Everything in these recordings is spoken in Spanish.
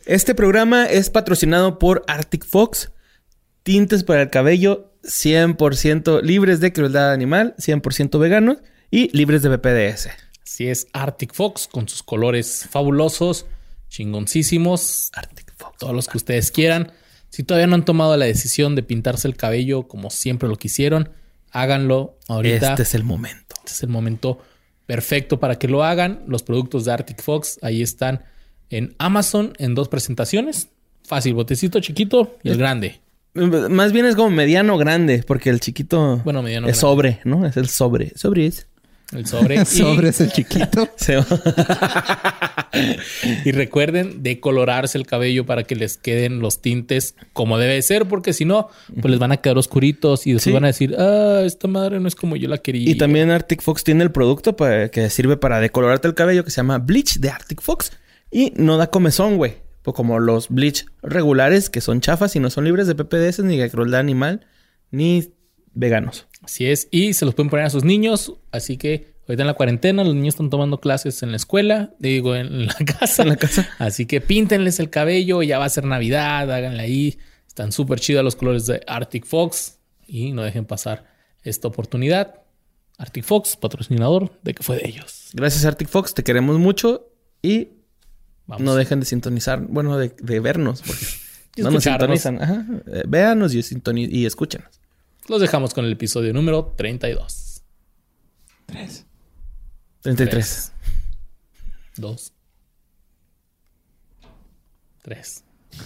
Este programa es patrocinado por Arctic Fox. Tintes para el cabello 100% libres de crueldad animal, 100% veganos y libres de BPDS. Así es, Arctic Fox con sus colores fabulosos, chingoncísimos. Arctic Fox. Todos los que ustedes quieran. Si todavía no han tomado la decisión de pintarse el cabello como siempre lo quisieron, háganlo ahorita. Este es el momento. Este es el momento perfecto para que lo hagan. Los productos de Arctic Fox ahí están en Amazon en 2 presentaciones. Fácil, botecito chiquito y el grande. Más bien es como mediano grande, porque el chiquito mediano es grande. sobre, ¿no? Es el sobre. Sobre es. El sobre. El sobre es el chiquito. Y recuerden decolorarse el cabello para que les queden los tintes como debe ser, porque si no, pues les van a quedar oscuritos y después van a decir, esta madre no es como yo la quería. Y también Arctic Fox tiene el producto que sirve para decolorarte el cabello que se llama Bleach de Arctic Fox. Y no da comezón, güey. Pues como los bleach regulares que son chafas y no son libres de PPDS ni de crueldad animal ni veganos. Así es. Y se los pueden poner a sus niños. Así que ahorita en la cuarentena los niños están tomando clases en la escuela. Digo, en la casa. En la casa. Así que píntenles el cabello. Ya va a ser Navidad. Háganle ahí. Están súper chidos los colores de Arctic Fox. Y no dejen pasar esta oportunidad. Arctic Fox, patrocinador de Que Fue de Ellos. Gracias Arctic Fox. Te queremos mucho. Y Vamos. no dejen de sintonizar. Bueno, de vernos. Porque no nos escucharnos. sintonizan. Ajá. Véanos y escúchenos. Los dejamos con el episodio número 32. 33. 2. 3.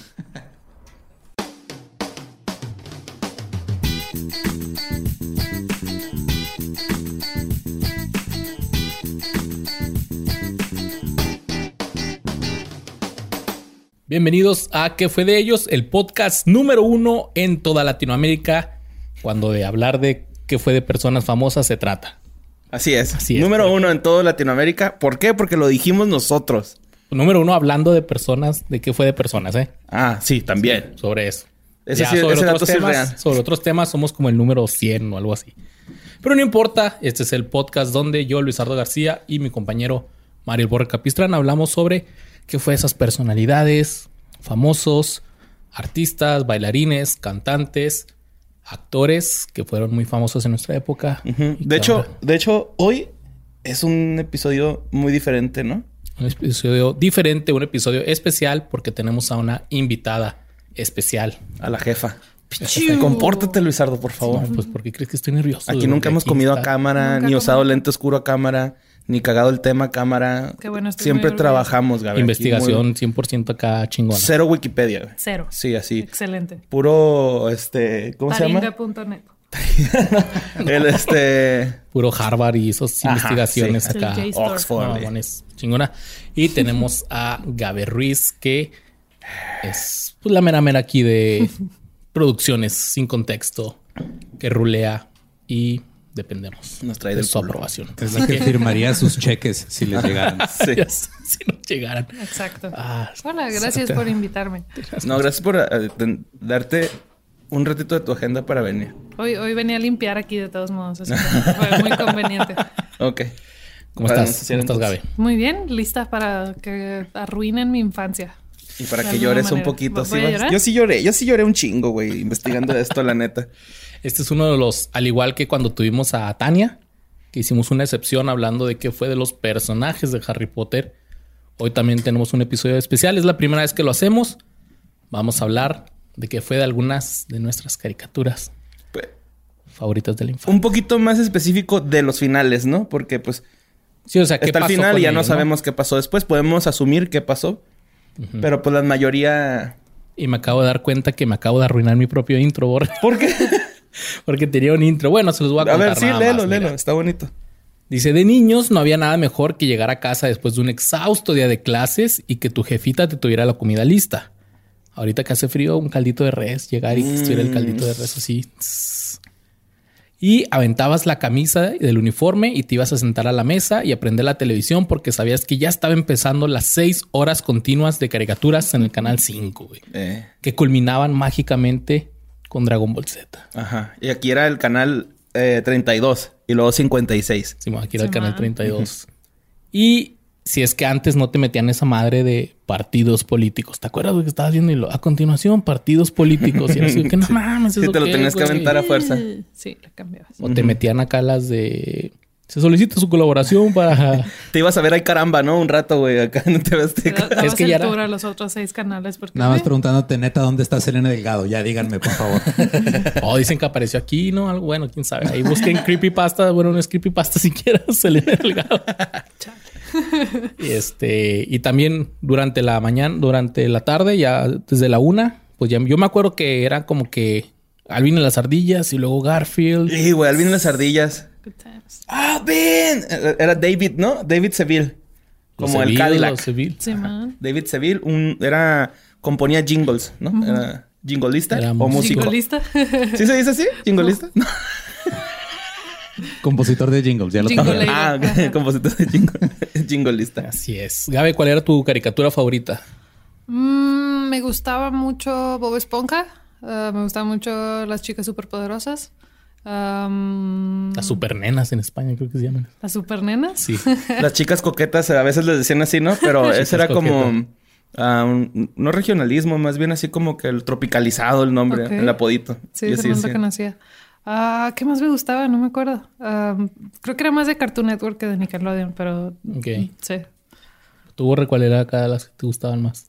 Bienvenidos a ¿Qué fue de ellos? El podcast número 1 en toda Latinoamérica cuando de hablar de qué fue de personas famosas se trata. Así es. Así es. Número 1 en toda Latinoamérica. ¿Por qué? Porque lo dijimos nosotros. Número 1 hablando de personas, de qué fue de personas, ¿eh? Ah, sí, también. Sí, sobre eso. Ese Ya, sí, sobre ese otros dato sí es temas, real. sobre otros temas somos como el número 100 o algo así. Pero no importa, este es el podcast donde yo, Luisardo García, y mi compañero Mario Borre Capistrán hablamos sobre qué fue esas personalidades, famosos, artistas, bailarines, cantantes, actores que fueron muy famosos en nuestra época. Ujú. Y De que hecho, hoy es un episodio muy diferente, ¿no? un episodio diferente, un episodio especial porque tenemos a una invitada especial. A la jefa. Compórtate, Luisardo, por favor. No, pues porque crees que estoy nervioso. Aquí nunca hemos comido a cámara, Nunca ni usado comemos. lente oscuro a cámara, ni cagado el tema a cámara. Qué bueno, estoy Siempre muy orgullosa. trabajamos, Gaby. Investigación Aquí 100% acá chingona. cero Wikipedia, güey. 0. Sí, así. Excelente. Puro, ¿cómo se llama? Taringa.net. Puro Harvard y esas Ajá, investigaciones sí. acá. Es el J-Store. Oxford. Mamones, chingona. Y tenemos a Gaby Ruiz, que es pues, la mera mera aquí de producciones sin contexto, que rulea y dependemos Nos trae de del su culo. aprobación. Es la que firmaría sus cheques si les llegaran. Sí. Si nos llegaran. Exacto. Ah, Hola, gracias por invitarme. No, gracias por darte un ratito de tu agenda para venir. Hoy venía a limpiar aquí de todos modos. Así que fue muy conveniente. Ok. ¿Cómo Para estás? ¿Cómo estás, Gaby? Muy bien, lista para que arruinen mi infancia. Y para De que alguna llores un manera. poquito. ¿Voy ¿Sí a vas? llorar? Yo sí lloré un chingo, güey, investigando esto, la neta. Este es uno de los, al igual que cuando tuvimos a Tania, que hicimos una excepción hablando de qué fue de los personajes de Harry Potter. Hoy también tenemos un episodio especial. Es la primera vez que lo hacemos. Vamos a hablar de qué fue de algunas de nuestras caricaturas Pues, favoritas de la infancia. un poquito más específico de los finales, ¿no? Porque, pues, Sí, o sea, ¿qué está el pasó final con y ya no ellos, sabemos qué pasó después. Podemos asumir qué pasó. Pero, pues, la mayoría... Y me acabo de dar cuenta que me acabo de arruinar mi propio intro, Borre. ¿Por qué? Porque tenía un intro. Bueno, se los voy a A contar. ver, sí, nada léelo, más, léelo. mira. Está bonito. Dice, de niños no había nada mejor que llegar a casa después de un exhausto día de clases y que tu jefita te tuviera la comida lista. Ahorita que hace frío, un caldito de res, llegar y que estuviera el caldito de res así. Tss. Y aventabas la camisa del uniforme y te ibas a sentar a la mesa y a prender la televisión porque sabías que ya estaba empezando las 6 horas continuas de caricaturas en el canal 5, güey. Que culminaban mágicamente con Dragon Ball Z. Ajá. Y aquí era el canal 32 y luego 56. Sí, aquí era el Sí, canal ma. 32. Y si es que antes no te metían esa madre de partidos políticos. ¿Te acuerdas de que estabas viendo? Y a continuación, partidos políticos. Y era así que no mames, Sí, te lo tenías que aventar a fuerza. Sí, la cambiabas. O te metían acá las de... Se solicita su colaboración para... Te ibas a ver ahí caramba, ¿no? Un rato, güey, acá no te ves. Es que ya era- a los otros 6 canales porque... Nada más preguntándote, neta, ¿dónde está Selena Delgado? Ya díganme, por favor. O dicen que apareció aquí, ¿no? Algo bueno, quién sabe. Ahí busquen creepypasta. Bueno, no es creepypasta siquiera. Selena Delgado. Y también durante la mañana, durante la tarde, ya desde la 1, pues ya yo me acuerdo que era como que Alvin y las ardillas y luego Garfield. Sí, güey, Alvin y las ardillas. Good times. ¡Ah, Ben! Era David, ¿no? David Seville. Como el Cadillac. Sí, man. David Seville componía jingles, ¿no? Era jingolista Era o músico. ¿Jingolista? ¿Sí se dice así? ¿Jingolista? No. Compositor de jingles, ya lo Jingle. sabía. Ah, ok. Compositor de jingolista. Así es. Gabe, ¿cuál era tu caricatura favorita? Me gustaba mucho Bob Esponja. Me gustaban mucho las chicas superpoderosas. Las supernenas en España, creo que se llaman. Las supernenas. Sí. Las chicas coquetas a veces les decían así, ¿no? Pero Chicas ese era como... coquetas. no regionalismo, más bien así como que el tropicalizado el nombre, Ok. el apodito. Sí, Y eso así no lo decían. conocía. ¿Qué más me gustaba? No me acuerdo. Creo que era más de Cartoon Network que de Nickelodeon, pero... Ok. Sí. ¿Tu Borre, cuál era cada de las que te gustaban más?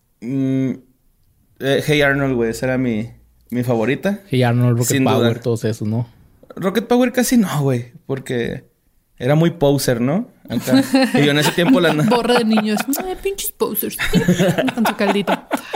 Hey Arnold, güey, esa era mi favorita. Hey Arnold, Rocket Sin Power, duda. todos esos, ¿no? Rocket Power casi no, güey, porque era muy poser, ¿no? Acá. Y yo en ese tiempo Borra de niños. Ay, pinches posers. Con su caldito.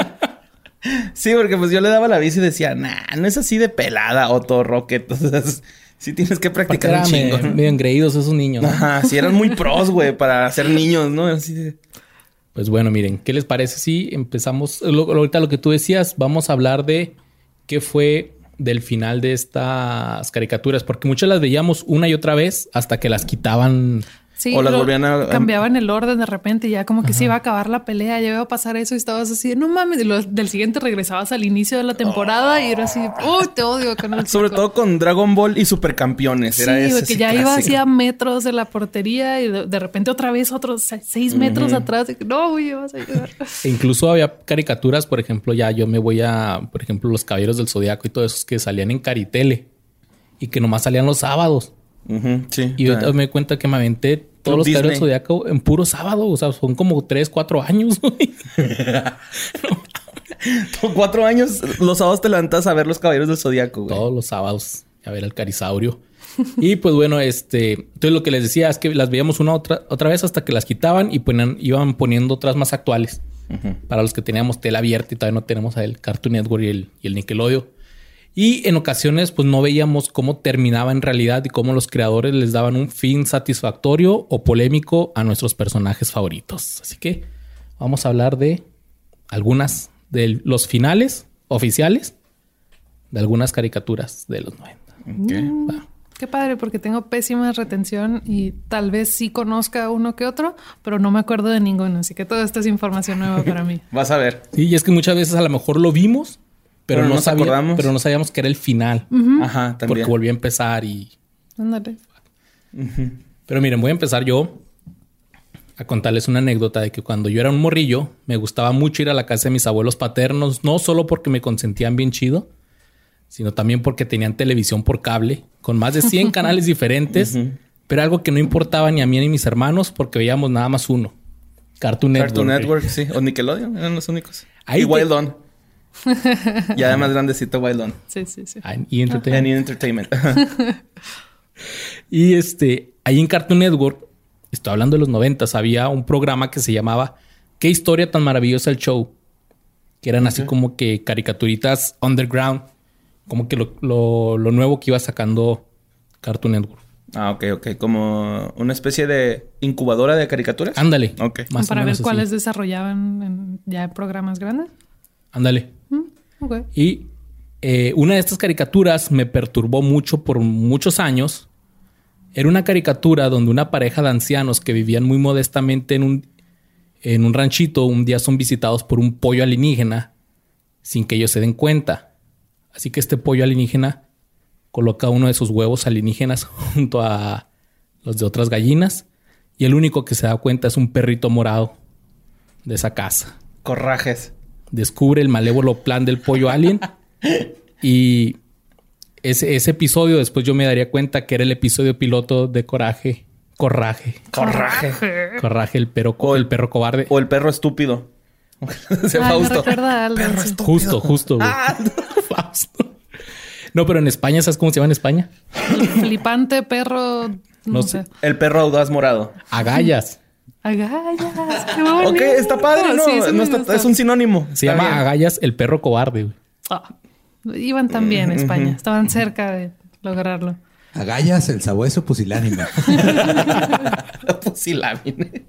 Sí, porque pues yo le daba la bici y decía, nah, no es así de pelada, Otto Rocket. Entonces, sí tienes que practicar un Aparte chingo. eran ¿no? medio engreídos esos niños, ¿no? Ajá, sí, eran muy pros, güey, para ser niños, ¿no? Así de... Pues bueno, miren, ¿qué les parece si empezamos? Ahorita lo que tú decías, vamos a hablar de qué fue del final de estas caricaturas, porque muchas las veíamos una y otra vez hasta que las quitaban. Sí, O las pero volvían a- cambiaban el orden de repente y ya como que se iba a acabar la pelea, ya iba a pasar eso y estabas así de, no mames, y del siguiente regresabas al inicio de la temporada y era así, te odio, Canal 5". Sobre todo con Dragon Ball y Supercampeones. Sí, Era ese güey, que así ya iba clásico. así a metros de la portería y de repente otra vez otros 6 metros atrás. De que, no, güey, vas a ayudar. E incluso había caricaturas, por ejemplo, ya yo me voy a, por ejemplo, Los Caballeros del Zodiaco y todos esos que salían en Caritele y que nomás salían los sábados. Ujú, sí. Y ahorita me di cuenta que me aventé todos los Caballeros del Disney. Zodiaco en puro sábado. O sea, son como 3, 4 años, güey. Con 4 años, los sábados te levantas a ver Los Caballeros del Zodiaco, güey. Todos los sábados a ver al Carisaurio. Y pues bueno, entonces lo que les decía es que las veíamos una otra vez hasta que las quitaban y iban poniendo otras más actuales. Para los que teníamos tela abierta y todavía no tenemos el Cartoon Network y el Nickelodeon. Y en ocasiones pues no veíamos cómo terminaba en realidad y cómo los creadores les daban un fin satisfactorio o polémico a nuestros personajes favoritos. Así que vamos a hablar de algunas de los finales oficiales de algunas caricaturas de los 90. Va. Qué padre, porque tengo pésima retención y tal vez sí conozca uno que otro, pero no me acuerdo de ninguno. Así que todo esto es información nueva para mí. Vas a ver. Sí, y es que muchas veces a lo mejor lo vimos, pero Pero no nos acordamos. pero no sabíamos que era el final. Ajá, Porque también. volvió a empezar y... Ándale. Pero miren, voy a empezar yo a contarles una anécdota de que cuando yo era un morrillo me gustaba mucho ir a la casa de mis abuelos paternos, no solo porque me consentían bien chido, sino también porque tenían televisión por cable con más de 100 canales diferentes, pero algo que no importaba ni a mí ni a mis hermanos porque veíamos nada más uno. Cartoon Network. Cartoon Network, sí. O Nickelodeon, eran los únicos. Ahí y te- Wild On. Y además grandecito Wild On. Sí, sí, sí. Y Entertainment. En Entertainment. Y ahí en Cartoon Network, estoy hablando de los 90s, había un programa que se llamaba ¿Qué historia tan maravillosa el show? Que eran así como que caricaturitas underground, como que lo nuevo que iba sacando Cartoon Network. Ah, ok. Como una especie de incubadora de caricaturas. Ándale. Ok. Más o Para ver menos así. cuáles desarrollaban ya en programas grandes. Ándale. Ok. Y una de estas caricaturas me perturbó mucho por muchos años. Era una caricatura donde una pareja de ancianos que vivían muy modestamente en un ranchito un día son visitados por un pollo alienígena sin que ellos se den cuenta. Así que este pollo alienígena coloca uno de sus huevos alienígenas junto a los de otras gallinas Y el único que se da cuenta es un perrito morado de esa casa. Corajes. Descubre el malévolo plan del pollo alien. Y ese episodio, después yo me daría cuenta que era el episodio piloto de Coraje. Coraje, el perro cobarde. O el perro estúpido. Fausto. Recuerda algo. Perro estúpido. Justo. Güey. Fausto. No, pero en España, ¿sabes cómo se llama en España? El flipante perro... No sé. El perro audaz morado. Agallas. Agallas. Qué bonito. Ok, está padre, ¿no? Sí, No está, es un sinónimo. Se llama bien. Agallas, el perro cobarde. Güey. Iban también en España. Estaban cerca de lograrlo. Agallas, el sabueso pusilánime. Pusilánime.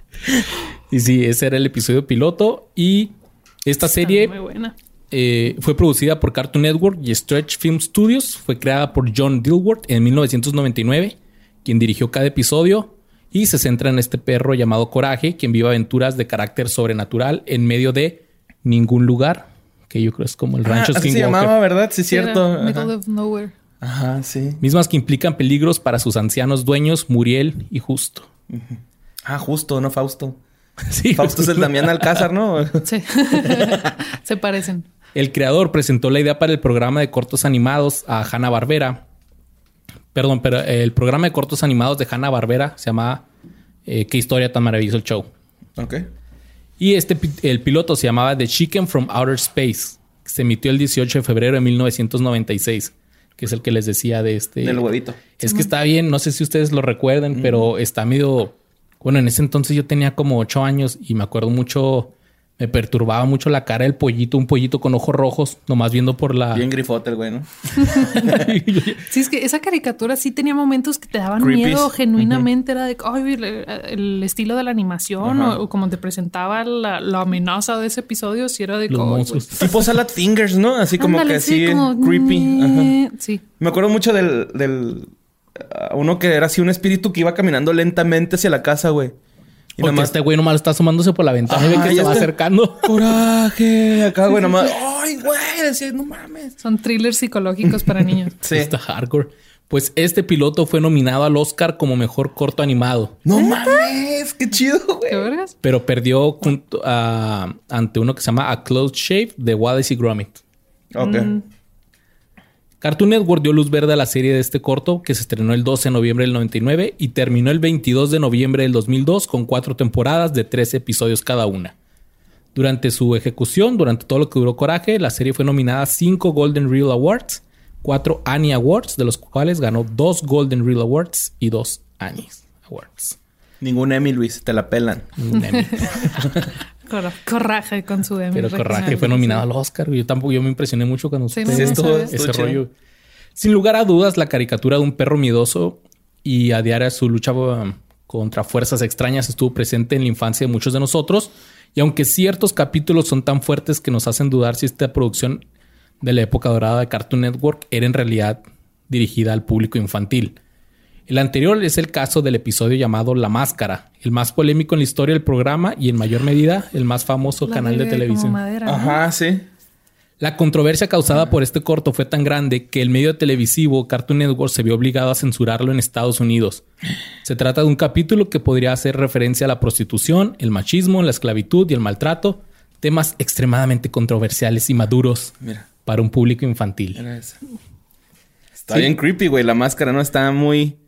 Y sí, ese era el episodio piloto. Y esta serie Muy buena. fue producida por Cartoon Network y Stretch Film Studios. Fue creada por John Dilworth en 1999, quien dirigió cada episodio. Y se centra en este perro llamado Coraje, quien vive aventuras de carácter sobrenatural en medio de ningún lugar. Que yo creo es como el rancho así se Skinwalker. llamaba, ¿verdad? Sí, cierto. Middle of nowhere. Ajá, sí. Mismas que implican peligros para sus ancianos dueños, Muriel y Justo. Ah, Justo, no Fausto. Sí, Fausto es el Damián Alcázar, ¿no? Sí. Se parecen. El creador presentó la idea para el programa de cortos animados a Hanna-Barbera. Perdón, pero el programa de cortos animados de Hanna-Barbera se llamaba Qué historia tan maravillosa el show. Ok. Y el piloto se llamaba The Chicken from Outer Space. Se emitió el 18 de febrero de 1996. Que es el que les decía de este... Del huevito. Es que está bien. No sé si ustedes lo recuerden, pero está medio... Bueno, en ese entonces yo tenía como 8 años y me acuerdo mucho... Me perturbaba mucho la cara del pollito. Un pollito con ojos rojos. Nomás viendo por la... Bien grifote el güey, ¿no? Sí, es que esa caricatura sí tenía momentos que te daban Creepies. miedo genuinamente. Era de ay, el estilo de la animación o como te presentaba la amenaza de ese episodio. Sí era de Los ay, monstruos. Tipo Salad Fingers, ¿no? Así como ándale, que sí, así como, creepy. Ajá. Sí. Me acuerdo mucho del uno que era así un espíritu que iba caminando lentamente hacia la casa, güey. Y Porque este güey nomás está asomándose por la ventana y ve que se ya va está. acercando. Coraje. Acá, güey, nomás. Ay, güey. Decía, no mames. Son thrillers psicológicos para niños. Sí. Está hardcore. Pues este piloto fue nominado al Oscar como mejor corto animado. No mames. Qué chido, güey. ¿Qué vergas? Pero perdió ante uno que se llama A Close Shave de Wallace y Gromit. Ok. Cartoon Network dio luz verde a la serie de este corto, que se estrenó el 12 de noviembre del 99 y terminó el 22 de noviembre del 2002 con 4 temporadas de 13 episodios cada una. Durante su ejecución, durante todo lo que duró Coraje, la serie fue nominada a 5 Golden Reel Awards, 4 Annie Awards, de los cuales ganó 2 Golden Reel Awards y 2 Annie Awards. Ningún Emmy, Luis. Te la pelan. Un Emmy. Coraje con su Emmy. Pero Coraje fue nominado al Oscar. Yo me impresioné mucho cuando Sí, supe no, esto, no sabía. ese Estuvo chido. rollo. Sin lugar a dudas, la caricatura de un perro miedoso y a diaria su lucha contra fuerzas extrañas estuvo presente en la infancia de muchos de nosotros. Y aunque ciertos capítulos son tan fuertes que nos hacen dudar si esta producción de la época dorada de Cartoon Network era en realidad dirigida al público infantil. El anterior es el caso del episodio llamado La Máscara, el más polémico en la historia del programa y en mayor medida el más famoso canal de televisión. Madera, ¿no? Ajá, sí. La controversia causada por este corto fue tan grande que el medio televisivo Cartoon Network se vio obligado a censurarlo en Estados Unidos. Se trata de un capítulo que podría hacer referencia a la prostitución, el machismo, la esclavitud y el maltrato, temas extremadamente controversiales y maduros Mira. para un público infantil. Era esa. Está bien creepy, güey. La máscara, ¿no? Está muy...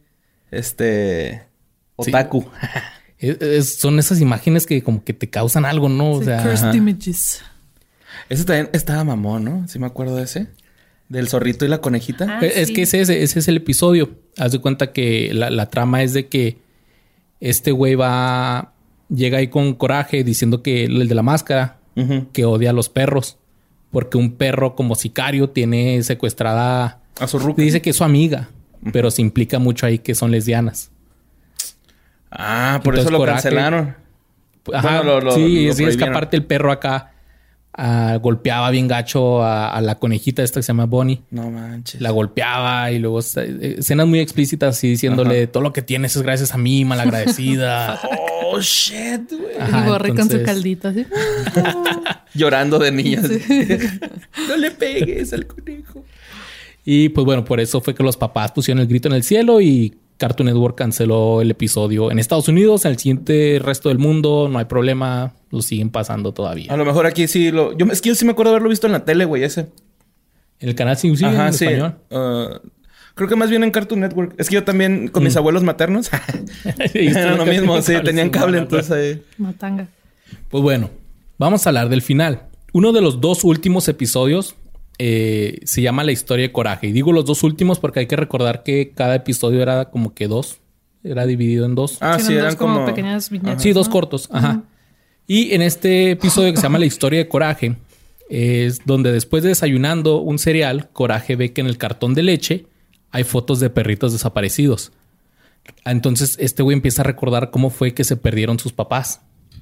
Otaku. Son esas imágenes que como que te causan algo, ¿no? O Sí, sea, Cursed Images. Ese también estaba mamón, ¿no? Sí me acuerdo de ese. Del zorrito y la conejita. Ah, es sí. que ese es el episodio. Haz de cuenta que la trama es de que este güey llega ahí con Coraje diciendo que el de la máscara, Ujú. que odia a los perros. Porque un perro como sicario tiene secuestrada... A su ruca. Dice que es su amiga, pero se implica mucho ahí que son lesbianas. Ah, por Entonces, eso lo Coraje- cancelaron. Ajá, Bueno, sí, lo es que prohibieron. aparte el perro acá golpeaba bien gacho a la conejita esta que se llama Bonnie. No manches. La golpeaba y luego escenas muy explícitas así diciéndole todo lo que tienes es gracias a mí, malagradecida. Oh, shit, güey. Ajá, Y Borre con su entonces- caldito así. Llorando de niñas. No le pegues al conejo. Y pues bueno, por eso fue que los papás pusieron el grito en el cielo y Cartoon Network canceló el episodio en Estados Unidos. En el siguiente resto del mundo no hay problema. Lo siguen pasando todavía. A lo mejor aquí sí lo... Es que yo sí me acuerdo haberlo visto en la tele, güey, ese. En el canal sí, en español. Creo que más bien en Cartoon Network. Es que yo también con mis abuelos maternos... Era lo mismo, sí. Tenían cable, entonces... Matanga. Pues bueno, vamos a hablar del final. Uno de los 2 últimos episodios se llama La historia de Coraje. Y digo los 2 últimos porque hay que recordar que cada episodio era como que 2. Era dividido en 2. Ah, sí, eran como pequeñas viñetas. Sí, 2 ¿no? cortos. Ajá. Y en este episodio que se llama La historia de Coraje, es donde después de desayunando un cereal, Coraje ve que en el cartón de leche hay fotos de perritos desaparecidos. Entonces este güey empieza a recordar cómo fue que se perdieron sus papás.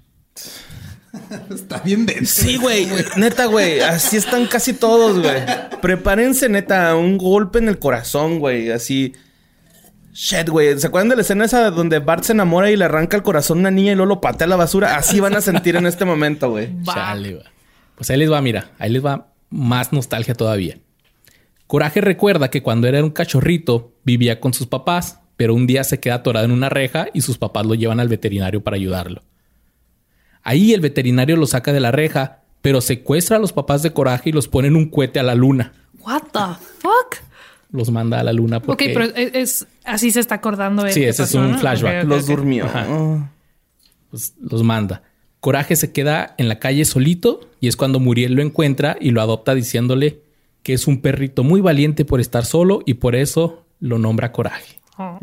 Está bien denso. Sí, güey. Neta, güey. Así están casi todos, güey. Prepárense, neta. Un golpe en el corazón, güey. Así... Shit, güey. ¿Se acuerdan de la escena esa donde Bart se enamora y le arranca el corazón a una niña y luego lo patea a la basura? Así van a sentir en este momento, güey. Chale, güey. Pues ahí les va, mira. Ahí les va más nostalgia todavía. Coraje recuerda que cuando era un cachorrito vivía con sus papás, pero un día se queda atorado en una reja y sus papás lo llevan al veterinario para ayudarlo. Ahí el veterinario lo saca de la reja, pero secuestra a los papás de Coraje y los pone en un cohete a la luna. What the fuck? Los manda a la luna porque... Ok, pero es así se está acordando él. Sí, ese pasó, es un ¿no? flashback. Ok. Los durmió. Pues los manda. Coraje se queda en la calle solito y es cuando Muriel lo encuentra y lo adopta diciéndole que es un perrito muy valiente por estar solo y por eso lo nombra Coraje. Oh.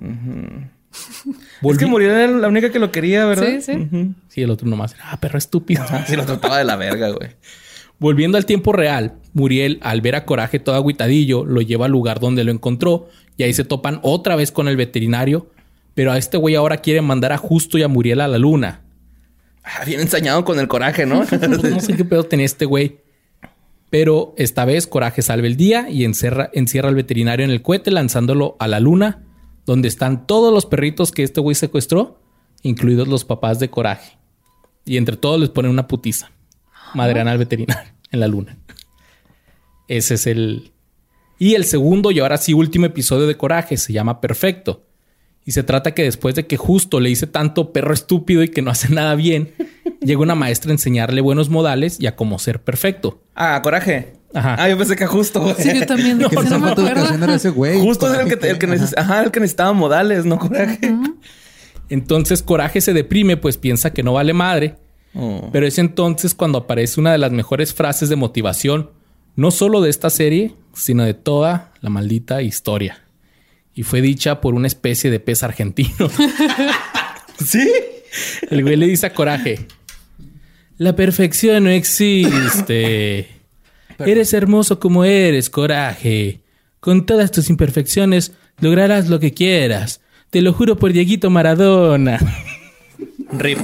Es que Muriel era la única que lo quería, ¿verdad? Sí, sí. Sí, el otro nomás. Perro estúpido. Sí, lo trataba de la verga, güey. Volviendo al tiempo real, Muriel, al ver a Coraje todo agüitadillo, lo lleva al lugar donde lo encontró y ahí se topan otra vez con el veterinario. Pero a este güey ahora quiere mandar a Justo y a Muriel a la luna. Bien ensañado con el Coraje, ¿no? Pues no sé qué pedo tenía este güey. Pero esta vez Coraje salva el día y encierra al veterinario en el cohete lanzándolo a la luna, donde están todos los perritos que este güey secuestró, incluidos los papás de Coraje. Y entre todos les ponen una putiza. Madrean al veterinario en la luna. Ese es el... Y el segundo y ahora sí último episodio de Coraje se llama Perfecto. Y se trata que después de que Justo le dice tanto perro estúpido y que no hace nada bien, llega una maestra a enseñarle buenos modales y a cómo ser perfecto. Ah, Coraje. Ajá. Yo pensé que Justo, güey. Sí, yo también. Que No, esa me foto de acuerdo. ocasión era ese güey. Justo es el que Coraje. el que necesitaba modales, no Coraje. Entonces Coraje se deprime pues piensa que no vale madre. Pero es entonces cuando aparece una de las mejores frases de motivación, no solo de esta serie, sino de toda la maldita historia. Y fue dicha por una especie de pez argentino. ¿Sí? El güey le dice a Coraje: la perfección no existe. Eres hermoso como eres, Coraje. Con todas tus imperfecciones lograrás lo que quieras. Te lo juro por Dieguito Maradona. RIP.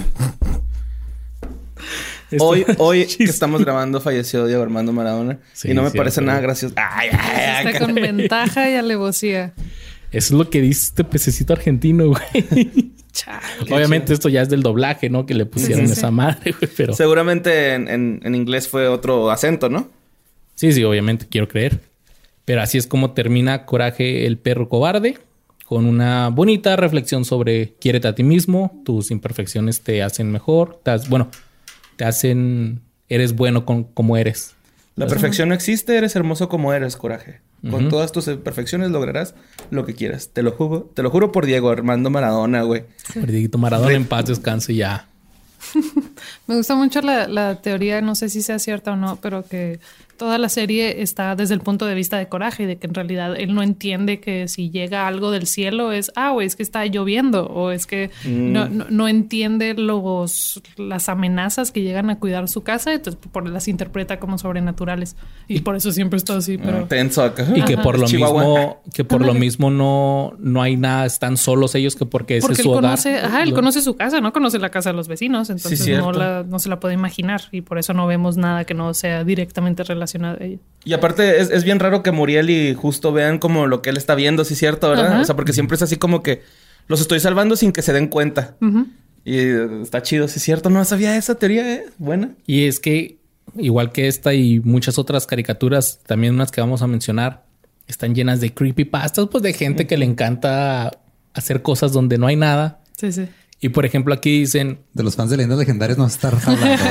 Esto- Hoy que estamos grabando falleció Diego Armando Maradona. Sí, y no me cierto, parece nada güey. gracioso. Está con ventaja y alevosía. Eso es lo que dice este pececito argentino, güey. Chale. Obviamente esto ya es del doblaje, ¿no? Que le pusieron Sí, sí, esa sí. madre, güey. Pero Seguramente en inglés fue otro acento, ¿no? sí, obviamente quiero creer. Pero así es como termina Coraje, el perro cobarde, con una bonita reflexión sobre quiérete a ti mismo, tus imperfecciones te hacen mejor, te hacen, eres bueno como eres. La perfección no existe, eres hermoso como eres, Coraje. Con todas tus imperfecciones lograrás lo que quieras. Te lo juro por Diego Armando Maradona, güey. Por Dieguito Maradona, en paz descanse ya. Me gusta mucho la teoría, no sé si sea cierta o no, pero que toda la serie está desde el punto de vista de Coraje y de que en realidad él no entiende que si llega algo del cielo es, güey, es que está lloviendo o es que no entiende las amenazas que llegan a cuidar su casa, entonces las interpreta como sobrenaturales y por eso siempre está así, pero... Tenso acá. Y que por lo Chihuahua. mismo, no hay nada, están solos ellos que porque ese Porque es su hogar. él conoce su casa, no conoce la casa de los vecinos, entonces cierto. no se la puede imaginar y por eso no vemos nada que no sea directamente relacionado a ella. Y aparte es bien raro que Muriel y Justo vean como lo que él está viendo, sí es cierto, ¿verdad? Ajá. O sea, porque siempre es así como que los estoy salvando sin que se den cuenta. Y está chido, sí es cierto. No sabía esa teoría, ¿eh? Buena. Y es que, igual que esta y muchas otras caricaturas, también unas que vamos a mencionar, están llenas de creepypastas, pues de gente que le encanta hacer cosas donde no hay nada. Sí, sí. Y por ejemplo, aquí dicen... De los fans de leyendas legendarias no estar hablando.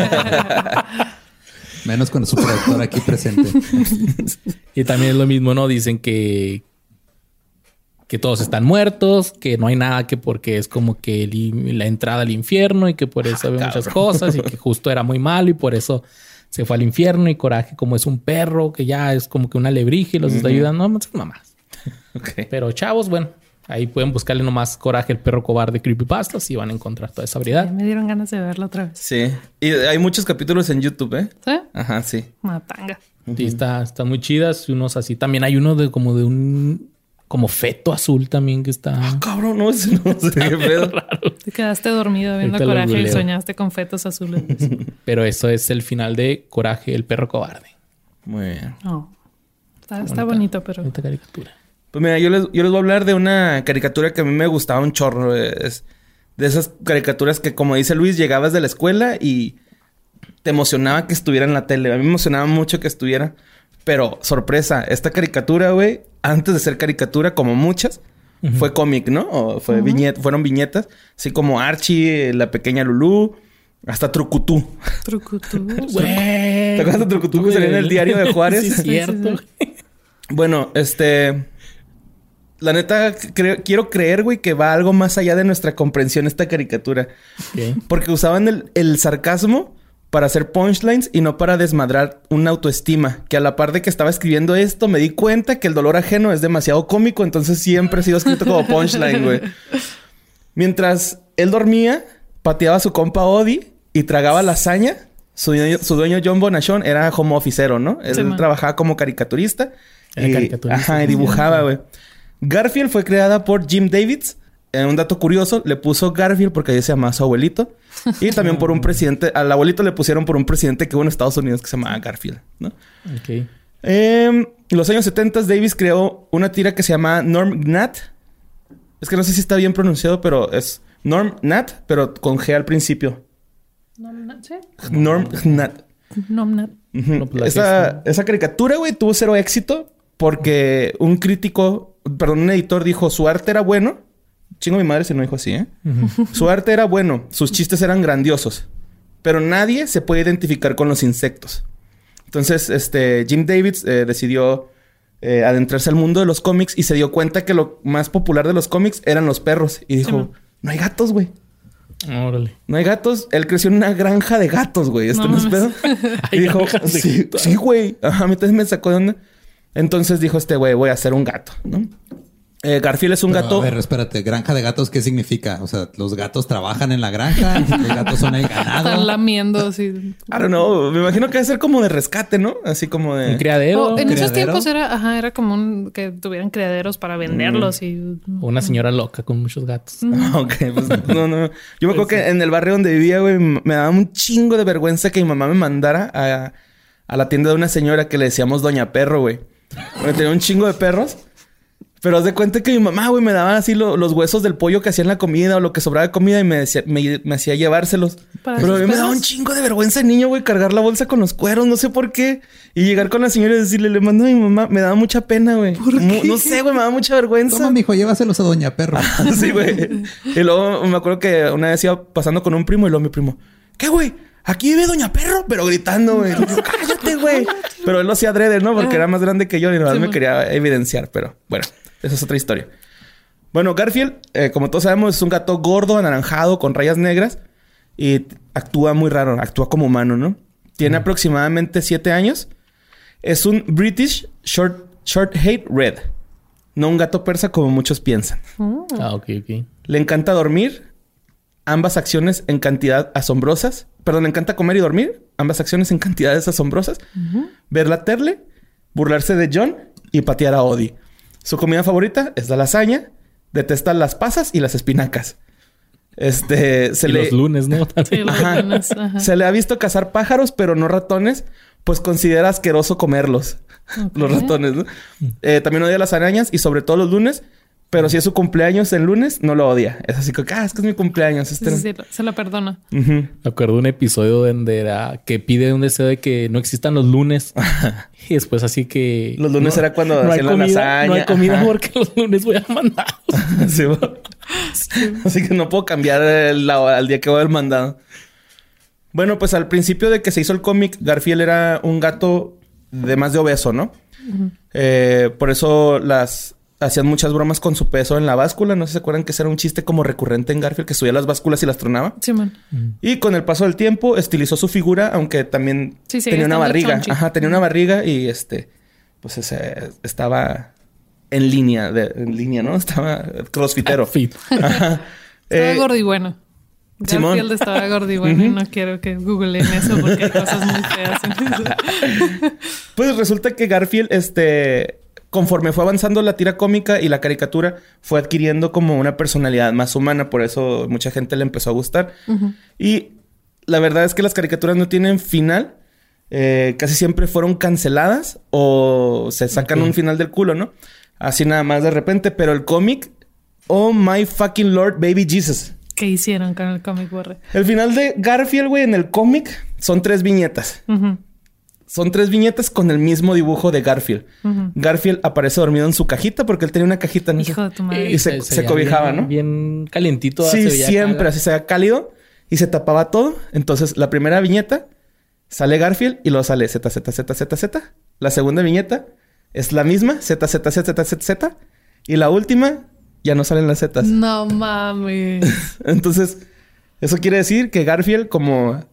Menos con su productor aquí presente. Y también es lo mismo, ¿no? Dicen que todos están muertos, que no hay nada, que porque es como que la entrada al infierno y que por eso ve muchas cosas y que justo era muy malo y por eso se fue al infierno. Y Coraje, como es un perro que ya es como que una alebrije y los está ayudando. No, son mamás. Ok. Pero chavos, bueno, ahí pueden buscarle nomás Coraje, el perro cobarde creepypastas y van a encontrar toda esa Ya variedad. me dieron ganas de verlo otra vez. Sí. Y hay muchos capítulos en YouTube, ¿eh? ¿Sí? Ajá, sí. Matanga. Sí, está muy chidas. Unos así. También hay uno de un como feto azul también que está... Cabrón, no, ese no sé qué pedo. Te quedaste dormido viendo Ahorita lo Coraje y googleo. soñaste con fetos azules. Pero eso es el final de Coraje, el perro cobarde. Muy bien. No. Está bonito, pero... Bonita caricatura. Pues mira, yo les voy a hablar de una caricatura que a mí me gustaba un chorro. Es de esas caricaturas que, como dice Luis, llegabas de la escuela y te emocionaba que estuviera en la tele. A mí me emocionaba mucho que estuviera. Pero, sorpresa, esta caricatura, güey, antes de ser caricatura, como muchas, fue cómic, ¿no? O fue fueron viñetas. Así como Archie, La Pequeña Lulú, hasta Trucutú. Trucutú. ¿Te acuerdas de Trucutú que salía en el diario de Juárez? Sí, es cierto. Bueno, la neta, quiero creer, güey, que va algo más allá de nuestra comprensión esta caricatura. Okay. Porque usaban el sarcasmo para hacer punchlines y no para desmadrar una autoestima. Que a la par de que estaba escribiendo esto, me di cuenta que el dolor ajeno es demasiado cómico. Entonces siempre ha sido escrito como punchline, güey. Mientras él dormía, pateaba a su compa Odie y tragaba lasaña. Su dueño John Bonachon era home officero, ¿no? Él Sí, man. trabajaba como caricaturista. Era caricaturista. Ajá, y dibujaba, güey. Garfield fue creada por Jim Davids. Un dato curioso, le puso Garfield porque ahí se llamaba su abuelito. Y también por un presidente. Al abuelito le pusieron por un presidente que hubo en Estados Unidos que se llamaba Garfield, ¿no? Ok. En los años 70 Davis creó una tira que se llama Norm Nat. Es que no sé si está bien pronunciado, pero es Norm Nat, pero con G al principio. ¿Sí? Norm Nat. Nomnat. Ujú. No, pues Esa caricatura, güey, tuvo cero éxito porque un editor dijo su arte era bueno. Chingo mi madre si no dijo así, ¿eh? Su arte era bueno, sus chistes eran grandiosos, pero nadie se puede identificar con los insectos. Entonces, Jim Davids decidió adentrarse al mundo de los cómics y se dio cuenta que lo más popular de los cómics eran los perros. Y dijo, no hay gatos, güey. Órale. No hay gatos. Él creció en una granja de gatos, güey. ¿Esto no es pedo? Y dijo, granjas de gatos. sí, güey. Ajá, a mí también me sacó de onda. Entonces dijo güey, voy a hacer un gato, ¿no? Garfield es un gato. A ver, espérate. ¿Granja de gatos qué significa? O sea, ¿los gatos trabajan en la granja? ¿Los gatos son el ganado? Están lamiendo así. I don't know. Me imagino que debe ser como de rescate, ¿no? Así como de... Un criadero. En esos ¿Criadero? tiempos era común que tuvieran criaderos para venderlos y... O una señora loca con muchos gatos. Ok, pues no. Yo me acuerdo que en el barrio donde vivía, güey, me daba un chingo de vergüenza que mi mamá me mandara a la tienda de una señora que le decíamos Doña Perro, güey. Porque tenía un chingo de perros. Pero haz de cuenta que mi mamá, güey, me daba así los huesos del pollo que hacía en la comida o lo que sobraba de comida y me hacía llevárselos. ¿Para Pero a sus mí me daba perros? un chingo de vergüenza de niño, güey, cargar la bolsa con los cueros, no sé por qué. Y llegar con la señora y decirle, le mando a mi mamá, me daba mucha pena, güey. ¿Por qué? No sé, güey, me daba mucha vergüenza. Toma, mijo, llévaselos a Doña Perro. Sí, güey. Y luego me acuerdo que una vez iba pasando con un primo y luego mi primo, ¿qué, güey? Aquí vive Doña Perro, pero gritando, güey. Y yo, cállate, güey. Pero él lo hacía adrede, ¿no? Porque era más grande que yo y nada más me quería evidenciar. Pero bueno, esa es otra historia. Bueno, Garfield, como todos sabemos, es un gato gordo, anaranjado, con rayas negras. Y actúa muy raro. Actúa como humano, ¿no? Tiene aproximadamente 7 años. Es un British Short-Haired Red. No un gato persa como muchos piensan. Ah, ok. Le encanta dormir. Ambas acciones en cantidad asombrosas. Perdón, le encanta comer y dormir. Ambas acciones en cantidades asombrosas. Ver la tele, burlarse de John y patear a Odie. Su comida favorita es la lasaña. Detesta las pasas y las espinacas. Los lunes, ¿no? Sí, los lunes, ajá. Se le ha visto cazar pájaros, pero no ratones, pues considera asqueroso comerlos. Los ratones, ¿no? También odia las arañas y sobre todo los lunes Pero si es su cumpleaños el lunes, no lo odia. Es así como, es que es mi cumpleaños. Sí, se lo perdona. Uh-huh. Me acuerdo de un episodio donde era que pide un deseo de que no existan los lunes. Y después así que... Los lunes era cuando hacían la lasaña. No hay comida porque los lunes voy a mandar. Sí, así que no puedo cambiar al día que voy al mandado. Bueno, pues al principio de que se hizo el cómic, Garfield era un gato de más de obeso, ¿no? Uh-huh. Por eso hacían muchas bromas con su peso en la báscula. No sé si se acuerdan que ese era un chiste como recurrente en Garfield, que subía las básculas y las tronaba. Sí, man. Y con el paso del tiempo estilizó su figura, aunque también tenía una barriga. Chonchi. Ajá, tenía una barriga y pues estaba en línea, ¿no? Estaba crossfitero. Ajá. Estaba gordo y bueno. Garfield estaba gordo y bueno. Uh-huh. Y no quiero que googleen eso porque hay cosas muy feas en eso. Pues resulta que Garfield, conforme fue avanzando la tira cómica y la caricatura, fue adquiriendo como una personalidad más humana. Por eso mucha gente le empezó a gustar. Uh-huh. Y la verdad es que las caricaturas no tienen final. Casi siempre fueron canceladas o se sacan un final del culo, ¿no? Así nada más de repente. Pero el cómic, oh my fucking Lord Baby Jesus. ¿Qué hicieron con el cómic, Borre? El final de Garfield, güey, en el cómic son 3 viñetas. Uh-huh. Son 3 viñetas con el mismo dibujo de Garfield. Uh-huh. Garfield aparece dormido en su cajita porque él tenía una cajita. Hijo de tu madre. Y se cobijaba, bien, ¿no? Bien calientito. Sí, siempre. Así se veía cálido. Y se tapaba todo. Entonces, la primera viñeta sale Garfield y luego sale Z, Z, Z, Z, Z. La segunda viñeta es la misma. Z, Z, Z, Z, Z, Z. Y la última ya no salen las Zetas. No mames. Entonces, eso quiere decir que Garfield, como...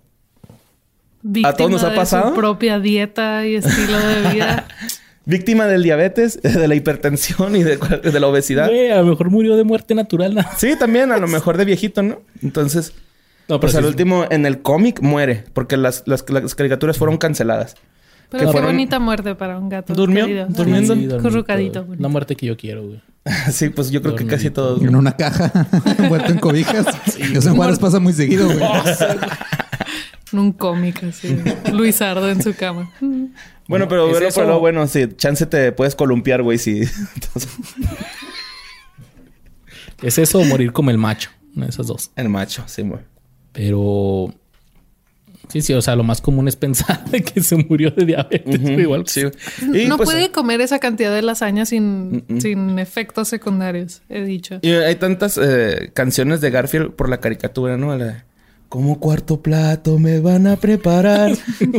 Víctima a todos nos ha pasado. De su propia dieta y estilo de vida. Víctima del diabetes, de la hipertensión y de la obesidad. A lo mejor murió de muerte natural, ¿no? Sí, también. A lo mejor de viejito, ¿no? Entonces... No, pues al último, en el cómic, muere. Porque las caricaturas fueron canceladas. Pero qué bonita muerte para un gato. Durmiendo. Currucadito. La muerte que yo quiero, güey. Sí, pues yo creo que casi todos. En una caja, envuelto en cobijas. Eso en Juárez pasa muy seguido, güey. En un cómic así. Luisardo en su cama. Bueno, pero verlo por lo bueno, sí. Chance te puedes columpiar, güey, sí. ¿Es eso o morir como el macho? Una de esas dos. El macho, sí, güey. Pero... Sí, o sea, lo más común es pensar de que se murió de diabetes. Uh-huh. Igual. Sí. Y no pues, puede comer esa cantidad de lasaña sin efectos secundarios, he dicho. Y hay tantas canciones de Garfield por la caricatura, ¿no? Como cuarto plato me van a preparar.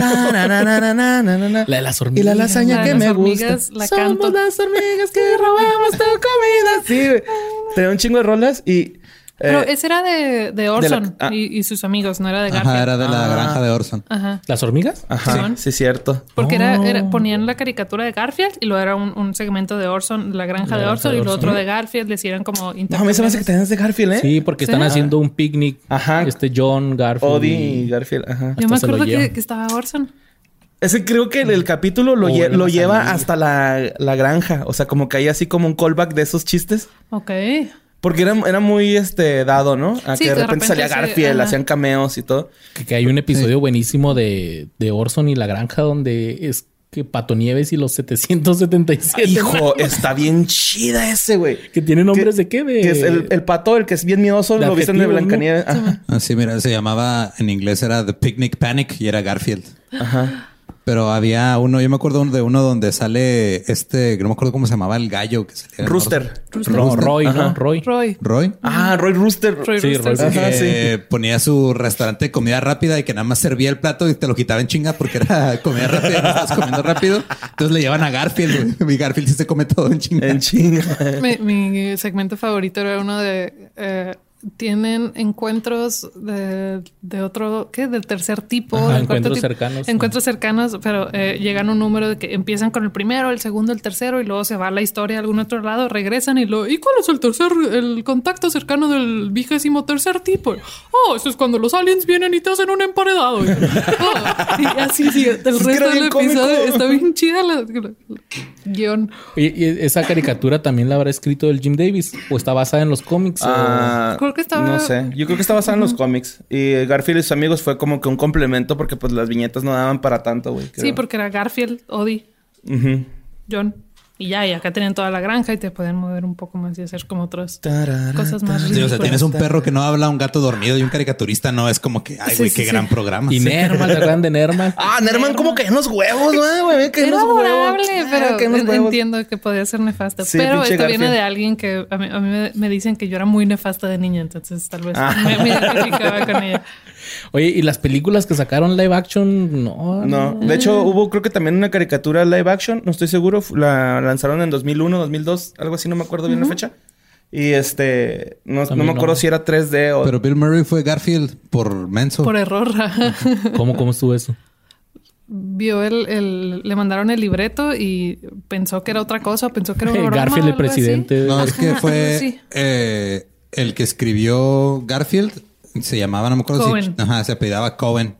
La de las hormigas. Y la lasaña que me gusta. La canto. Somos las hormigas que robamos tu comida. Sí, güey. Tenía un chingo de rolas y... Pero ese era de Orson y sus amigos, no era de Garfield. Ajá, era de la granja de Orson. Ajá. ¿Las hormigas? Ajá, sí, cierto. Porque ponían la caricatura de Garfield y luego era un segmento de Orson, la granja de Orson y lo otro de Garfield. Les hicieron como No, a mí se me hace que tenías de Garfield, ¿eh? Sí, porque están haciendo un picnic. Ajá. John, Garfield. Odie y Garfield, ajá. Yo me acuerdo que estaba Orson. Ese creo que el capítulo lo lleva hasta la granja. O sea, como que hay así como un callback de esos chistes. Ok. Porque era muy dado, ¿no? A sí, que de repente salía Garfield, hacían cameos y todo. Que hay un episodio buenísimo de Orson y la granja donde es que Pato Nieves y los 777. Hijo, está bien chida ese, güey. Que tiene nombres de qué? Que es el pato, el que es bien miedoso, lo visten de Blancanieves. ¿No? Sí, mira, se llamaba, en inglés era The Picnic Panic y era Garfield. Ajá. Pero había uno, yo me acuerdo de uno donde sale no me acuerdo cómo se llamaba el gallo que salía. Rooster. Roy, ¿no? Roy. Ah, Roy Rooster. Sí, Roy. Ajá, ponía su restaurante de comida rápida y que nada más servía el plato y te lo quitaba en chinga porque era comida rápida y no estabas comiendo rápido. Entonces le llevan a Garfield, güey. Mi Garfield sí se come todo en chinga. Mi segmento favorito era uno de... tienen encuentros de otro, ¿qué? Del tercer tipo. Ajá, encuentros cercanos. Encuentros cercanos, pero llegan un número de que empiezan con el primero, el segundo, el tercero y luego se va la historia a algún otro lado, regresan ¿y cuál es el contacto cercano del 23º tipo? Eso es cuando los aliens vienen y te hacen un emparedado. Y así sigue. El resto del episodio está bien chida la guión. ¿Y esa caricatura también la habrá escrito el Jim Davis? ¿O está basada en los cómics? No sé. Yo creo que está basada en los cómics. Y Garfield y sus amigos fue como que un complemento porque pues las viñetas no daban para tanto, güey. Sí, porque era Garfield, Odie, John. Y ya, y acá tenían toda la granja y te podían mover un poco más y hacer como otras cosas más Sí, ridículas. o sea, tienes un perro que no habla, un gato dormido y un caricaturista. No es como que, ay, güey, qué gran programa. Y Nermal, ¿te acuerdan de Nermal? Nerman como que en los huevos, güey. Que en Era los huevos. adorable, pero que en los huevos. entiendo que podía ser nefasta. Sí, pero pinche esto viene Garfield. de alguien que a mí me dicen que yo era muy nefasta de niña, entonces tal vez me identificaba con ella. Oye, ¿y las películas que sacaron live action? No. De hecho, hubo creo que también una caricatura live action. No estoy seguro. La lanzaron en 2001, 2002. Algo así, no me acuerdo bien la fecha. Y no me acuerdo si era 3D o... Pero Bill Murray fue Garfield por menso. Por error. ¿Cómo estuvo eso? Vio le mandaron el libreto y pensó que era otra cosa, pensó que era una broma. Garfield, o el algo así. presidente. No, es que Ajá, fue sí. el que escribió Garfield. Se llamaba, no me acuerdo Cohen. si... se apellidaba Cohen.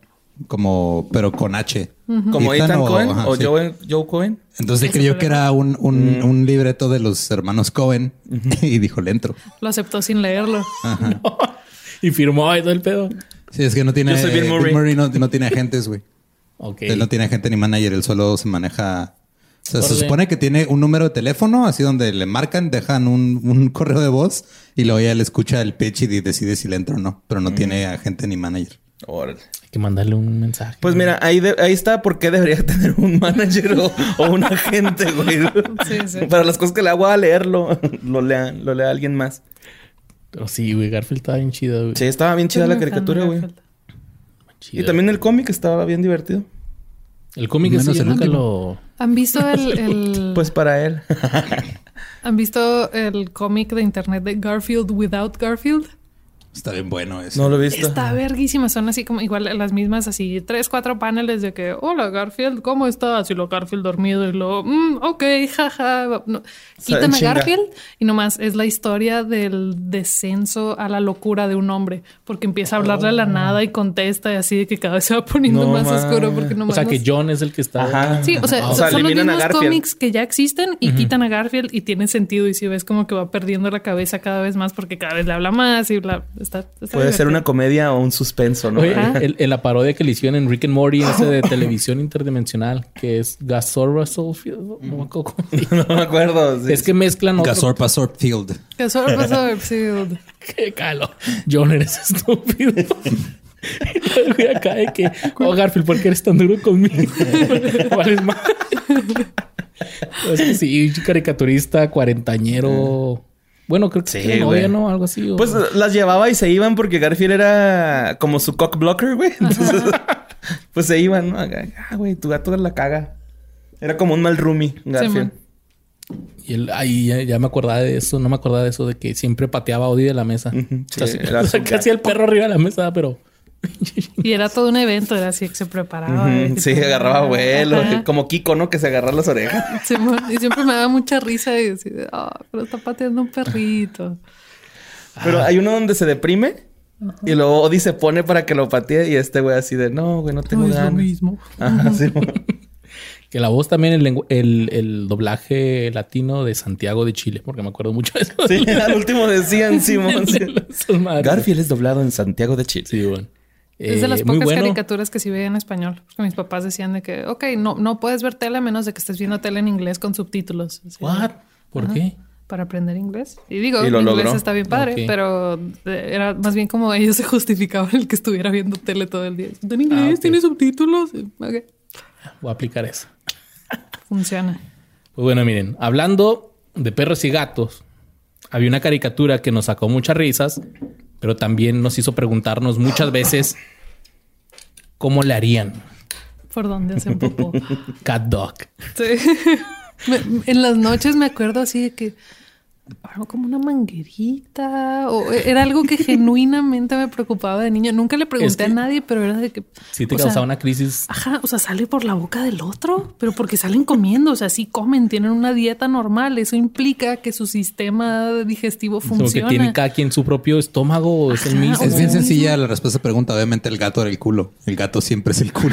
Pero con H. Como Ethan Cohen ajá, o sí. Joe Cohen. Entonces Ese creyó fue que era un libreto de los hermanos Cohen y dijo, le entro. Lo aceptó sin leerlo. Ajá. Y firmó ahí todo el pedo. Sí, es que no tiene... Yo soy Bill Murray. no tiene agentes, güey. Ok. Él no tiene agente ni manager. Él solo se maneja... O sea, se Órale. supone que tiene un número de teléfono, así donde le marcan, dejan un correo de voz y luego ya le escucha el pitch y decide si le entra o no. Pero no tiene agente ni manager. Órale. Hay que mandarle un mensaje. Pues mira, ahí está por qué debería tener un manager o un agente, güey. Sí. Para las cosas que le hago a leerlo, lo lea alguien más. Pero sí, güey. Garfield estaba bien chido, güey. Sí, estaba bien chida Soy la muy fan caricatura, de güey. Garfield. Chido. Y también el cómic estaba bien divertido. El cómic Menos ese el nunca último. lo... ¿Han visto el Pues para él. ¿Han visto el cómic de internet de Garfield Without Garfield? Está bien bueno eso. No lo he visto. Está verguísima. Son así como igual las mismas, así 3, 4 paneles de que, hola Garfield, ¿cómo estás? Y lo Garfield dormido y lo, ok, jaja. No. Quitan a chinga. Garfield y nomás es la historia del descenso a la locura de un hombre. Porque empieza a hablarle a la nada y contesta y así de que cada vez se va poniendo No más mames. oscuro. Porque O nomás sea, que los- John es el que está... Ajá. Sí, o sea, O sea, son los eliminan a mismos Garfield. cómics que ya existen y quitan a Garfield y tiene sentido. Y si ves como que va perdiendo la cabeza cada vez más porque cada vez le habla más y bla. Está Puede ser una comedia o un suspenso, ¿no? Oye, Ajá. en la parodia que le hicieron en Rick and Morty, ese de televisión interdimensional, que es Gazorra Soulfield. No me acuerdo cómo se llama. No me acuerdo. Sí. Es que mezclan otro... Gazorpa Field. Que solo pasó Garfield. Qué calo. John, eres estúpido. Y luego acá de que... Oh, Garfield, ¿por qué eres tan duro conmigo? Vales más. Es que sí, caricaturista, cuarentañero... Bueno, creo que Sí, tiene güey. novia, ¿no? Algo así. Pues las llevaba y se iban porque Garfield era como su cock blocker, güey. Entonces, pues se iban, ¿no? Güey, tu gato la caga. Era como un mal roomie, Garfield. Y él, ahí ya me acordaba de eso. No me acordaba de eso de que siempre pateaba a Odie de la mesa. Ujú, O sea, sí, sí, era o sea, su casi el perro arriba de la mesa, pero... Y era todo un evento, era así que se preparaba. Ujú, sí, agarraba vuelo. Ajá. Como Kiko, ¿no? Que se agarra las orejas. Simón, y siempre me daba mucha risa y decía, pero está pateando un perrito. Pero hay uno donde se deprime y luego Odie se pone para que lo patee y este güey así de, no, güey, no tengo No es lo ganas. mismo. Ajá, sí. Que la voz también, el doblaje latino de Santiago de Chile, porque me acuerdo mucho de eso. Sí, al último decían, Simón. Sí. Esas madres. Garfield es doblado en Santiago de Chile. Sí, bueno. Es de las muy pocas bueno. caricaturas que sí veía en español. Porque mis papás decían de que, ok, no puedes ver tele a menos de que estés viendo tele en inglés con subtítulos. Así, What? ¿Por Ajá. qué? Para aprender inglés. Y digo, Y mi lo inglés logró. está bien padre, Ok. pero era más bien como ellos se justificaban el que estuviera viendo tele todo el día. ¿Está en inglés? Ok. ¿Tiene subtítulos? Ok, Voy a aplicar eso. funciona. Pues bueno, miren, hablando de perros y gatos, había una caricatura que nos sacó muchas risas, pero también nos hizo preguntarnos muchas veces cómo le harían. ¿Por dónde hacen popó? Cat Dog. Sí. En las noches me acuerdo así de que algo como una manguerita o era algo que genuinamente me preocupaba de niña. Nunca le pregunté Es que a nadie, pero era de que Sí te o sea, causaba una crisis. Ajá, o sea, sale por la boca del otro, pero porque salen comiendo, o sea, sí comen, tienen una dieta normal. Eso implica que su sistema digestivo Como que funciona. tiene cada quien su propio estómago, es el Ajá, mismo. o Es sea, bien sencilla la respuesta a esa pregunta. Obviamente el gato era el culo. El gato siempre es el culo.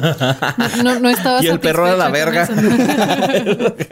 No estaba Y el perro era la satisfecha con eso.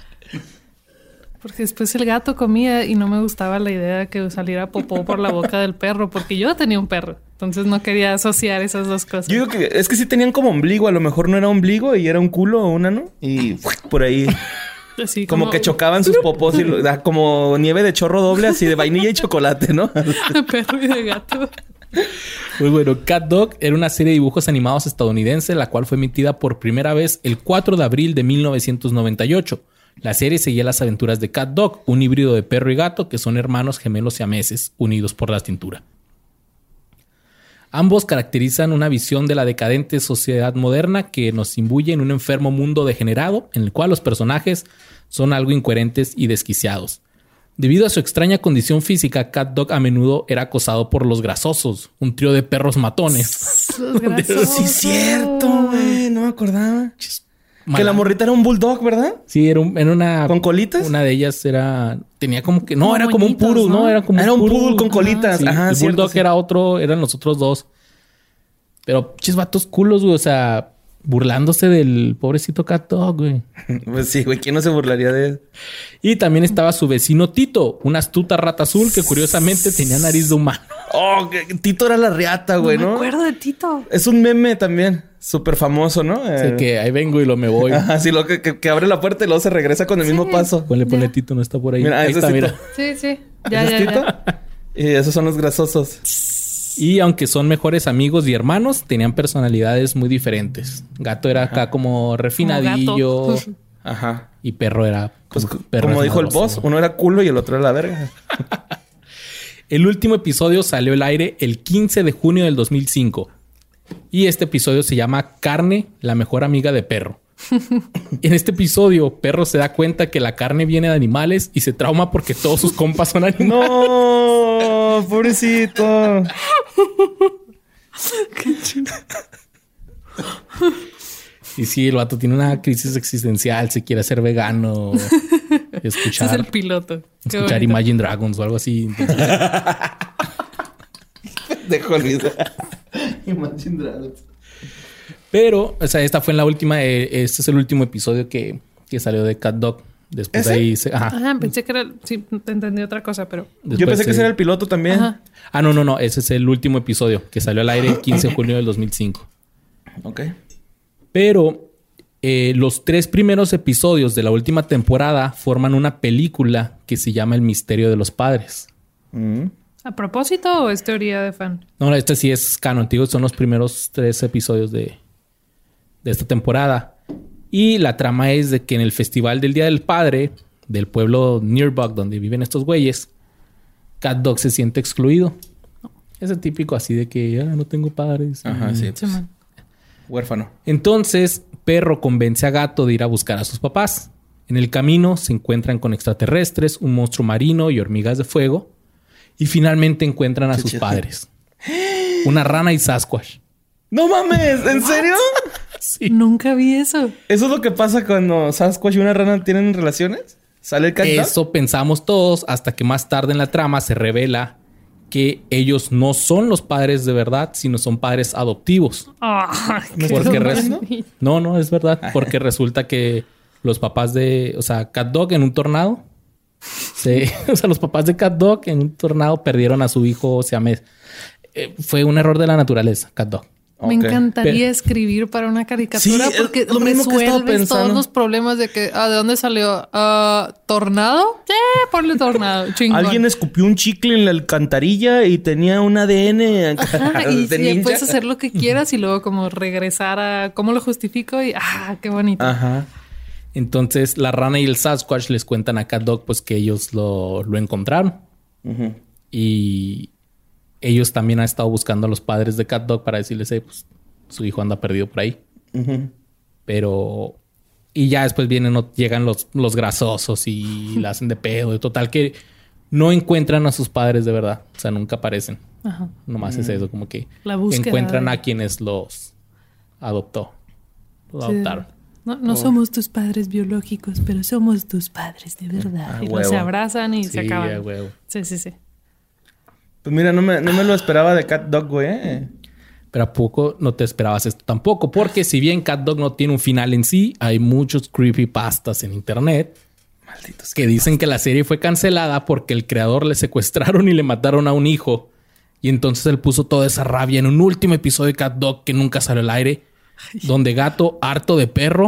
Porque después el gato comía y no me gustaba la idea de que saliera popó por la boca del perro, porque yo tenía un perro. Entonces no quería asociar esas dos cosas. Yo digo que es que sí tenían como ombligo. A lo mejor no era ombligo y era un culo o un ano. Y por ahí Así Como que chocaban sus popos y como nieve de chorro doble, así de vainilla y chocolate, ¿no? De perro y de gato. Pues bueno, Cat Dog era una serie de dibujos animados estadounidense, la cual fue emitida por primera vez el 4 de abril de 1998. La serie seguía las aventuras de Cat Dog, un híbrido de perro y gato que son hermanos gemelos siameses, unidos por la cintura. Ambos caracterizan una visión de la decadente sociedad moderna que nos imbuye en un enfermo mundo degenerado en el cual los personajes son algo incoherentes y desquiciados. Debido a su extraña condición física, Cat Dog a menudo era acosado por los grasosos, un trío de perros matones. Los grasosos. Sí, cierto, güey. No me acordaba. Que Mala. la morrita era un bulldog, ¿verdad? Sí, era una... ¿Con colitas? Una de ellas era... Tenía como que... No, Como era como un moñitos, poodle, ¿no? ¿no? Era como Era un poodle con colitas. Sí, Ajá, el cierto, bulldog sí. era otro... Eran los otros dos. Pero, chis vatos culos, güey. O sea, burlándose del pobrecito Cat Dog, güey. Pues sí, güey. ¿Quién no se burlaría de él? Y también estaba su vecino Tito, una astuta rata azul que curiosamente tenía nariz de humano. Oh, Tito era la riata, güey, No me ¿no? acuerdo de Tito. Es un meme también. Súper famoso, ¿no? Así que ahí vengo y lo me voy. Ajá, sí, lo que abre la puerta y luego se regresa con el mismo paso. Ponle Tito, no está por ahí. Mira, ahí ese está, es mira. Tito. Sí, sí. Ya, ¿Ese es ya, Tito? ya. Y esos son los grasosos. Y aunque son mejores amigos y hermanos, tenían personalidades muy diferentes. Gato era acá como refinadillo. Como gato. Ajá. Y perro era... Pues perro como dijo el esmadroso. boss, uno era culo y el otro era la verga. El último episodio salió al aire el 15 de junio del 2005. Y este episodio se llama Carne, la mejor amiga de Perro. En este episodio, Perro se da cuenta que la carne viene de animales y se trauma porque todos sus compas son animales. No, pobrecito. Y sí, el vato tiene una crisis existencial, se quiere hacer vegano, Ese es el escuchar piloto. Qué escuchar bonito. Imagine Dragons o algo así. Entonces, Dejo olvidar. Imagine Dragons. pero, o sea, esta fue la última. Este es el último episodio que salió de Cat Dog. Después de ¿Ese? ahí se... Ajá. Ajá, pensé que era... Sí, te entendí otra cosa, pero... Yo Después pensé que se- ese era el piloto también. Ajá. Ah, no. Ese es el último episodio que salió al aire el 15 de junio del 2005. Ok. Pero los 3 primeros episodios de la última temporada forman una película que se llama El misterio de los padres. ¿A propósito o es teoría de fan? No, este sí es canon. Digo, son los primeros 3 episodios de esta temporada. Y la trama es de que en el festival del Día del Padre del pueblo Nearbug, donde viven estos güeyes, Cat Dog se siente excluido. Es el típico así de que no tengo padres. Ajá, sí. Sí, man. Huérfano. Entonces, Perro convence a Gato de ir a buscar a sus papás. En el camino se encuentran con extraterrestres, un monstruo marino y hormigas de fuego. Y finalmente encuentran a sus padres. Una rana y Sasquatch. ¡No mames! ¿En serio? Sí. Nunca vi eso. ¿Eso es lo que pasa cuando Sasquatch y una rana tienen relaciones? ¿Sale el Cat Dog? Eso pensamos todos hasta que más tarde en la trama se revela que ellos no son los padres de verdad, sino son padres adoptivos. Ah, qué Porque bonito. no, es verdad. Porque resulta que los papás de... O sea, Cat Dog en un tornado... o sea, los papás de Cat Dog en un tornado perdieron a su hijo siamés. Fue un error de la naturaleza, Cat Dog. Me Ok. encantaría escribir para una caricatura Sí, es porque lo mismo que estaba resuelves todos pensando. los problemas de que... ¿de dónde salió? ¿Tornado? Ponle tornado. Chingón. Alguien escupió un chicle en la alcantarilla y tenía un ADN Ajá, y de sí, ninja. puedes hacer lo que quieras y luego como regresar a... ¿Cómo lo justifico? Y... qué bonito. Ajá. Entonces la rana y el Sasquatch les cuentan a Cat Dog pues que ellos lo encontraron. Ujú. Y ellos también han estado buscando a los padres de Cat Dog para decirles, pues su hijo anda perdido por ahí. Ujú. Pero... Y ya después llegan los grasosos y la hacen de pedo. Total que no encuentran a sus padres de verdad. O sea, nunca aparecen. Ajá. Nomás es eso, como que La búsqueda encuentran de- a quienes los adoptó. Los Sí. adoptaron. No somos tus padres biológicos, pero somos tus padres de verdad. Ah, y luego huevo. se abrazan y se Sí, acaban. a huevo. Sí, sí, sí. Pues mira, no me lo esperaba de Cat Dog, güey. Pero ¿a poco no te esperabas esto tampoco? Porque si bien Cat Dog no tiene un final en sí, hay muchos creepypastas en internet Malditos. que dicen que la serie fue cancelada porque el creador le secuestraron y le mataron a un hijo. Y entonces él puso toda esa rabia en un último episodio de Cat Dog que nunca salió al aire, donde Gato, harto de Perro,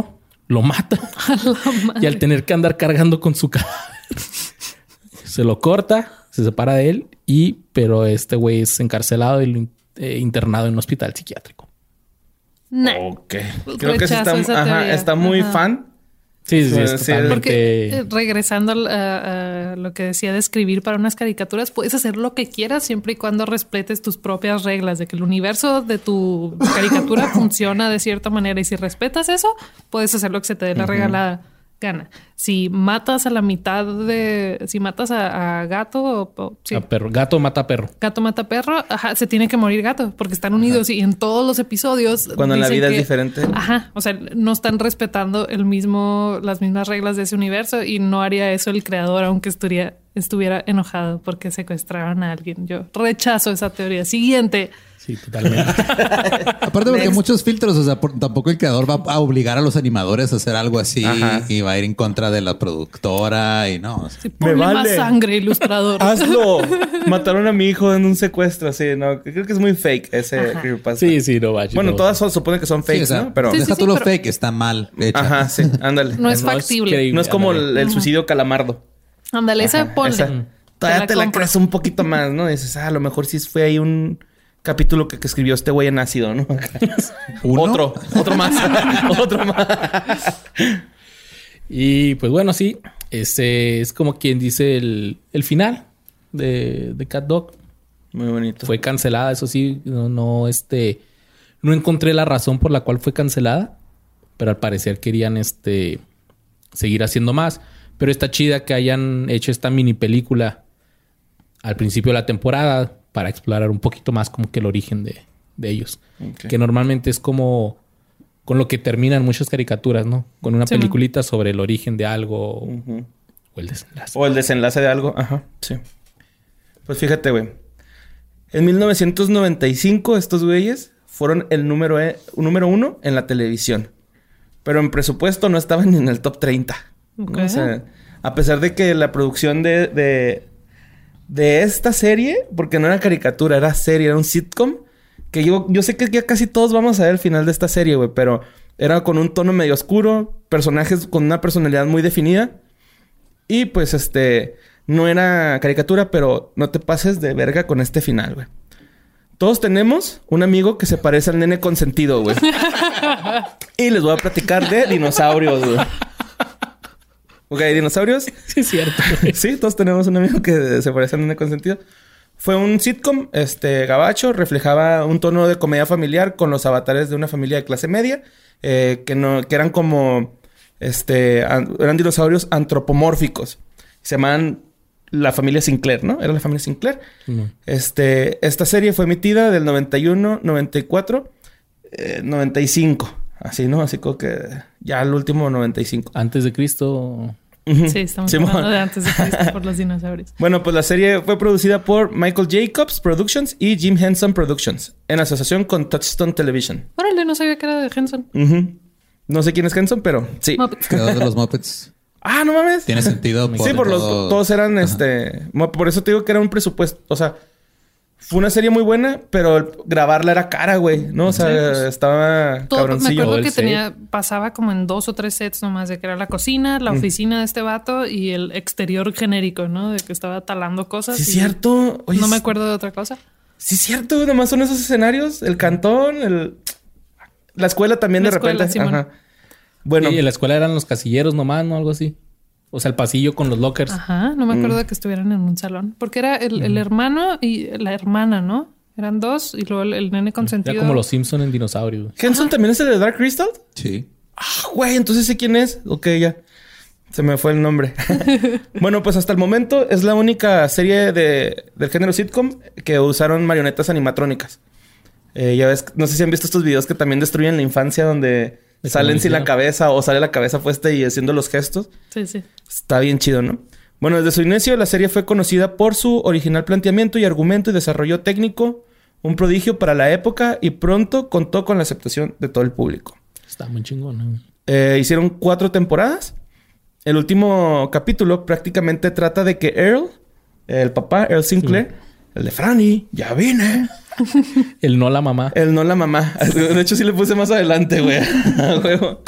lo mata. Y al tener que andar cargando con su cadáver, se lo corta, se separa de él pero este güey es encarcelado y internado en un hospital psiquiátrico. Ok. Creo que sí está muy fan. Sí, es totalmente... Porque regresando a lo que decía de escribir para unas caricaturas, puedes hacer lo que quieras siempre y cuando respetes tus propias reglas de que el universo de tu caricatura funciona de cierta manera. Y si respetas eso, puedes hacer lo que se te dé la regalada gana. Si matas a la mitad si matas a gato sí. A perro. Gato mata perro. Gato mata perro, se tiene que morir gato porque están unidos y en todos los episodios. Cuando la vida es diferente. O sea, no están respetando las mismas reglas de ese universo y no haría eso el creador aunque estuviera enojado porque secuestraron a alguien. Yo rechazo esa teoría. Siguiente. Sí, totalmente. Aparte porque muchos filtros, o sea, tampoco el creador va a obligar a los animadores a hacer algo así y va a ir en contra de la productora y no. Sí, ponle más sangre, ilustrador. Hazlo. Mataron a mi hijo en un secuestro, así, ¿no? Creo que es muy fake ese creepypasta. Sí, no vaya. Bueno, todas supone que son fakes, o sea, ¿no? Pero deja tú lo fake, está mal hecho. Ajá, sí, ándale. No es factible. No es como el suicidio Calamardo. Ándale, esa ponle. Todavía te la crees un poquito más, ¿no? Dices, a lo mejor sí fue ahí un capítulo que escribió este güey en ácido, ¿no? Otro más. Otro más. Y pues bueno, sí. Ese es como quien dice el final de Cat Dog. Muy bonito. Fue cancelada, eso sí. No encontré la razón por la cual fue cancelada. Pero al parecer querían seguir haciendo más. Pero está chida que hayan hecho esta mini película al principio de la temporada para explorar un poquito más como que el origen de ellos. Okay. Que normalmente es como con lo que terminan muchas caricaturas, ¿no? Con una peliculita sobre el origen de algo o el desenlace. O el desenlace de algo. Ajá, sí. Pues fíjate, güey. En 1995 estos güeyes fueron el número 1 en la televisión. Pero en presupuesto no estaban ni en el top 30. Okay. ¿No? O sea, a pesar de que la producción de esta serie, porque no era caricatura, era serie, era un sitcom, que yo sé que ya casi todos vamos a ver el final de esta serie, güey, pero era con un tono medio oscuro, personajes con una personalidad muy definida y pues no era caricatura, pero no te pases de verga con este final, güey. Todos tenemos un amigo que se parece al nene consentido, güey. Y les voy a platicar de dinosaurios, güey. Ok, dinosaurios. Sí, es cierto. Sí, todos tenemos un amigo que se parece a un nene consentido. Fue un sitcom, gabacho. Reflejaba un tono de comedia familiar con los avatares de una familia de clase media. Que eran como... eran dinosaurios antropomórficos. Se llamaban la familia Sinclair, ¿no? Era la familia Sinclair. Esta serie fue emitida del 91, 94, 95. Así, ¿no? Así como que ya el último 95. Antes de Cristo. Sí, estamos hablando de antes de Cristo por los dinosaurios. Bueno, pues la serie fue producida por Michael Jacobs Productions y Jim Henson Productions en asociación con Touchstone Television. Órale, no sabía que era de Henson. No sé quién es Henson, pero sí. Creador de los Muppets. Ah, no mames. Tiene sentido. Sí, todos eran por eso te digo que era un presupuesto. O sea, fue una serie muy buena, pero grabarla era cara, güey, ¿no? O sea, estaba cabroncillo. Me acuerdo que pasaba como en 2 o 3 sets nomás, de que era la cocina, la oficina de este vato y el exterior genérico, ¿no? De que estaba talando cosas. Sí, cierto. Oye, no me acuerdo de otra cosa. Sí, cierto. Nomás son esos escenarios. El cantón, la escuela también de repente. Ajá. Bueno. Y en la escuela eran los casilleros nomás, ¿no? Algo así. O sea, el pasillo con los lockers. Ajá. No me acuerdo de que estuvieran en un salón. Porque era el hermano y la hermana, ¿no? Eran dos. Y luego el nene consentido. Era como los Simpson en dinosaurios. ¿Henson también es el de Dark Crystal? Sí. Ah, güey. Entonces sé quién es. Ok, ya. Se me fue el nombre. Bueno, pues hasta el momento es la única serie del género sitcom que usaron marionetas animatrónicas. Ya ves, no sé si han visto estos videos que también destruyen la infancia donde salen sin la cabeza o sale la cabeza puesta y haciendo los gestos. Sí, sí. Está bien chido, ¿no? Bueno, desde su inicio la serie fue conocida por su original planteamiento y argumento y desarrollo técnico, un prodigio para la época y pronto contó con la aceptación de todo el público. Está muy chingón, ¿no? Hicieron 4 temporadas. El último capítulo prácticamente trata de que Earl, el papá, Earl Sinclair, el de Franny, ya vine. El no la mamá. El no la mamá. De hecho, sí le puse más adelante, güey.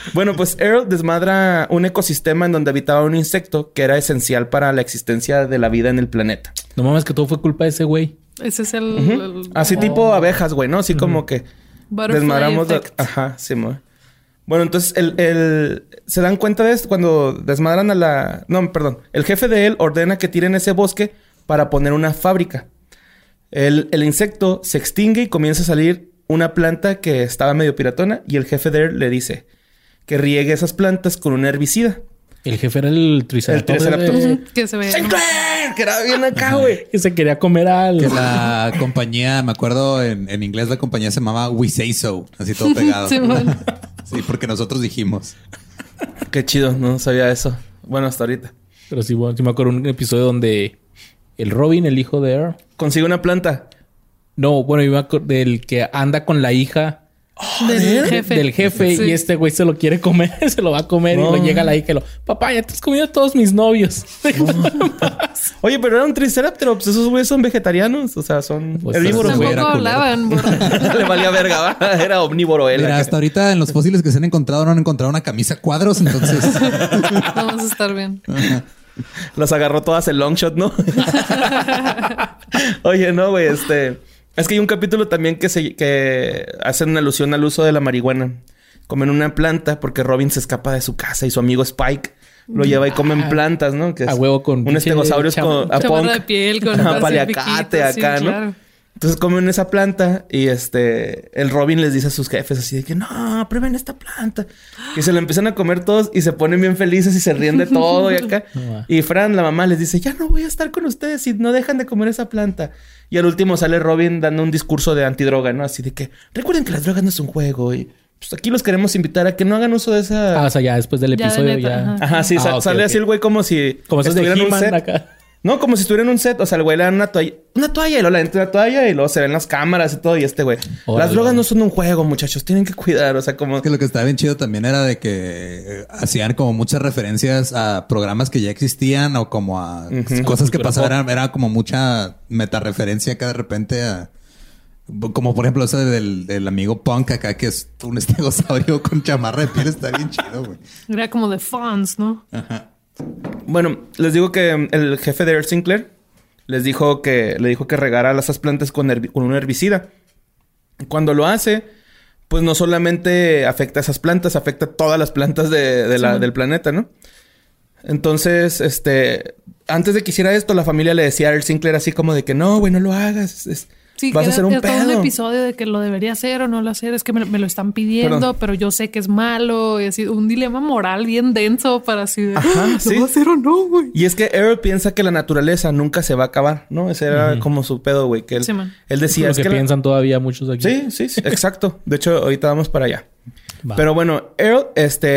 Bueno, pues Earl desmadra un ecosistema en donde habitaba un insecto que era esencial para la existencia de la vida en el planeta. No mames, que todo fue culpa de ese güey. Ese es el Así tipo abejas, güey, ¿no? Así como que Butterfly desmadramos... effect. Ajá, sí, mo. Bueno, entonces se dan cuenta de esto cuando desmadran a la... No, perdón. El jefe de él ordena que tiren ese bosque para poner una fábrica. El insecto se extingue y comienza a salir una planta que estaba medio piratona y el jefe de él le dice que riegue esas plantas con un herbicida. El jefe era el Triceratops. Que se ve. ¡Sinclair! Que era bien acá, güey. Que se quería comer algo. Que la compañía, me acuerdo en inglés la compañía se llamaba We Say So. Así todo pegado. Sí, bueno. Sí, porque nosotros dijimos. Qué chido, no sabía eso. Bueno, hasta ahorita. Pero sí, bueno, sí me acuerdo un episodio donde el Robin, el hijo de Earl. Consigue una planta. No, bueno, yo me acuerdo del que anda con la hija Del jefe. del jefe Sí. y este güey se lo quiere comer, se lo va a comer No. y lo llega la hija y lo... Papá, ya te has comido a todos mis novios. Oye, pero era un Triceratops. Esos güeyes son vegetarianos. O sea, son Pues, herbívoros, ese güey güey. Tampoco era culero. hablaban. Le valía verga, ¿va? Era omnívoro él. Mira, acá. hasta ahorita en los fósiles que se han encontrado no han encontrado una camisa a cuadros, entonces Vamos a estar bien. Las agarró todas el long shot, ¿no? Oye, no, güey, es que hay un capítulo también que hacen una alusión al uso de la marihuana. Comen una planta porque Robin se escapa de su casa y su amigo Spike lo lleva y comen plantas, ¿no? Que es A huevo con un pinche estegosaurio con a Chamarra punk, de piel con ajá, así paliacate piquitos, sí, acá, ¿no? claro. Entonces comen esa planta y el Robin les dice a sus jefes así de que no, prueben esta planta. Y se la empiezan a comer todos y se ponen bien felices y se ríen de todo y acá. No. Y Fran, la mamá, les dice, ya no voy a estar con ustedes si no dejan de comer esa planta. Y al último sale Robin dando un discurso de antidroga, ¿no? Así de que recuerden que las drogas no es un juego y pues aquí los queremos invitar a que no hagan uso de esa... Ah, o sea, ya después del Ya de episodio neta, ya... ajá. Ajá, sí, Ah, ok, sale ok. así el güey como si Como esos de estuviera en un He-Man set. acá. No, como si estuviera en un set. O sea, el güey le dan una toalla y luego le entra la toalla y luego se ven las cámaras y todo. Y güey, Órale. las drogas no son un juego, muchachos. Tienen que cuidar. O sea, como... que lo que estaba bien chido también era de que hacían como muchas referencias a programas que ya existían o como a cosas que Cultura pasaban. Era como mucha metareferencia acá de repente a... Como por ejemplo ese del amigo Punk acá, que es un estegosaurio con chamarra de piel. Está bien chido, güey. Era como de fans, ¿no? Bueno, les digo que el jefe de Earl Sinclair le dijo que regara esas plantas con un herbicida. Cuando lo hace, pues no solamente afecta a esas plantas, afecta a todas las plantas del planeta, ¿no? Entonces, antes de que hiciera esto, la familia le decía a Earl Sinclair así como de que no, güey, no lo hagas. Sí, vas que a hacer un era todo un pedo. episodio de que lo debería hacer o no lo hacer. Es que me lo están pidiendo, Perdón. pero yo sé que es malo. Y así, un dilema moral bien denso para así de... Ajá, ¿Lo sí. va a hacer o no, güey? Y es que Earl piensa que la naturaleza nunca se va a acabar, ¿no? Ese era como su pedo, güey. Que él, Sí, man. él decía... Lo es que que piensan todavía muchos aquí. Sí, exacto. De hecho, ahorita vamos para allá. Va. Pero bueno, Earl,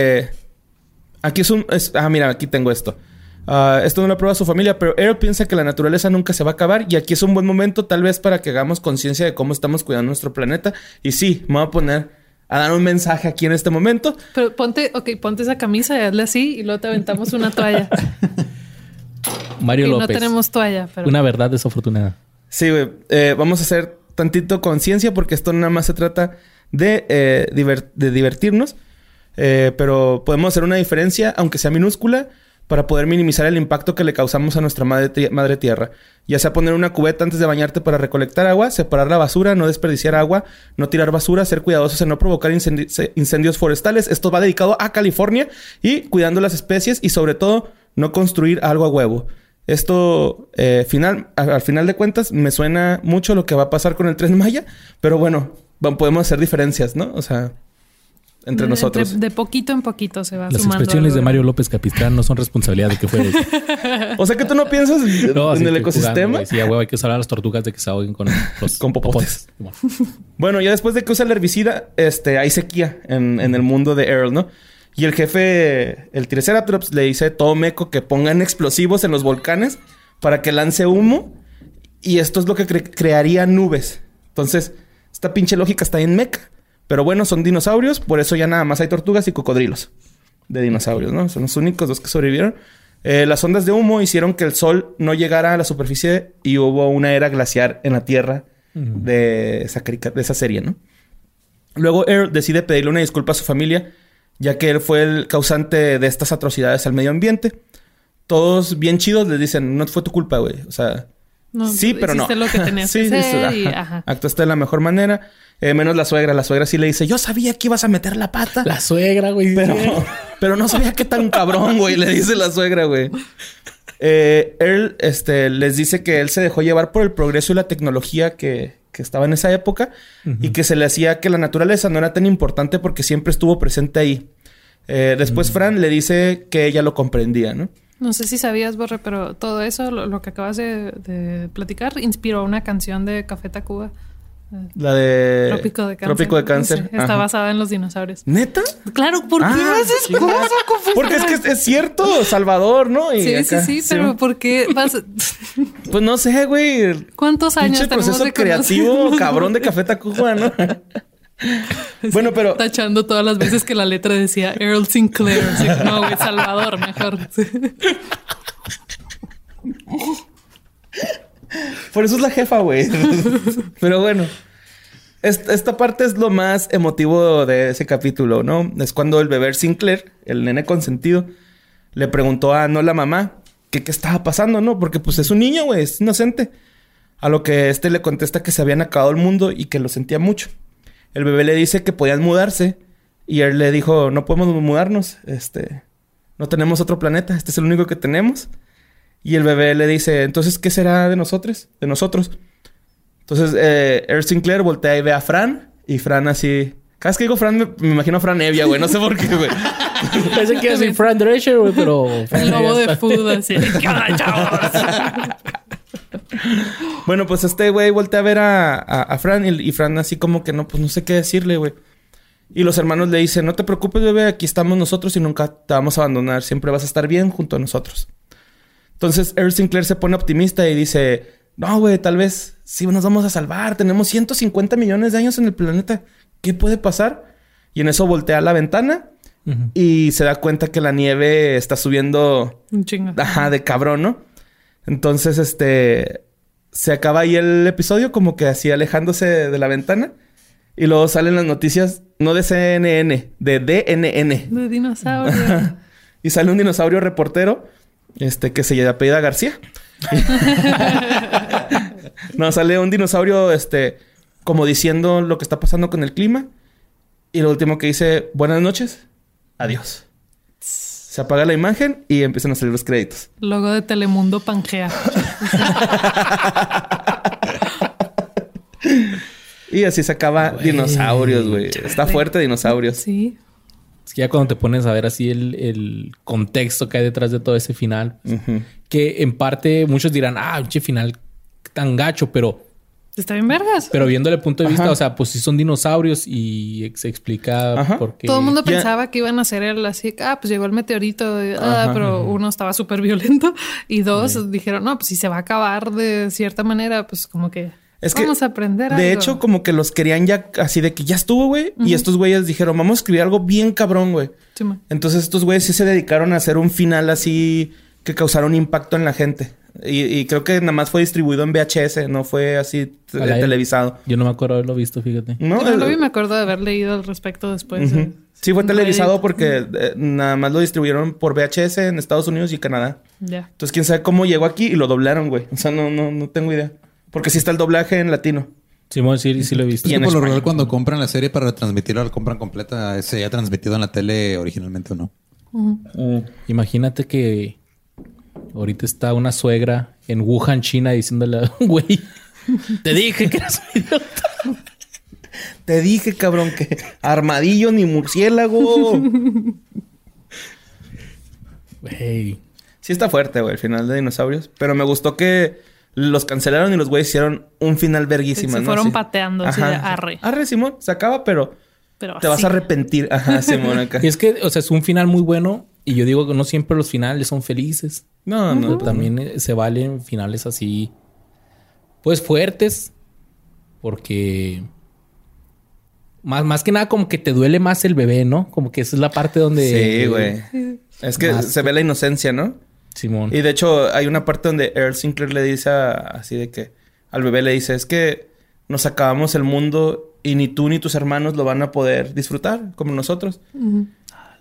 aquí mira, aquí tengo esto. Esto no lo aprueba su familia, pero Earl piensa que la naturaleza nunca se va a acabar y aquí es un buen momento tal vez para que hagamos conciencia de cómo estamos cuidando nuestro planeta. Y sí, me voy a poner a dar un mensaje aquí en este momento. Pero ponte esa camisa y hazle así y luego te aventamos una toalla. Mario Y López. no tenemos toalla, pero... Una verdad desafortunada. Sí, güey. Vamos a hacer tantito conciencia porque esto nada más se trata de divertirnos. Pero podemos hacer una diferencia, aunque sea minúscula, para poder minimizar el impacto que le causamos a nuestra madre tierra. Ya sea poner una cubeta antes de bañarte para recolectar agua, separar la basura, no desperdiciar agua, no tirar basura, ser cuidadosos en no provocar incendios forestales. Esto va dedicado a California y cuidando las especies y sobre todo no construir algo a huevo. Esto al final de cuentas me suena mucho lo que va a pasar con el Tren Maya, pero bueno, podemos hacer diferencias, ¿no? O sea, entre nosotros. De poquito en poquito se va Las sumando expresiones algo, de ¿no? Mario López Capistrán no son responsabilidad de que fue eso. O sea que tú no piensas No, así en el que ecosistema. jugando, güey. Sí, a huevo, hay que usar a las tortugas de que se ahoguen con los Con popotes. Bueno. Bueno, ya después de que usa el herbicida, hay sequía en el mundo de Earl, ¿no? Y el jefe, el Triceratops, le dice todo meco que pongan explosivos en los volcanes para que lance humo. Y esto es lo que crearía nubes. Entonces, esta pinche lógica está en meca. Pero bueno, son dinosaurios. Por eso ya nada más hay tortugas y cocodrilos de dinosaurios, ¿no? Son los únicos dos que sobrevivieron. Las ondas de humo hicieron que el sol no llegara a la superficie y hubo una era glaciar en la Tierra de esa serie, ¿no? Luego Earl decide pedirle una disculpa a su familia ya que él fue el causante de estas atrocidades al medio ambiente. Todos bien chidos les dicen, no fue tu culpa, güey. O sea, No, sí, pero no. hiciste lo que tenías que hacer y, ajá. Actuaste de la mejor manera. Menos la suegra. La suegra sí le dice, yo sabía que ibas a meter la pata. La suegra, güey. Pero no sabía qué tan cabrón, güey. Le dice la suegra, güey. Earl, les dice que él se dejó llevar por el progreso y la tecnología que estaba en esa época. Y que se le hacía que la naturaleza no era tan importante porque siempre estuvo presente ahí. Después Fran le dice que ella lo comprendía, ¿no? No sé si sabías, Borre, pero todo eso, lo que acabas de platicar, inspiró una canción de Café Tacuba. La de... Trópico de Cáncer. Sí, está Ajá. basada en los dinosaurios. ¿Neta? Claro, ¿por qué haces cosas? Porque es que es cierto, Salvador, ¿no? Y Sí, acá, sí, pero ¿por qué vas? Pues no sé, güey. ¿Cuántos años Pinche tenemos proceso de creativo, cabrón de Café Tacuba, ¿no? Bueno, pero... Tachando todas las veces que la letra decía Earl Sinclair. Así, no, güey, Salvador, mejor. Por eso es la jefa, güey. Pero bueno. Esta parte es lo más emotivo de ese capítulo, ¿no? Es cuando el bebé Sinclair, el nene consentido, le preguntó a la mamá qué estaba pasando, ¿no? Porque pues es un niño, güey, es inocente. A lo que le contesta que se habían acabado el mundo y que lo sentía mucho. El bebé le dice que podían mudarse y él le dijo, no podemos mudarnos, no tenemos otro planeta, este es el único que tenemos. Y el bebé le dice, entonces, ¿qué será de nosotros? Entonces, Earl Sinclair voltea y ve a Fran. Y Fran así... Cada vez que digo Fran, me imagino a Fran Evia, güey. No sé por qué, güey. Pensé que iba a decir Fran Drescher, güey, pero... El lobo de food, así. ¿Qué onda, chavos? Bueno, pues güey voltea a ver a Fran. Y Fran así como que no, pues no sé qué decirle, güey. Y los hermanos le dicen, no te preocupes, bebé. Aquí estamos nosotros y nunca te vamos a abandonar. Siempre vas a estar bien junto a nosotros. Entonces, Earl Sinclair se pone optimista y dice... No, güey, tal vez sí nos vamos a salvar. Tenemos 150 millones de años en el planeta. ¿Qué puede pasar? Y en eso voltea a la ventana y se da cuenta que la nieve está subiendo... Un chingo. Ajá, de cabrón, ¿no? Entonces, se acaba ahí el episodio como que así alejándose de la ventana. Y luego salen las noticias, no de CNN, de DNN. De dinosaurio. Y sale un dinosaurio reportero, que se apellida García. No, sale un dinosaurio, como diciendo lo que está pasando con el clima. Y lo último que dice, buenas noches, adiós. Se apaga la imagen y empiezan a salir los créditos. Logo de Telemundo Pangea. Y así se acaba Dinosaurios, güey. Está fuerte Dinosaurios. Sí. Es que ya cuando te pones a ver así el contexto que hay detrás de todo ese final, que en parte muchos dirán, pinche final tan gacho, pero... Está bien vergas. Pero viéndole el punto de vista, o sea, pues sí son dinosaurios y se explica por qué... Todo el mundo pensaba que iban a hacer el así, pues llegó el meteorito, pero uno estaba súper violento. Y dos, dijeron, no, pues si se va a acabar de cierta manera, pues como que... vamos a aprender algo. De hecho, como que los querían ya así de que ya estuvo, güey. Y estos güeyes dijeron, vamos a escribir algo bien cabrón, güey. Sí, entonces estos güeyes sí se dedicaron a hacer un final así que causara un impacto en la gente. Y creo que nada más fue distribuido en VHS, no fue así televisado. Yo no me acuerdo haberlo visto, fíjate. No, yo no lo vi, me acuerdo de haber leído al respecto después. Sí, fue televisado porque nada más lo distribuyeron por VHS en Estados Unidos y Canadá. Ya. Entonces, quién sabe cómo llegó aquí y lo doblaron, güey. O sea, no tengo idea. Porque sí está el doblaje en latino. Simón, sí lo he visto. Y por lo regular, cuando compran la serie para retransmitirla, la compran completa. ¿Se haya transmitido en la tele originalmente o no? Imagínate que ahorita está una suegra en Wuhan, China, diciéndole, güey, te dije que eras un idiota. Te dije, cabrón, que armadillo ni murciélago. Güey. Sí está fuerte, güey, el final de Dinosaurios. Pero me gustó que los cancelaron y los güeyes hicieron un final verguísima. Se fueron pateando así de arre. Arre, Simón. Se acaba, pero te vas a arrepentir. Ajá, Simón, acá. Y es que, o sea, es un final muy bueno. Y yo digo que no siempre los finales son felices. No. También se valen finales así, pues fuertes. Porque... Más que nada como que te duele más el bebé, ¿no? Como que esa es la parte donde... Sí, güey. Es que se ve la inocencia, ¿no? Simón. Y de hecho hay una parte donde Earl Sinclair le dice así de que... Al bebé le dice, es que nos acabamos el mundo y ni tú ni tus hermanos lo van a poder disfrutar como nosotros.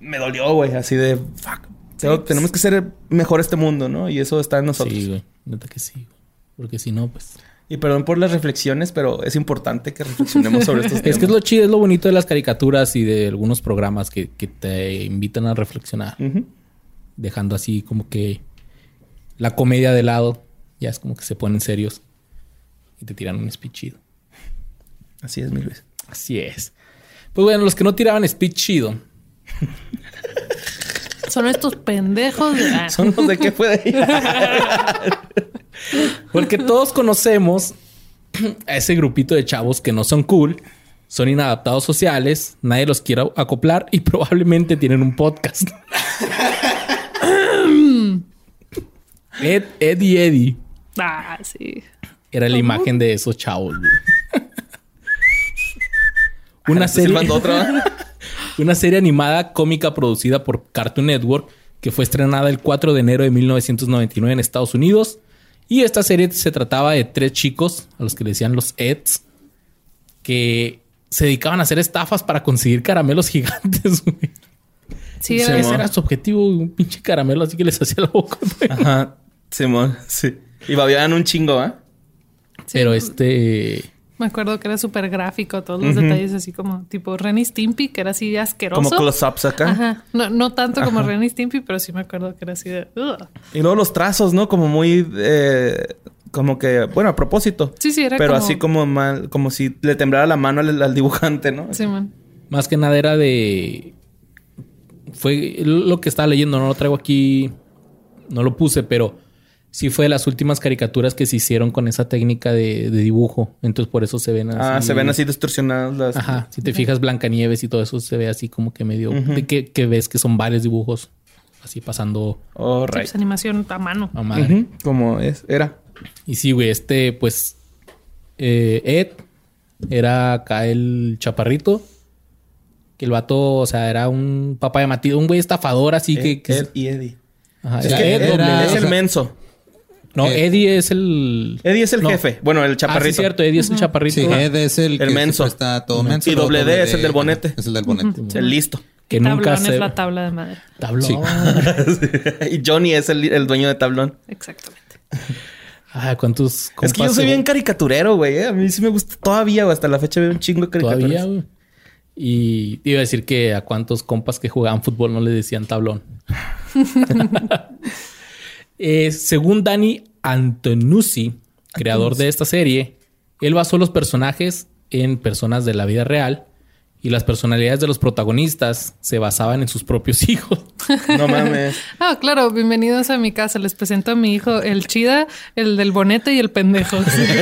me dolió, güey. Así de, fuck. Tenemos que ser mejor este mundo, ¿no? Y eso está en nosotros. Sí, güey. Neta que sí, güey. Porque si no, pues... Y perdón por las reflexiones, pero es importante que reflexionemos sobre estos temas. Es que es lo chido, es lo bonito de las caricaturas y de algunos programas que te invitan a reflexionar. Dejando así como que la comedia de lado. Ya es como que se ponen serios y te tiran un speech chido. Así es, mi Luis. Así es. Pues bueno, los que no tiraban speech chido. Son estos pendejos. Son los de qué fue de ahí. Porque todos conocemos a ese grupito de chavos que no son cool, son inadaptados sociales, nadie los quiere acoplar y probablemente tienen un podcast. Ed y Eddie. Ah, sí. Era la imagen de esos chavos, güey. Una serie animada cómica producida por Cartoon Network que fue estrenada el 4 de enero de 1999 en Estados Unidos. Y esta serie se trataba de 3 chicos, a los que le decían los Eds, que se dedicaban a hacer estafas para conseguir caramelos gigantes, güey. Sí, ese era su objetivo, un pinche caramelo así que les hacía la boca, güey. Ajá, Simón, sí. Y babiaban un chingo, ¿eh? Sí. Pero Me acuerdo que era súper gráfico, todos los detalles así como tipo Ren y Stimpy, que era así asqueroso. Como close-ups acá. Ajá. No tanto como Ren y Stimpy, pero sí me acuerdo que era así de... Y luego los trazos, ¿no? Como muy... como que... Bueno, a propósito. Sí, era pero como... así como mal... Como si le temblara la mano al dibujante, ¿no? Sí, man. Más que nada era de... Fue lo que estaba leyendo. No lo traigo aquí... No lo puse, pero... Sí fue de las últimas caricaturas que se hicieron con esa técnica de dibujo. Entonces, por eso se ven así... Ah, se ven así distorsionadas las... Ajá. Si te fijas, Blancanieves y todo eso se ve así como que medio... de que ves que son varios dibujos así pasando... Oh, Sí, right. pues, animación a mano. A madre. Como era. Y sí, güey. Pues... Ed era acá el chaparrito. Que el vato... O sea, era un papá de Matilda. Un güey estafador así que... Ed y Eddie. Ajá. Sí, Era que Ed, era- Es el menso. No, Eddie es el... Eddie es el No. jefe. Bueno, el Ah, sí, chaparrito. es cierto. Eddie es el chaparrito. Sí, Ed es el que menso. siempre está todo menso. Y luego doble D es el del bonete. Es el del bonete. Es el listo. Que Tablón nunca se... es la tabla de madera. Tablón. Sí. Y Johnny es el dueño de tablón. Exactamente. Ah, ¿cuántos compas? Es que yo soy bien caricaturero, güey. A mí sí me gusta todavía, güey. Hasta la fecha veo un chingo de caricaturas. Todavía, güey. Y iba a decir que a cuántos compas que jugaban fútbol no le decían tablón. Según Danny Antonucci, creador de esta serie, él basó los personajes en personas de la vida real y las personalidades de los protagonistas se basaban en sus propios hijos. No mames. Ah, claro. Bienvenidos a mi casa. Les presento a mi hijo, el chida, el del bonete y el pendejo.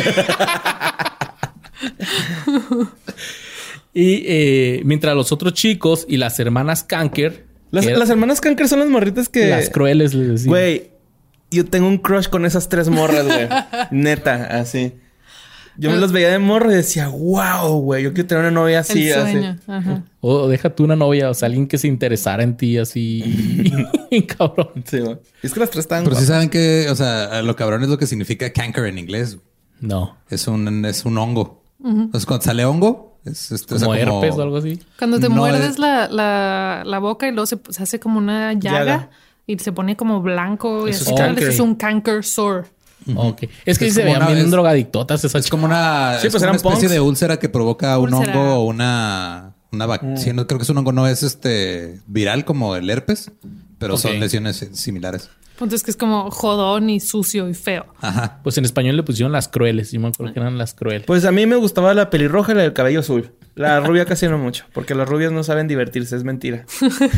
Y mientras los otros chicos y las hermanas Kanker... Las hermanas Kanker son las morritas que... Las crueles, les decía. Güey, yo tengo un crush con esas 3 morras, güey. Neta, así. Yo me las veía de morro y decía, wow, güey, yo quiero tener una novia así, el así. sueño. Ajá. O deja tú una novia, o sea, alguien que se interesara en ti así. Cabrón. Sí, güey. Es que las 3 están... Pero sí saben que, o sea, lo cabrón es lo que significa canker en inglés. No. Es un hongo. Entonces, cuando sale hongo, es Como herpes o algo así. Cuando te No muerdes es- la boca y luego se hace como una llaga. Y se pone como blanco. Y Eso así es tal, canker. es un canker sore. Ok. Es que Es se como veían una bien vez- drogadictotas esas Es como una, Sí, es pues como eran una especie punks. de úlcera que provoca un Úlcera. hongo o una sí, no, creo que es un hongo, no es viral como el herpes, pero Ok. son lesiones similares. Punto es que es como jodón y sucio y feo. Ajá. Pues en español le pusieron las crueles. Yo me acuerdo que eran las crueles. Pues a mí me gustaba la pelirroja y la del cabello azul. La rubia casi no mucho. Porque las rubias no saben divertirse. Es mentira.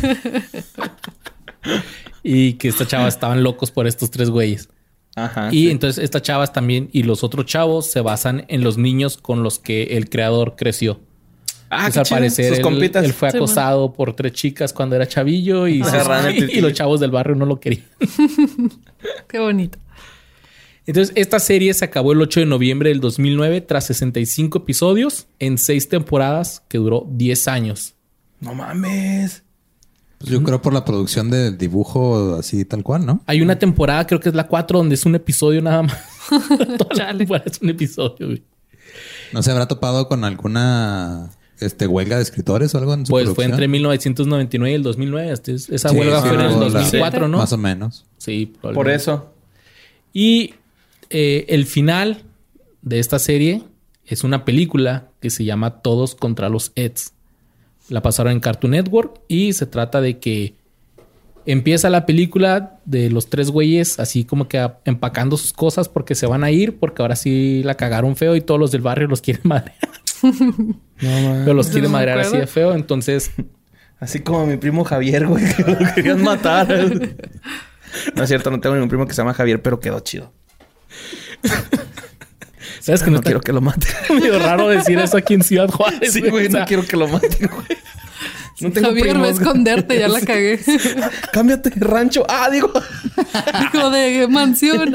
Y que estas chavas estaban locos por estos 3 güeyes. Ajá. Y sí. entonces estas chavas también y los otros chavos se basan en los niños con los que el creador creció. Ah, Pues qué al chido. parecer Sus compitas. él fue Sí, acosado por 3 chicas cuando era chavillo y, Agarran el y pitillo. los chavos del barrio no lo querían. Qué bonito. Entonces, esta serie se acabó el 8 de noviembre del 2009 tras 65 episodios en 6 temporadas que duró 10 años. No mames. Pues yo creo por la producción del dibujo así tal cual, ¿no? Hay una temporada, creo que es la 4, donde es un episodio nada más. Toda la Chale. temporada es un episodio, güey. ¿No se habrá topado con alguna huelga de escritores o algo en su Pues producción? fue entre 1999 y el 2009. Esa huelga fue en el 2004, ¿no? Más o menos. Sí, Por eso. Y el final de esta serie es una película que se llama Todos contra los Eds. La pasaron en Cartoon Network y se trata de que empieza la película de los 3 güeyes así como que empacando sus cosas porque se van a ir, porque ahora sí la cagaron feo y todos los del barrio los quieren madrear. Pero los quieren madrear así de feo, entonces... Así como mi primo Javier, güey, que lo querían matar. No es cierto, no tengo ningún primo que se llama Javier, pero quedó chido. ¿Sabes que no quiero que lo maten? Medio raro decir eso aquí en Ciudad Juárez. Sí, güey, no quiero que lo maten, güey. No tengo Javier, primos, va a esconderte, ya la cagué. Cámbiate de rancho. Digo de mansión.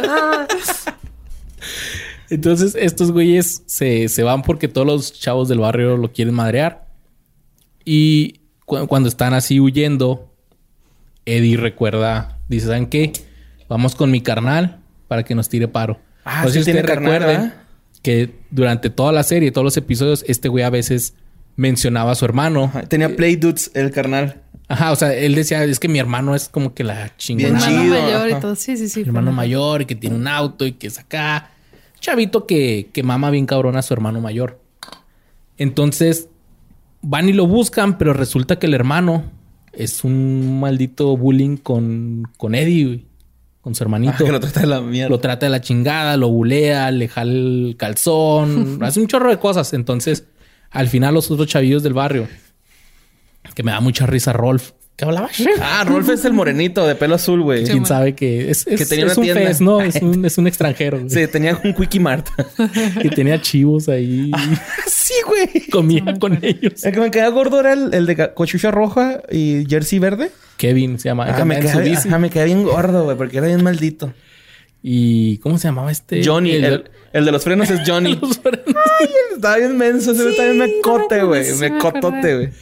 Entonces, estos güeyes se van porque todos los chavos del barrio lo quieren madrear. Y cuando están así huyendo, Eddie recuerda, dice, ¿saben qué? Vamos con mi carnal para que nos tire paro. No sé si ustedes recuerden que durante toda la serie, todos los episodios, este güey a veces mencionaba a su hermano. Ajá, tenía Play Dudes, el carnal. Ajá, o sea, él decía, es que mi hermano es como que la chingona. Bien Hermano chido, mayor ajá. y todo. Sí. Mi hermano mayor y que tiene un auto y que es acá. Chavito que mama bien cabrón a su hermano mayor. Entonces van y lo buscan, pero resulta que el hermano es un maldito bullying con Eddie, güey. Con su hermanito. Que lo trata de la mierda. Lo trata de la chingada, lo bulea, le jala el calzón, hace un chorro de cosas. Entonces, al final los otros chavillos del barrio, que me da mucha risa Rolf, ¿qué hablaba? Rolf es el morenito de pelo azul, güey. ¿Quién sabe que es tenía es una un tienda. fez, ¿no? Es un extranjero. Güey. Sí, tenía un Quickie Mart. Y tenía chivos ahí. Sí, güey. Comía con ellos. El que me quedaba gordo era el de cochucha roja y jersey verde. Kevin se llama. Me quedaba bien gordo, güey, porque era bien maldito. ¿Y cómo se llamaba este? Johnny. El de los frenos es Johnny. Ay, estaba bien menso. Se ve también mecote, güey. Mecotote, güey.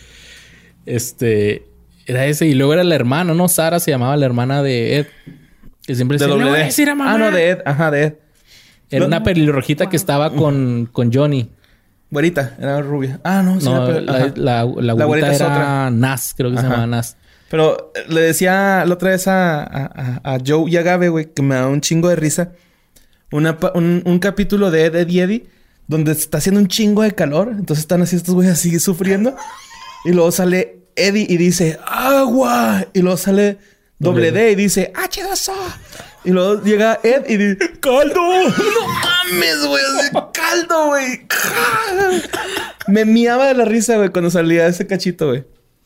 Era ese. Y luego era la hermana, ¿no? Sara se llamaba la hermana de Ed. Que siempre De decía, doble "Le voy a D. decir a mamá". No, de Ed. Ajá, de Ed. Era una pelirrojita que estaba con Johnny. Güerita. Era rubia. No. Sí, No, ajá. la güerita güerita es era otra. Nas. Creo que se Ajá. llamaba Nas. Pero le decía la otra vez a Joe y a Gabe, güey, que me da un chingo de risa. Un capítulo de Ed y Eddie donde está haciendo un chingo de calor. Entonces están así estos güeyes así sufriendo. Y luego sale Eddie y dice ¡agua! Y luego sale doble D y dice ¡H2O! Y luego llega Ed y dice ¡caldo! ¡No mames, güey! Así, ¡caldo, güey! Me miaba de la risa, güey, cuando salía ese cachito, güey.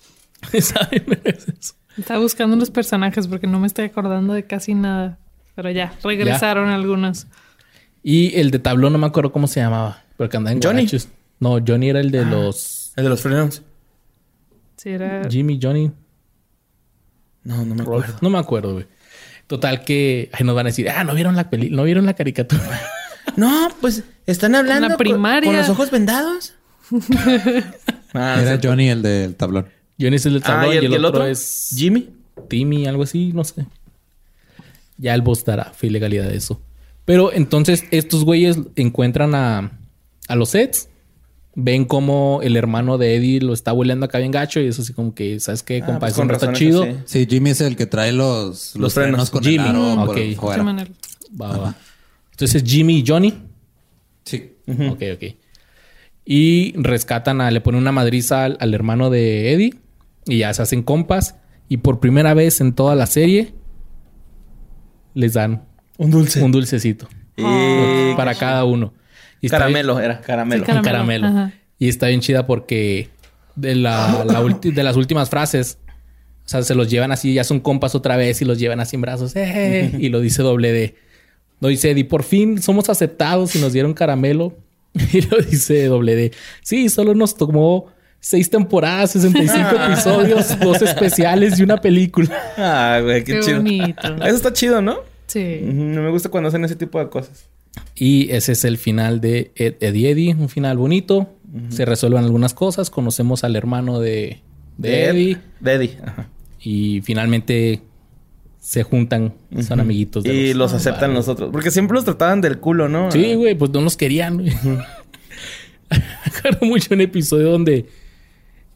Estaba buscando los personajes porque no me estoy acordando de casi nada. Pero ya, regresaron algunos. Y el de tablón no me acuerdo cómo se llamaba. Pero que andaba en Johnny. guarachos. No, Johnny era el de los... El de los frenos. Sí, era... Jimmy, Johnny, No me Rolf. acuerdo. No me acuerdo, güey. Total que... Ahí nos van a decir... ¿no vieron no vieron la caricatura? No, pues están hablando En la primaria. con los ojos vendados. Era Johnny el del tablón. Johnny es el del tablón y el otro es... Jimmy. Timmy, algo así, no sé. Ya el boss dará fe y legalidad de eso. Pero entonces estos güeyes encuentran a los Eds. Ven como el hermano de Eddie lo está hueleando acá bien gacho. Y eso así como que, ¿sabes qué? Compa, pues eso con no está razón, chido. eso Sí, Jimmy es el que trae los frenos con Jimmy. el aro Ok. por fuera. Va. Entonces Jimmy y Johnny. Sí. Ok. Y rescatan le ponen una madriza al hermano de Eddie. Y ya se hacen compas. Y por primera vez en toda la serie les dan Un dulce. un dulcecito para cada uno. Y está Caramelo, era caramelo. Sí, bien, caramelo. Ajá. Y está bien chida porque de las últimas frases, o sea, se los llevan así, ya son compas otra vez y los llevan así en brazos. Y lo dice doble D. Lo dice Eddie, por fin somos aceptados y nos dieron caramelo. Y lo dice doble D. Sí, solo nos tomó 6 temporadas, 65 episodios, 2 especiales y una película. Güey, qué chido. bonito. Eso está chido, ¿no? Sí. No me gusta cuando hacen ese tipo de cosas. Y ese es el final de Ed y Eddie. Un final bonito. Se resuelven algunas cosas. Conocemos al hermano de Eddie. De Eddie. Ajá. Y finalmente se juntan. Son amiguitos de Y los aceptan barrios. los otros. Porque siempre los trataban del culo, ¿no? Sí, güey. Pues no los querían, güey. Me acuerdo mucho un episodio donde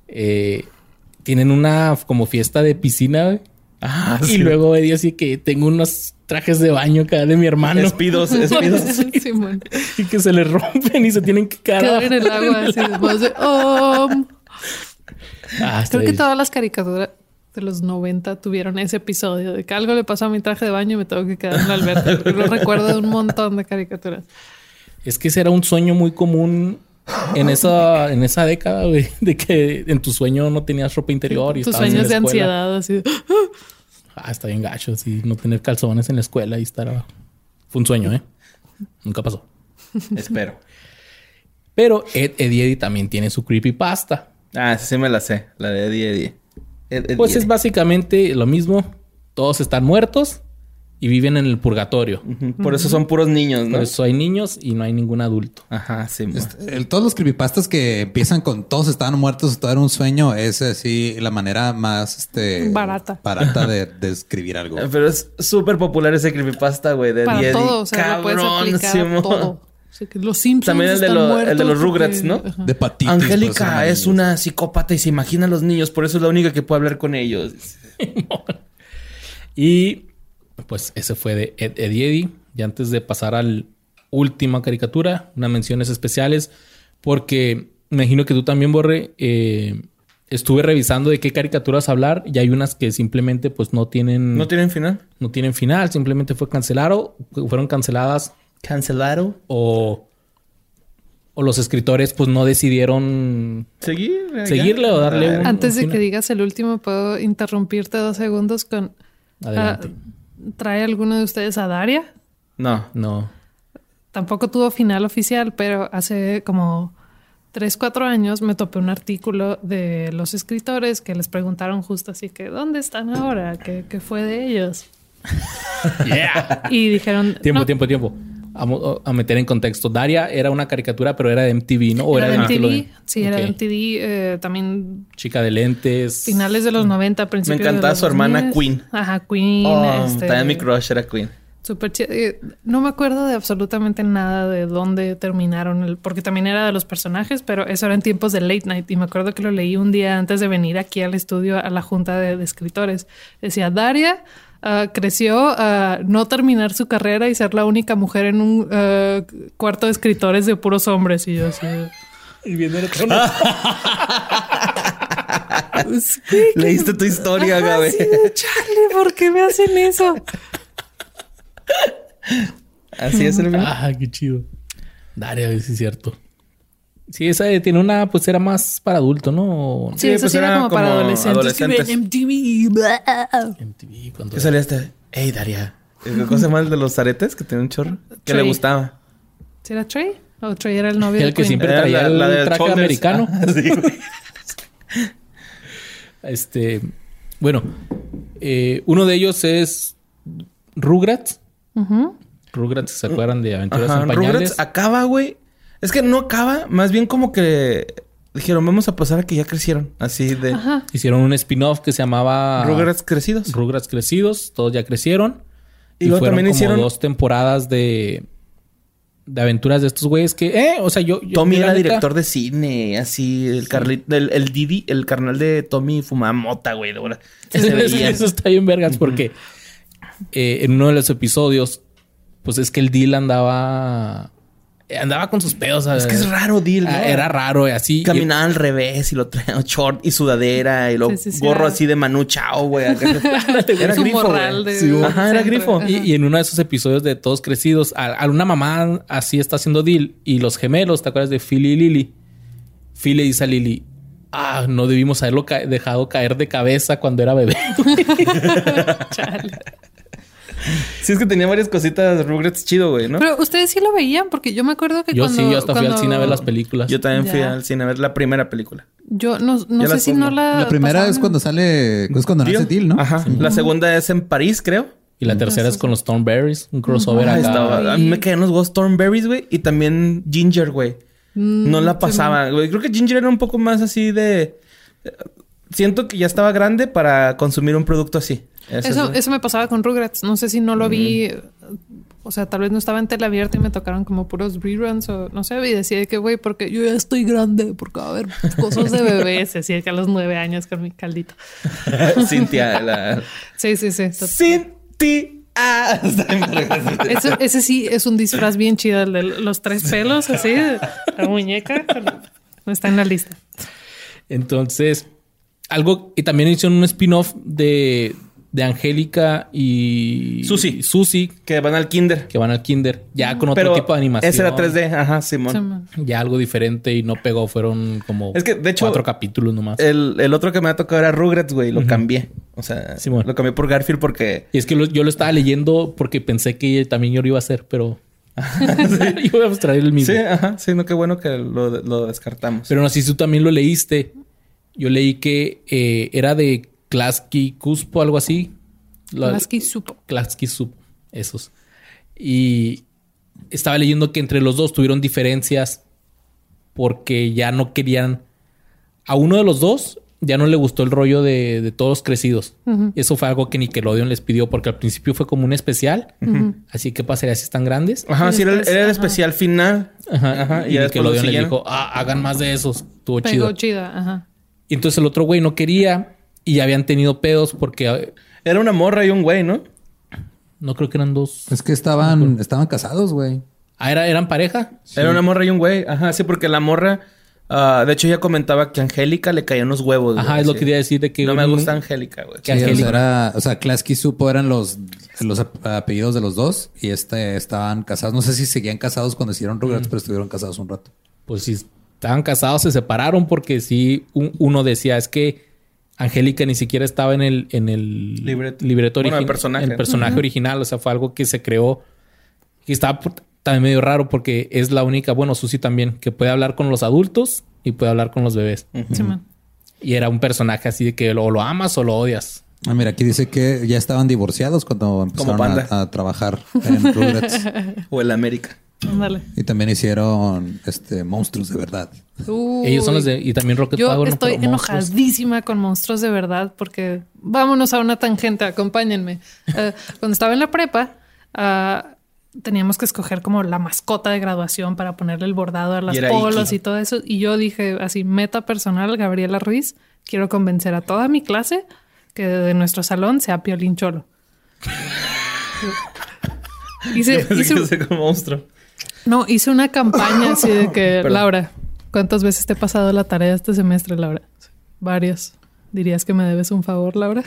tienen una como fiesta de piscina, güey. Ah, Y sí. luego Eddie así que tengo unos trajes de baño acá de mi hermano. Espidos. Simón. Y que se les rompen y se tienen que Quedar en el agua así después de... está Creo que bien. todas las caricaturas de los 90 tuvieron ese episodio de que algo le pasó a mi traje de baño y me tengo que quedar en la alberca. Lo recuerdo de un montón de caricaturas. Es que ese era un sueño muy común en esa década, güey. De que en tu sueño no tenías ropa interior y Tus estabas en sueños de la escuela. ansiedad así. Está bien gacho, así, no tener calzones en la escuela y estar... Fue un sueño, ¿eh? Nunca pasó. Espero. Pero Eddie también tiene su creepypasta. Ah, sí me la sé. La de Eddie. Pues es básicamente lo mismo. Todos están muertos y viven en el purgatorio. Por eso son puros niños, ¿no? Por eso hay niños y no hay ningún adulto. Ajá, sí. Todos los creepypastas que empiezan con todos estaban muertos, todo era un sueño, es así la manera más Barata. de describir algo. Pero es súper popular ese creepypasta, güey, de Para Eddie. todo. O sea, lo puedes aplicar a todo. O sea, que los Simpsons También el de, están muertos el de los porque- Rugrats, ¿no? Ajá. De patitis. Angélica pues, es una psicópata y se imagina a los niños, por eso es la única que puede hablar con ellos. Y pues ese fue de Eddie. Y antes de pasar a la última caricatura, unas menciones especiales, porque me imagino que tú también, Borre, estuve revisando de qué caricaturas hablar y hay unas que simplemente pues no tienen final? no tienen final, simplemente fueron canceladas Cancelado. o los escritores pues no decidieron seguirle o darle un Antes de final. que digas el último, ¿puedo interrumpirte 2 segundos con... Adelante. ¿Trae alguno de ustedes a Daria? No. Tampoco tuvo final oficial, pero hace como 3-4 años me topé un artículo de los escritores que les preguntaron justo así que ¿dónde están ahora? ¿Qué fue de ellos? Yeah. Y dijeron... Tiempo. A meter en contexto. Daria era una caricatura, pero era de MTV, ¿no? ¿O Era de Nickelodeon? MTV. Sí, era de Ok. MTV. También Chica de lentes. finales de los 90, principios Me encantaba de los su hermana 2000. Queen. Ajá, Queen. También mi crush era Queen. Súper chido. No me acuerdo de absolutamente nada de dónde terminaron, porque también era de los personajes, pero eso era en tiempos de late night. Y me acuerdo que lo leí un día antes de venir aquí al estudio a la junta de escritores. Decía, Daria creció a no terminar su carrera y ser la única mujer en un cuarto de escritores de puros hombres. Y yo así... Y viene el tono. Leíste tu historia, Gabe. Así de, Charlie, ¿por qué me hacen eso? Así es el Qué chido. Daria, sí es cierto. Sí, esa tiene una, pues era más para adulto, ¿no? Sí, eso pues sí era como para adolescentes. Que ven MTV. MTV cuando... ¿Qué salía este? Ey, Daria. ¿Cómo se llama el de los aretes? Que tenía un chorro. Que le Trey. gustaba. ¿Sí era Trey? ¿O Trey era el novio El de que Queen? siempre traía el de traje Shoulders. americano. Ah, sí, güey. Bueno, uno de ellos es Rugrats. Ujú. Rugrats, ¿se acuerdan de Aventuras Ajá, en Pañales? Rugrats acaba, güey. Es que no acaba. Más bien como que dijeron, vamos a pasar a que ya crecieron. Así de Ajá. Hicieron un spin-off que se llamaba Rugrats crecidos. Rugrats Crecidos. Todos ya crecieron. Y Y luego fueron también como hicieron- 2 temporadas de aventuras de estos güeyes que... o sea, yo Tommy la era neta- director de cine, así, el Didi, el carnal de Tommy fumaba mota, güey. de verdad. Se veía. Eso está bien vergas porque en uno de los episodios, pues es que el Deal andaba con sus pedos. Es que es raro, Dil, ¿no? Era raro, así. Caminaba al revés y lo traía short y sudadera y lo Sí, gorro era- así de Manu Chao, güey. Era Su grifo, morral güey. de- Sí, ajá, era centro. grifo. Ajá. Y en uno de esos episodios de Todos Crecidos, a una mamá así está haciendo Deal y los gemelos, ¿te acuerdas de Phil y Lily? Phil le dice a Lily, no debimos haberlo dejado caer de cabeza cuando era bebé. Chale. Sí, es que tenía varias cositas Rugrats chido, güey, ¿no? Pero ustedes sí lo veían, porque yo me acuerdo que Yo cuando... sí, yo hasta fui al cuando- cine a ver las películas. Yo también fui Ya. al cine a ver la primera película. Yo no Ya sé las si pongo. no la... La primera pasaron. es cuando sale, es cuando nace Deal, ¿no? Ajá. La segunda es en París, creo. Y la tercera es con los Thornberrys, un crossover Ahí acá. estaba. A mí me caían los huevos Thornberrys, güey. Y también Ginger, güey. No la pasaba, güey. Creo que Ginger era un poco más así de... Siento que ya estaba grande para consumir un producto así. Eso me pasaba con Rugrats. No sé si no lo vi... o sea, tal vez no estaba en tele abierta y me tocaron como puros reruns o no sé, y decía que, güey, porque yo ya estoy grande, porque va a haber cosas de bebés, así que a los 9 años con mi caldito. Cintia. Sí. Cintia. Ese sí es un disfraz bien chido, el de los 3 pelos, así, la muñeca. No está en la lista. Entonces, y también hicieron un spin-off de Angélica y Susi que van al kinder. Ya con otro tipo de animación. Ese era 3D. Ajá, Simón. Ya algo diferente y no pegó. Fueron como es que, de hecho, 4 capítulos nomás. El otro que me ha tocado era Rugrats, güey. Lo cambié. O sea, Simón. Lo cambié por Garfield porque... Y es que yo lo estaba leyendo porque pensé que también yo lo iba a hacer, pero... Sí. Yo voy a mostrar el mismo. Sí, ajá. Sí, no, qué bueno que lo descartamos. Pero no, si tú también lo leíste. Yo leí que era de Klasky Cuspo, algo así. Klasky Supo. Esos. Y estaba leyendo que entre los dos tuvieron diferencias porque ya no querían... A uno de los dos ya no le gustó el rollo de todos crecidos. Eso fue algo que Nickelodeon les pidió porque al principio fue como un especial. Así que pasaría si están grandes. Ajá, sí, era el especial final. Ajá. Y Nickelodeon les dijo, hagan más de esos. Estuvo chido. Chida, ajá. Y entonces el otro güey no quería y ya habían tenido pedos porque... Era una morra y un güey, ¿no? No creo que eran 2. Es que estaban casados, güey. ¿Eran pareja? Sí. Era una morra y un güey. Ajá, sí, porque la morra... de hecho, ella comentaba que a Angélica le caían los huevos. Ajá, güey, es lo que quería decir de que... No me gusta Angélica, güey. Sí, o sea, Klasky Supo eran los apellidos de los dos y estaban casados. No sé si seguían casados cuando hicieron Rugrats, pero estuvieron casados un rato. Pues si estaban casados, se separaron porque sí, uno decía, es que Angélica ni siquiera estaba en el libreto original. El personaje original. O sea, fue algo que se creó y estaba también medio raro porque es la única, bueno, Susi también, que puede hablar con los adultos y puede hablar con los bebés. Sí, man. Y era un personaje así de que o lo amas o lo odias. Ah, mira, aquí dice que ya estaban divorciados cuando empezaron a trabajar en Rugrats. O en América. Ándale. Y también hicieron Monstruos de Verdad. Ellos son los de... Y también Rocket Power. Yo estoy enojadísima con Monstruos de Verdad porque... Vámonos a una tangente, acompáñenme. Cuando estaba en la prepa... teníamos que escoger como la mascota de graduación para ponerle el bordado a las polos y todo eso. Y yo dije así, meta personal, Gabriela Ruiz, quiero convencer a toda mi clase que de nuestro salón sea Piolín Cholo. hice como monstruo. No, hice una campaña así de que, Laura, ¿cuántas veces te he pasado la tarea este semestre, Laura? Varias. ¿Dirías que me debes un favor, Laura?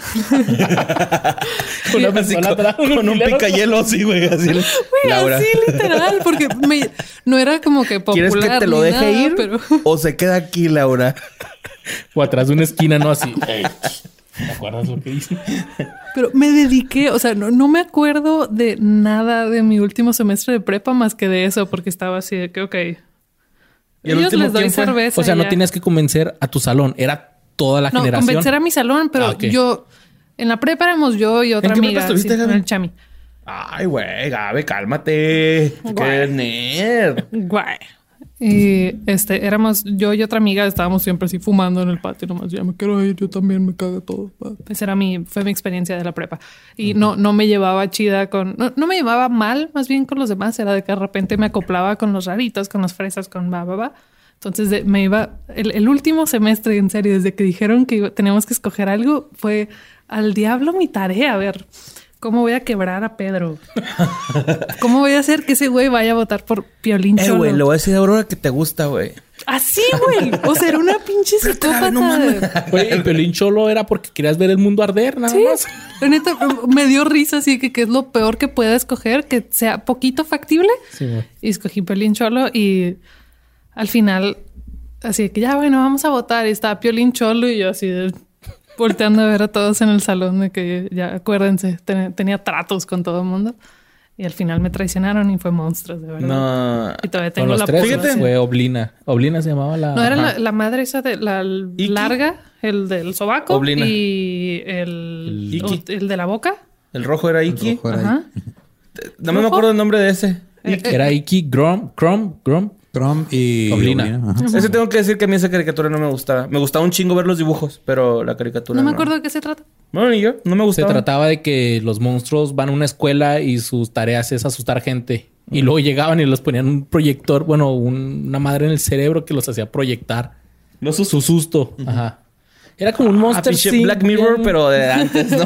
con un picayelo así, güey. Así, Laura. Así literal, porque no era como que popular. ¿Quieres que te lo deje nada, ir? Pero... ¿O se queda aquí, Laura? O atrás de una esquina, no así. Hey, ¿te acuerdas lo que hice? Pero me dediqué, o sea, no me acuerdo de nada de mi último semestre de prepa más que de eso, porque estaba así de que, ok. ¿Y ellos les doy cerveza? O sea, no tenías que convencer a tu salón, era toda la generación. No, convencer a mi salón, pero yo... En la prepa éramos yo y otra amiga. ¿En qué estuviste, Gaby? El Chami. Ay, güey, Gaby, cálmate. Qué nerd. Güey. Y éramos yo y otra amiga, estábamos siempre así fumando en el patio, nomás ya me quiero ir, yo también me cago todo. Esa fue mi experiencia de la prepa. Y no me llevaba chida no me llevaba mal, más bien con los demás. Era de que de repente me acoplaba con los raritos, con los fresas, con Entonces me iba... El último semestre, en serio, desde que dijeron que teníamos que escoger algo, fue al diablo mi tarea. A ver, ¿cómo voy a quebrar a Pedro? ¿Cómo voy a hacer que ese güey vaya a votar por Piolín Cholo? Güey, le voy a decir a Aurora que te gusta, güey. Así, güey. O sea, era una pinche psicópata. No mames. Güey, el Piolín Cholo era porque querías ver el mundo arder, nada más. La neta, me dio risa, así que es lo peor que pueda escoger, que sea poquito factible. Sí, güey. Y escogí Piolín Cholo y al final, así de que ya, bueno, vamos a votar. Y estaba Piolín Cholo y yo así volteando a ver a todos en el salón de que ya acuérdense, tenía tratos con todo el mundo. Y al final me traicionaron y fue Monstruos, de verdad. No. Y todavía tengo la prueba. Fue Oblina. Oblina se llamaba la... No, era la madre esa de la larga, el del sobaco. Oblina. Y el de la boca. El rojo era Iki. Ajá. No me acuerdo el nombre de ese. Era Iki Grom. Trump y Oblina. Ajá. Ese tengo que decir que a mí esa caricatura no me gustaba. Me gustaba un chingo ver los dibujos, pero la caricatura No me acuerdo de qué se trata. No, ni yo. No me Se gustaba. trataba de que los monstruos van a una escuela y sus tareas es asustar gente. Y luego llegaban y les ponían un proyector, bueno, una madre en el cerebro que los hacía proyectar su susto. Ajá. Era como un Monster pinche Inc. Black Mirror, pero de antes, ¿no?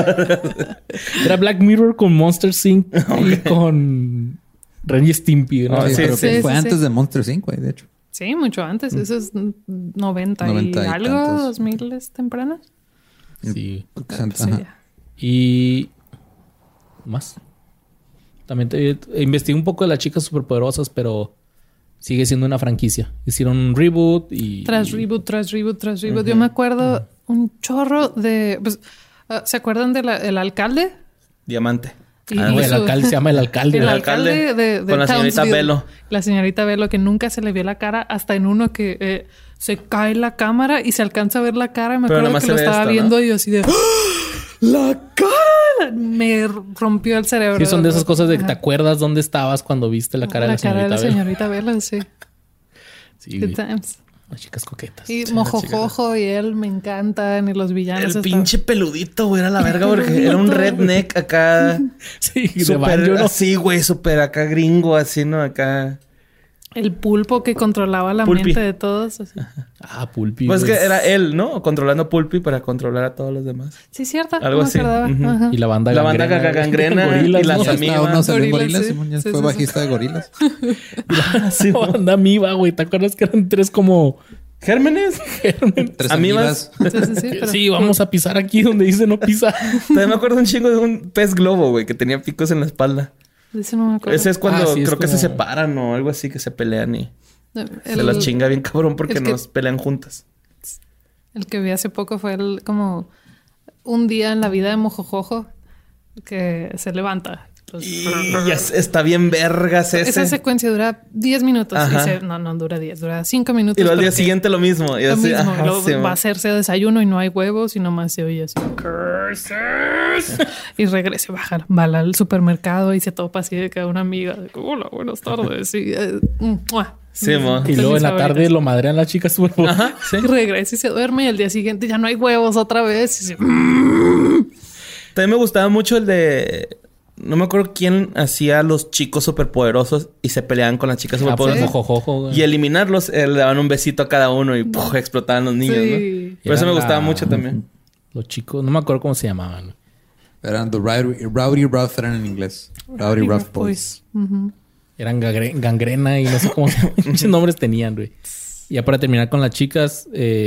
Era Black Mirror con Monster Inc. y con Ren y Stimpy, ¿no? Oye, sí, pero sí, fue sí, antes sí. de Monster Inc., güey, de hecho. Sí, mucho antes. Eso es 90 y 90 y algo, tantos. 2000 tempranos. Sí. Ajá. Sí, ya. Y más. También investigué un poco de las chicas superpoderosas, pero sigue siendo una franquicia. Hicieron un reboot y... Tras reboot, tras reboot, tras reboot. Yo me acuerdo un chorro de... Pues, ¿se acuerdan del alcalde? Diamante. Y- Ah, güey, el su- alcalde se llama el alcalde. El El ¿verdad? alcalde de con la señorita Townsville. Belo. La señorita Belo, que nunca se le vio la cara, hasta en uno que se cae la cámara y se alcanza a ver la cara. Me Pero acuerdo nomás que se lo ve estaba esto, viendo ¿no? y yo así de... ¡Ah! ¡La cara! Me rompió el cerebro. Sí, son de esas cosas de que te Ajá. acuerdas dónde estabas cuando viste la cara de la señorita. Bell. señorita Belo, sí. Sí, Good güey. times. Las chicas coquetas. Y Mojojojo y él me encantan y los villanos. El hasta- pinche peludito, güey, era la verga porque era un redneck acá. Sí, de Súper Banjo, ¿no? así, güey, súper acá gringo, así, ¿no? Acá. El pulpo que controlaba la Pulpi. mente de todos. Así. Ah, Pulpi. Pues güey. que era él, ¿no? Controlando a Pulpi para controlar a todos los demás. Sí, cierto. Algo no me así. acordaba. Ujú. Ajá. Y la banda La banda gangrena Gorilas, y las ¿no? Ya amigas. está, uno salió en Gorilas, Gorilas, sí. Simón, ya Sí, fue sí, bajista de Gorilas. Sí, La banda Amiba, güey. ¿Te acuerdas que eran tres como... Gérmenes. Tres Amibas. amibas. Sí, pero- Sí, vamos a pisar aquí donde dice no pisar. También me acuerdo un chingo de un pez globo, güey, que tenía picos en la espalda. Ese no me acuerdo. Ese es cuando Ah, sí, es creo que se como- separan o algo así, que se pelean y se El- las chinga bien cabrón porque el que- nos pelean juntas. El que vi hace poco fue como un día en la vida de Mojojojo que se levanta. Entonces, Y está bien vergas ese. esa secuencia dura 10 minutos. Aja. No dura 10, dura 5 minutos. Y luego al día porque siguiente lo mismo. Y lo así, mismo. ajá, Luego sí, va a man. hacerse desayuno y no hay huevos y nomás se oye así. Curses. Y regresa, va al supermercado y se topa así de que a una amiga. De que, hola, buenas tardes. Y, ¡mua! Sí, mo. Y luego en la tarde lo madrean las chicas super. Ajá, sí. Y regresa y se duerme y al día siguiente ya no hay huevos otra vez. Y se- También me gustaba mucho el de... No me acuerdo quién hacía los chicos superpoderosos y se peleaban con las chicas Ah, pues superpoderosas. Mojojojo, güey. Y eliminarlos, le daban un besito a cada uno y ¡puf! Explotaban los niños, Sí. ¿no? Por eso me Era gustaba la- mucho también. Los chicos, no me acuerdo cómo se llamaban. Eran The Rowdy Rough, eran en inglés. Rowdy Rough Boys. Ujú. Eran gangrena y no sé cómo muchos nombres tenían, güey. Y ya para terminar con las chicas,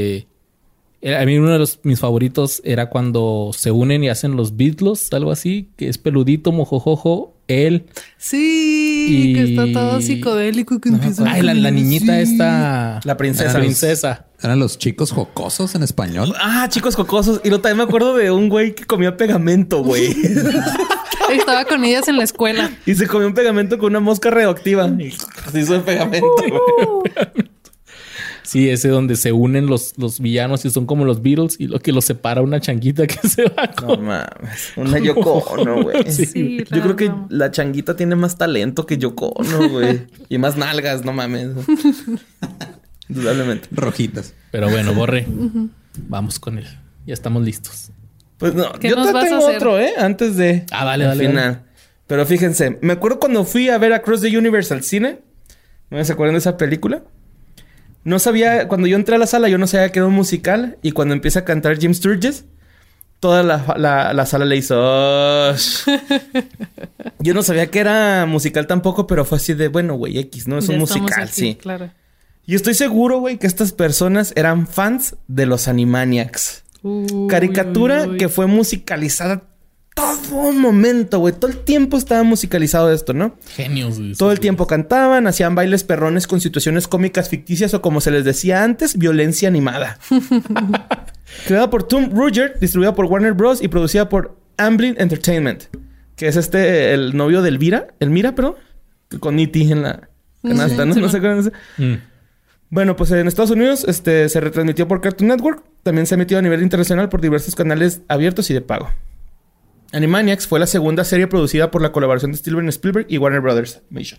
a mí uno de mis favoritos era cuando se unen y hacen los Beatles, algo así, que es peludito, mojojojo, él. Sí, Y- que está todo psicodélico. Que empieza a Ay, la niñita sí. esta. La princesa. La princesa. Eran los chicos jocosos en español. Ah, chicos cocosos. Y luego también me acuerdo de un güey que comía pegamento, güey. Estaba con ellas en la escuela. Y se comió un pegamento con una mosca radioactiva. Y se hizo el pegamento, güey. Sí, ese donde se unen los villanos y son como los Beatles y lo que los separa una changuita que se va No con... mames. Una Yoko Ono, güey. Sí, Yo creo que amo. la changuita tiene más talento que Yoko Ono, güey. Y más nalgas, no mames. Indudablemente. Rojitas. Pero bueno, Borre, vamos con él. Ya estamos listos. Pues no, ¿Qué yo nos te vas a tengo hacer? otro, Antes de... Ah, dale, al dale, final. Pero fíjense, me acuerdo cuando fui a ver Across the Universe al cine. ¿No se acuerdan de esa película? No sabía... Cuando yo entré a la sala, yo no sabía que era un musical. Y cuando empieza a cantar Jim Sturgess, toda la sala le hizo... "Osh". Yo no sabía que era musical tampoco, pero fue así de... Bueno, güey, X, ¿no? Es Ya un estamos musical, aquí, sí. Claro. Y estoy seguro, güey, que estas personas eran fans de los Animaniacs. Caricatura Uy, uy. que fue musicalizada todo un momento, güey. Todo el tiempo estaba musicalizado esto, ¿no? Genios, güey. Todo el tiempo cantaban, hacían bailes perrones con situaciones cómicas ficticias o como se les decía antes, violencia animada. Creada por Tom Ruger, distribuida por Warner Bros. Y producida por Amblin Entertainment. Que es el novio de Elvira. Elmira, perdón. Con E.T. en la canasta, ¿no? Sí, No sé qué. Bueno, pues en Estados Unidos se retransmitió por Cartoon Network. También se emitió a nivel internacional por diversos canales abiertos y de pago. Animaniacs fue la segunda serie producida por la colaboración de Steven Spielberg y Warner Brothers Animation.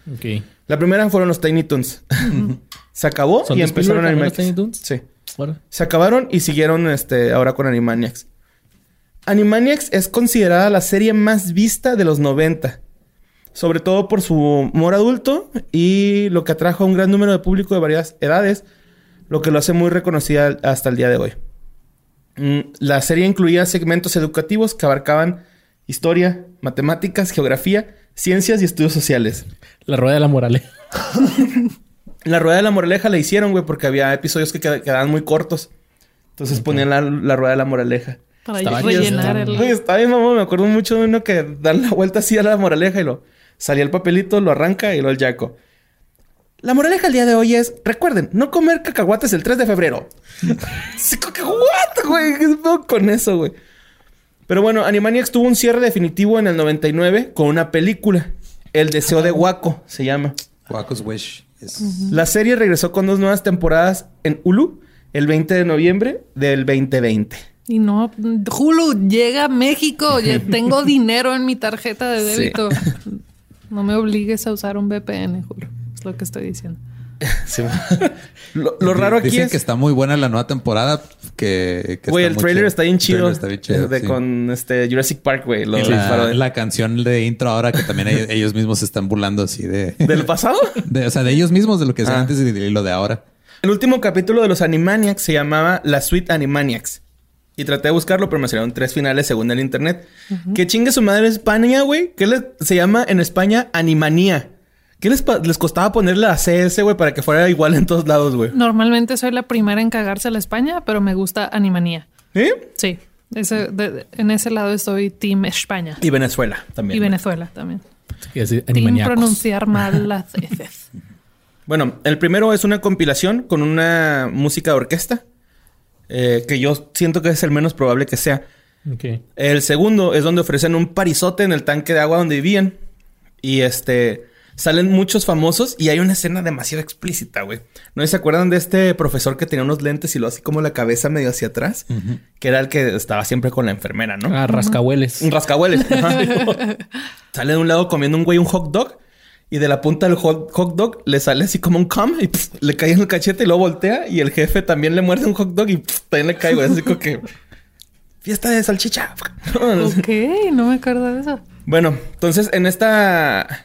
Ok. La primera fueron los Tiny Toons. Se acabó ¿Son y de empezaron Spielberg Animaniacs. también los Tiny Toons? Sí. Bueno. Se acabaron y siguieron ahora con Animaniacs. Animaniacs es considerada la serie más vista de los 90. Sobre todo por su humor adulto y lo que atrajo a un gran número de público de varias edades, lo que lo hace muy reconocida hasta el día de hoy. La serie incluía segmentos educativos que abarcaban historia, matemáticas, geografía, ciencias y estudios sociales. La rueda de la moraleja. La rueda de la moraleja la hicieron, güey, porque había episodios que quedaban muy cortos. Entonces ponían la rueda de la moraleja. Para Estaba rellenar chido. el... Güey, está bien, mamá. Me acuerdo mucho de uno que dan la vuelta así a la moraleja y salía el papelito, lo arranca y lo el yaco. La moraleja el día de hoy es... Recuerden, no comer cacahuates el 3 de febrero. ¿What, güey? ¿Qué pedo con eso, güey? Pero bueno, Animaniacs tuvo un cierre definitivo en el 99 con una película. El deseo de Waco se llama. Waco's Wish. La serie regresó con 2 nuevas temporadas en Hulu el 20 de noviembre del 2020. Y no, Hulu llega a México. Ya tengo dinero en mi tarjeta de débito. Sí. No me obligues a usar un VPN, Hulu. Es lo que estoy diciendo. Sí. Lo raro aquí dicen es que está muy buena la nueva temporada. Güey, el trailer está bien chido. Está bien chido. Sí. Con Jurassic Park, güey. La canción de intro ahora que también ellos mismos se están burlando así de... ¿Del pasado? O sea, de ellos mismos, de lo que hacían antes y lo de ahora. El último capítulo de los Animaniacs se llamaba La Suite Animaniacs. Y traté de buscarlo, pero me salieron 3 finales según el internet. Que chingue su madre España, güey. ¿Qué se llama en España? Animanía. ¿Qué les costaba ponerle la CS, güey, para que fuera igual en todos lados, güey? Normalmente soy la primera en cagarse a la España, pero me gusta Animanía. ¿Sí? Sí. En ese lado estoy Team España. Y Venezuela también. Y Venezuela también. Team pronunciar mal las heces. Bueno, el primero es una compilación con una música de orquesta. Que yo siento que es el menos probable que sea. Okay. El segundo es donde ofrecen un parizote en el tanque de agua donde vivían. Y salen muchos famosos y hay una escena demasiado explícita, güey. ¿No se acuerdan de este profesor que tenía unos lentes y lo así como la cabeza medio hacia atrás? Que era el que estaba siempre con la enfermera, ¿no? Ah, rascahueles. Un rascahueles. Sale de un lado comiendo un güey un hot dog. Y de la punta del hot dog le sale así como un cum y le cae en el cachete y luego voltea. Y el jefe también le muerde un hot dog y también le cae, güey. Así como que... Fiesta de salchicha. Ok, no me acuerdo de eso. Bueno, entonces en esta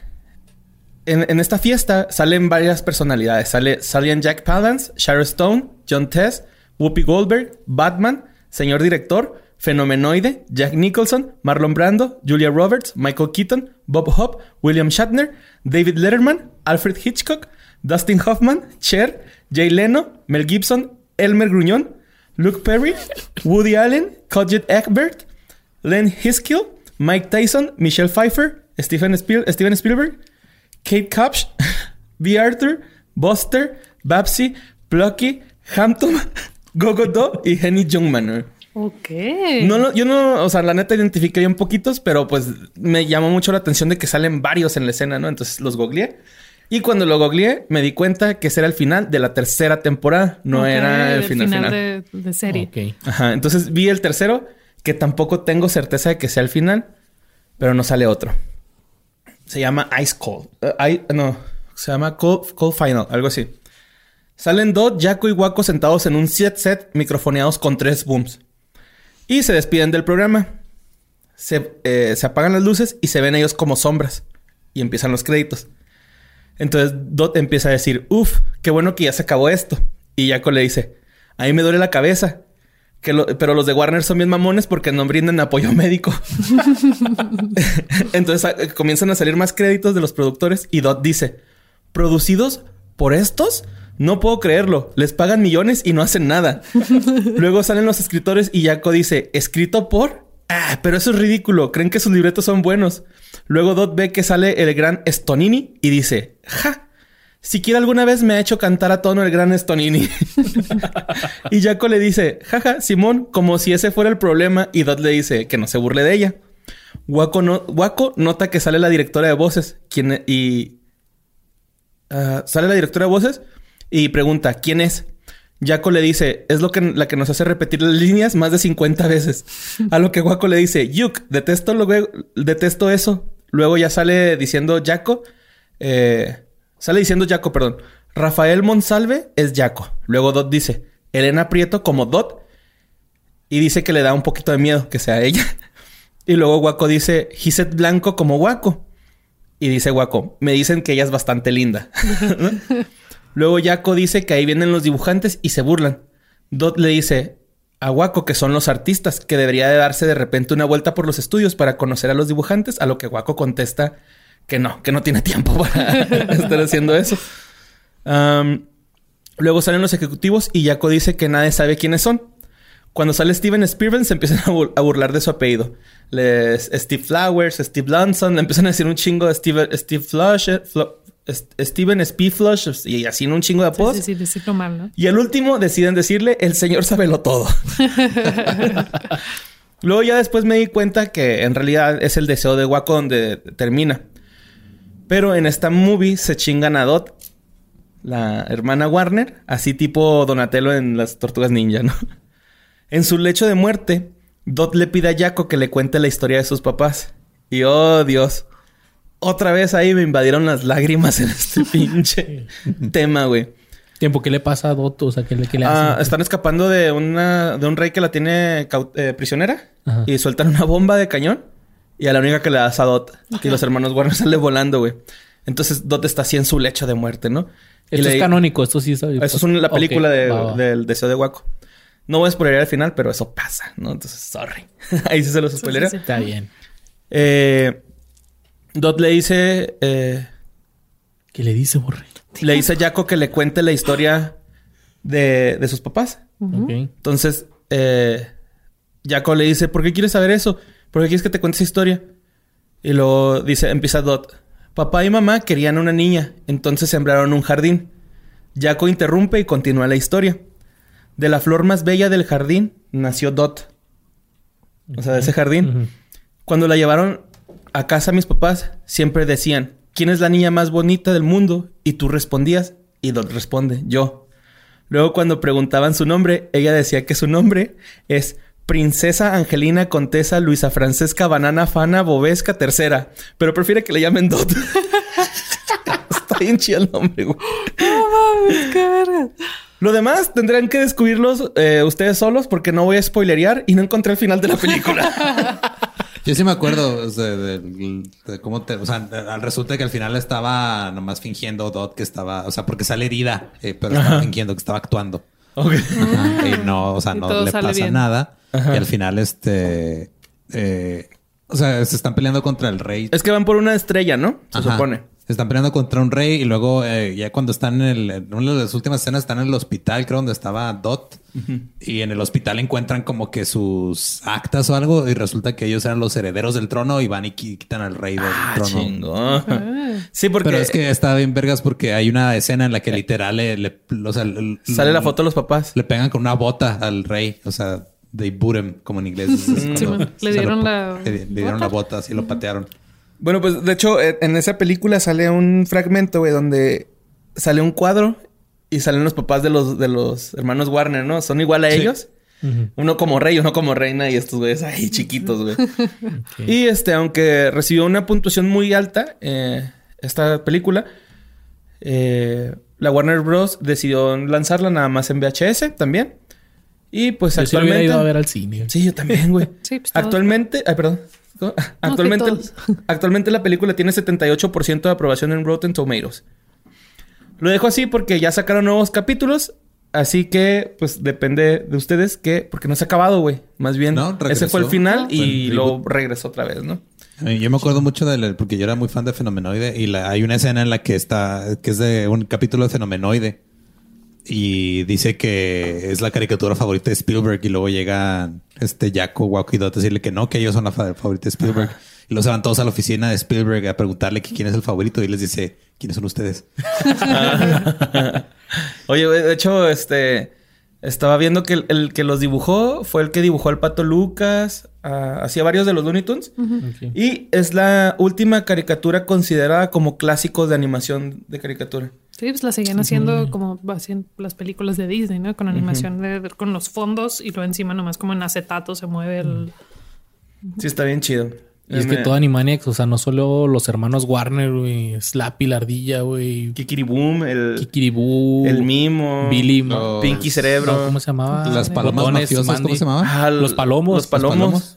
fiesta salen varias personalidades. Salían Jack Palance, Sharon Stone, John Tess, Whoopi Goldberg, Batman, Señor Director, Fenomenoide, Jack Nicholson, Marlon Brando, Julia Roberts, Michael Keaton, Bob Hope, William Shatner, David Letterman, Alfred Hitchcock, Dustin Hoffman, Cher, Jay Leno, Mel Gibson, Elmer Gruñón, Luke Perry, Woody Allen, Kojet Egbert, Len Hiskill, Mike Tyson, Michelle Pfeiffer, Steven Spielberg, Kate Capsh, B. Arthur, Buster, Babsy, Plucky, Hampton, Gogodó y Henny Youngman. Ok. Yo no, o sea, la neta identifiqué bien poquitos, pero pues me llamó mucho la atención de que salen varios en la escena, ¿no? Entonces los googleé. Y cuando lo googleé, me di cuenta que ese era el final de la tercera temporada. No era el final. De serie. Okay. Ajá. Entonces vi el tercero, que tampoco tengo certeza de que sea el final, pero no sale otro. Se llama Ice Cold. Se llama Cold Final, algo así. Salen Dot, Jaco y Waco sentados en un set microfoneados con 3 booms. Y se despiden del programa. Se apagan las luces y se ven ellos como sombras. Y empiezan los créditos. Entonces Dot empieza a decir, uff, qué bueno que ya se acabó esto. Y Jaco le dice, a mí me duele la cabeza. Pero los de Warner son bien mamones porque no brindan apoyo médico. Entonces comienzan a salir más créditos de los productores. Y Dot dice, ¿producidos por estos? No puedo creerlo. Les pagan millones y no hacen nada. Luego salen los escritores y Jaco dice, ¿escrito por? Ah, pero eso es ridículo. Creen que sus libretos son buenos. Luego Dot ve que sale el gran Stonini y dice, ¡ja! Siquiera alguna vez me ha hecho cantar a tono el gran Stonini. Y Jaco le dice, jaja, Simón, como si ese fuera el problema. Y Dot le dice que no se burle de ella. Waco nota que sale la directora de voces. Sale la directora de voces y pregunta, ¿quién es? Jaco le dice, es la que nos hace repetir las líneas más de 50 veces. A lo que Waco le dice, Yuk, detesto eso. Luego ya sale diciendo Jaco, Sale diciendo Jaco, perdón. Rafael Monsalve es Jaco. Luego Dot dice Elena Prieto como Dot. Y dice que le da un poquito de miedo que sea ella. Y luego Waco dice Gisette Blanco como Waco. Y dice Waco, me dicen que ella es bastante linda. Luego Jaco dice que ahí vienen los dibujantes y se burlan. Dot le dice a Waco que son los artistas, que debería de darse de repente una vuelta por los estudios para conocer a los dibujantes, a lo que Waco contesta que no tiene tiempo para estar haciendo eso. Luego salen los ejecutivos y Jaco dice que nadie sabe quiénes son. Cuando sale Steven Spielberg se empiezan a burlar de su apellido. Steve Flowers, Steve Lanson, le empiezan a decir un chingo de Steve Flush, Steven Sp. Flush y así un chingo de apodos. Sí, decirlo mal, ¿no? Y al último deciden decirle el señor sabelo todo. Luego ya después me di cuenta que en realidad es el deseo de Waco donde termina. Pero en esta movie se chingan a Dot, la hermana Warner, así tipo Donatello en las Tortugas Ninja, ¿no? En su lecho de muerte, Dot le pide a Jaco que le cuente la historia de sus papás. Y oh, Dios. Otra vez ahí me invadieron las lágrimas en este pinche tema, güey. Tiempo, ¿qué le pasa a Dot? O sea, ¿qué le hacen? Están escapando de un rey que la tiene prisionera. Ajá. Y sueltan una bomba de cañón. Y a la única que le das a Dot. Y los hermanos Warner salen volando, güey. Entonces Dot está así en su lecho de muerte, ¿no? Esto es canónico. Esto sí sabe. Eso es la película Okay, del deseo de Waco. No voy a spoilear al final, pero eso pasa, ¿no? Entonces, sorry. Ahí sí se los spoileré. Sí. Está bien. Dot le dice... ¿Qué le dice, Borre? Le dice a Jaco que le cuente la historia de sus papás. Okay. Entonces, Jaco le dice, ¿por qué quieres saber eso? ¿Por qué quieres que te cuente esa historia? Y luego empieza Dot. Papá y mamá querían una niña, entonces sembraron un jardín. Jaco interrumpe y continúa la historia. De la flor más bella del jardín nació Dot. O sea, de ese jardín. Uh-huh. Cuando la llevaron a casa mis papás, siempre decían, ¿quién es la niña más bonita del mundo? Y tú respondías, y Dot responde, yo. Luego cuando preguntaban su nombre, ella decía que su nombre es Princesa Angelina Contesa Luisa Francesca Banana Fana Bobesca III. Pero prefiere que le llamen Dot. Está bien chido el nombre, güey. No mames, qué verga. Lo demás tendrán que descubrirlos ustedes solos porque no voy a spoilerear y no encontré el final de la película. Yo sí me acuerdo de cómo resulta que al final estaba nomás fingiendo Dot que estaba, o sea, porque sale herida, pero estaba fingiendo que estaba actuando. Ok. Ajá, y no, o sea, Y no todo le sale pasa bien. nada. Ajá. Y al final, o sea, se están peleando contra el rey. Es que van por una estrella, ¿no? Se Ajá. supone. Se están peleando contra un rey y luego ya cuando están en una de las últimas escenas están en el hospital, creo, donde estaba Dot. Uh-huh. Y en el hospital encuentran como que sus actas o algo y resulta que ellos eran los herederos del trono y van y quitan al rey del trono. Chingón. Sí, porque... Pero es que está bien vergas porque hay una escena en la que literal sale la foto de los papás. Le pegan con una bota al rey. O sea, they boot him, como en inglés. Sí, le dieron le dieron la bota, así lo patearon. Bueno, pues de hecho, en esa película sale un fragmento, güey, donde sale un cuadro y salen los papás de los hermanos Warner, ¿no? Son igual a ellos. Uh-huh. Uno como rey, uno como reina y estos güeyes ahí chiquitos, güey. Okay. Y aunque recibió una puntuación muy alta, esta película, la Warner Bros. Decidió lanzarla nada más en VHS también. Y pues yo actualmente... sí lo hubiera ido a ver al cine. Sí, yo también, güey. Sí, pues actualmente... Ay, perdón. Actualmente la película tiene 78% de aprobación en Rotten Tomatoes. Lo dejo así porque ya sacaron nuevos capítulos. Así que, pues, depende de ustedes porque no se ha acabado, güey. Más bien, no, ese fue el final y luego regresó otra vez, ¿no? Yo me acuerdo mucho porque yo era muy fan de Fenomenoide y hay una escena en la que es de un capítulo de Fenomenoide y dice que es la caricatura favorita de Spielberg y luego llega Jaco, Waco y Dot a decirle que no, que ellos son la favorita de Spielberg. Ajá. Y luego se van todos a la oficina de Spielberg a preguntarle que quién es el favorito y les dice, ¿quiénes son ustedes? Oye, de hecho, estaba viendo que el que los dibujó fue el que dibujó al Pato Lucas, hacía varios de los Looney Tunes. Uh-huh. Okay. Y es la última caricatura considerada como clásicos de animación de caricatura. Sí, pues la seguían haciendo como hacían las películas de Disney, ¿no? Con animación con los fondos y luego encima nomás como en acetato se mueve el... Sí, está bien chido. Y es que todo Animaniacs, o sea, no solo los hermanos Warner, güey, Slappy, la ardilla, güey. Kikiribum, Kikiribú. el Mimo. Billy. Pinky Cerebro. No, ¿cómo se llamaba? Las palomas mafiosas, Mandy. ¿cómo se llamaban? Ah, Los palomos. Los palomos.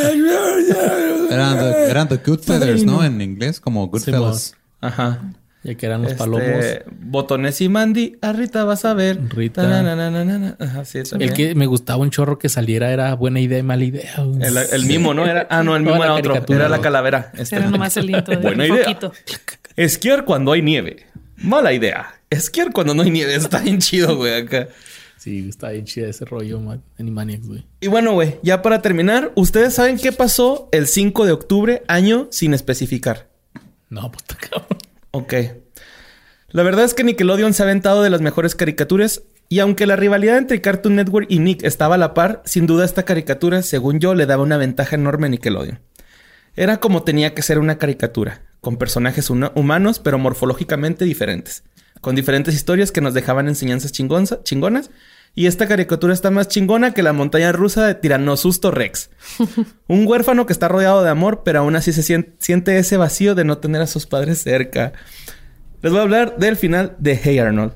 Eran the Good Feathers, ¿no? En inglés, como Goodfellas. Ajá. Ya que eran los palomos. Botones y Mandy. A Rita vas a ver. Rita. Ajá, sí, también. El que me gustaba un chorro que saliera era buena idea y mala idea. El Mimo, ¿no? Era, no, el Mimo No, era la otro. caricatura. Era la calavera. Era nomás el intro de Buena un idea. poquito. Esquiar cuando hay nieve. Mala idea. Esquiar cuando no hay nieve. Está bien chido, güey, acá. Sí, está bien chida ese rollo, man. Animaniacs, güey. Y bueno, güey, ya para terminar, ¿ustedes saben qué pasó el 5 de octubre, año sin especificar? No, puta cabrón. Ok. La verdad es que Nickelodeon se ha aventado de las mejores caricaturas y aunque la rivalidad entre Cartoon Network y Nick estaba a la par, sin duda esta caricatura, según yo, le daba una ventaja enorme a Nickelodeon. Era como tenía que ser una caricatura, con personajes humanos pero morfológicamente diferentes, con diferentes historias que nos dejaban enseñanzas chingonas. Y esta caricatura está más chingona que la montaña rusa de Tiranosusto Rex. Un huérfano que está rodeado de amor, pero aún así se siente ese vacío de no tener a sus padres cerca. Les voy a hablar del final de Hey Arnold.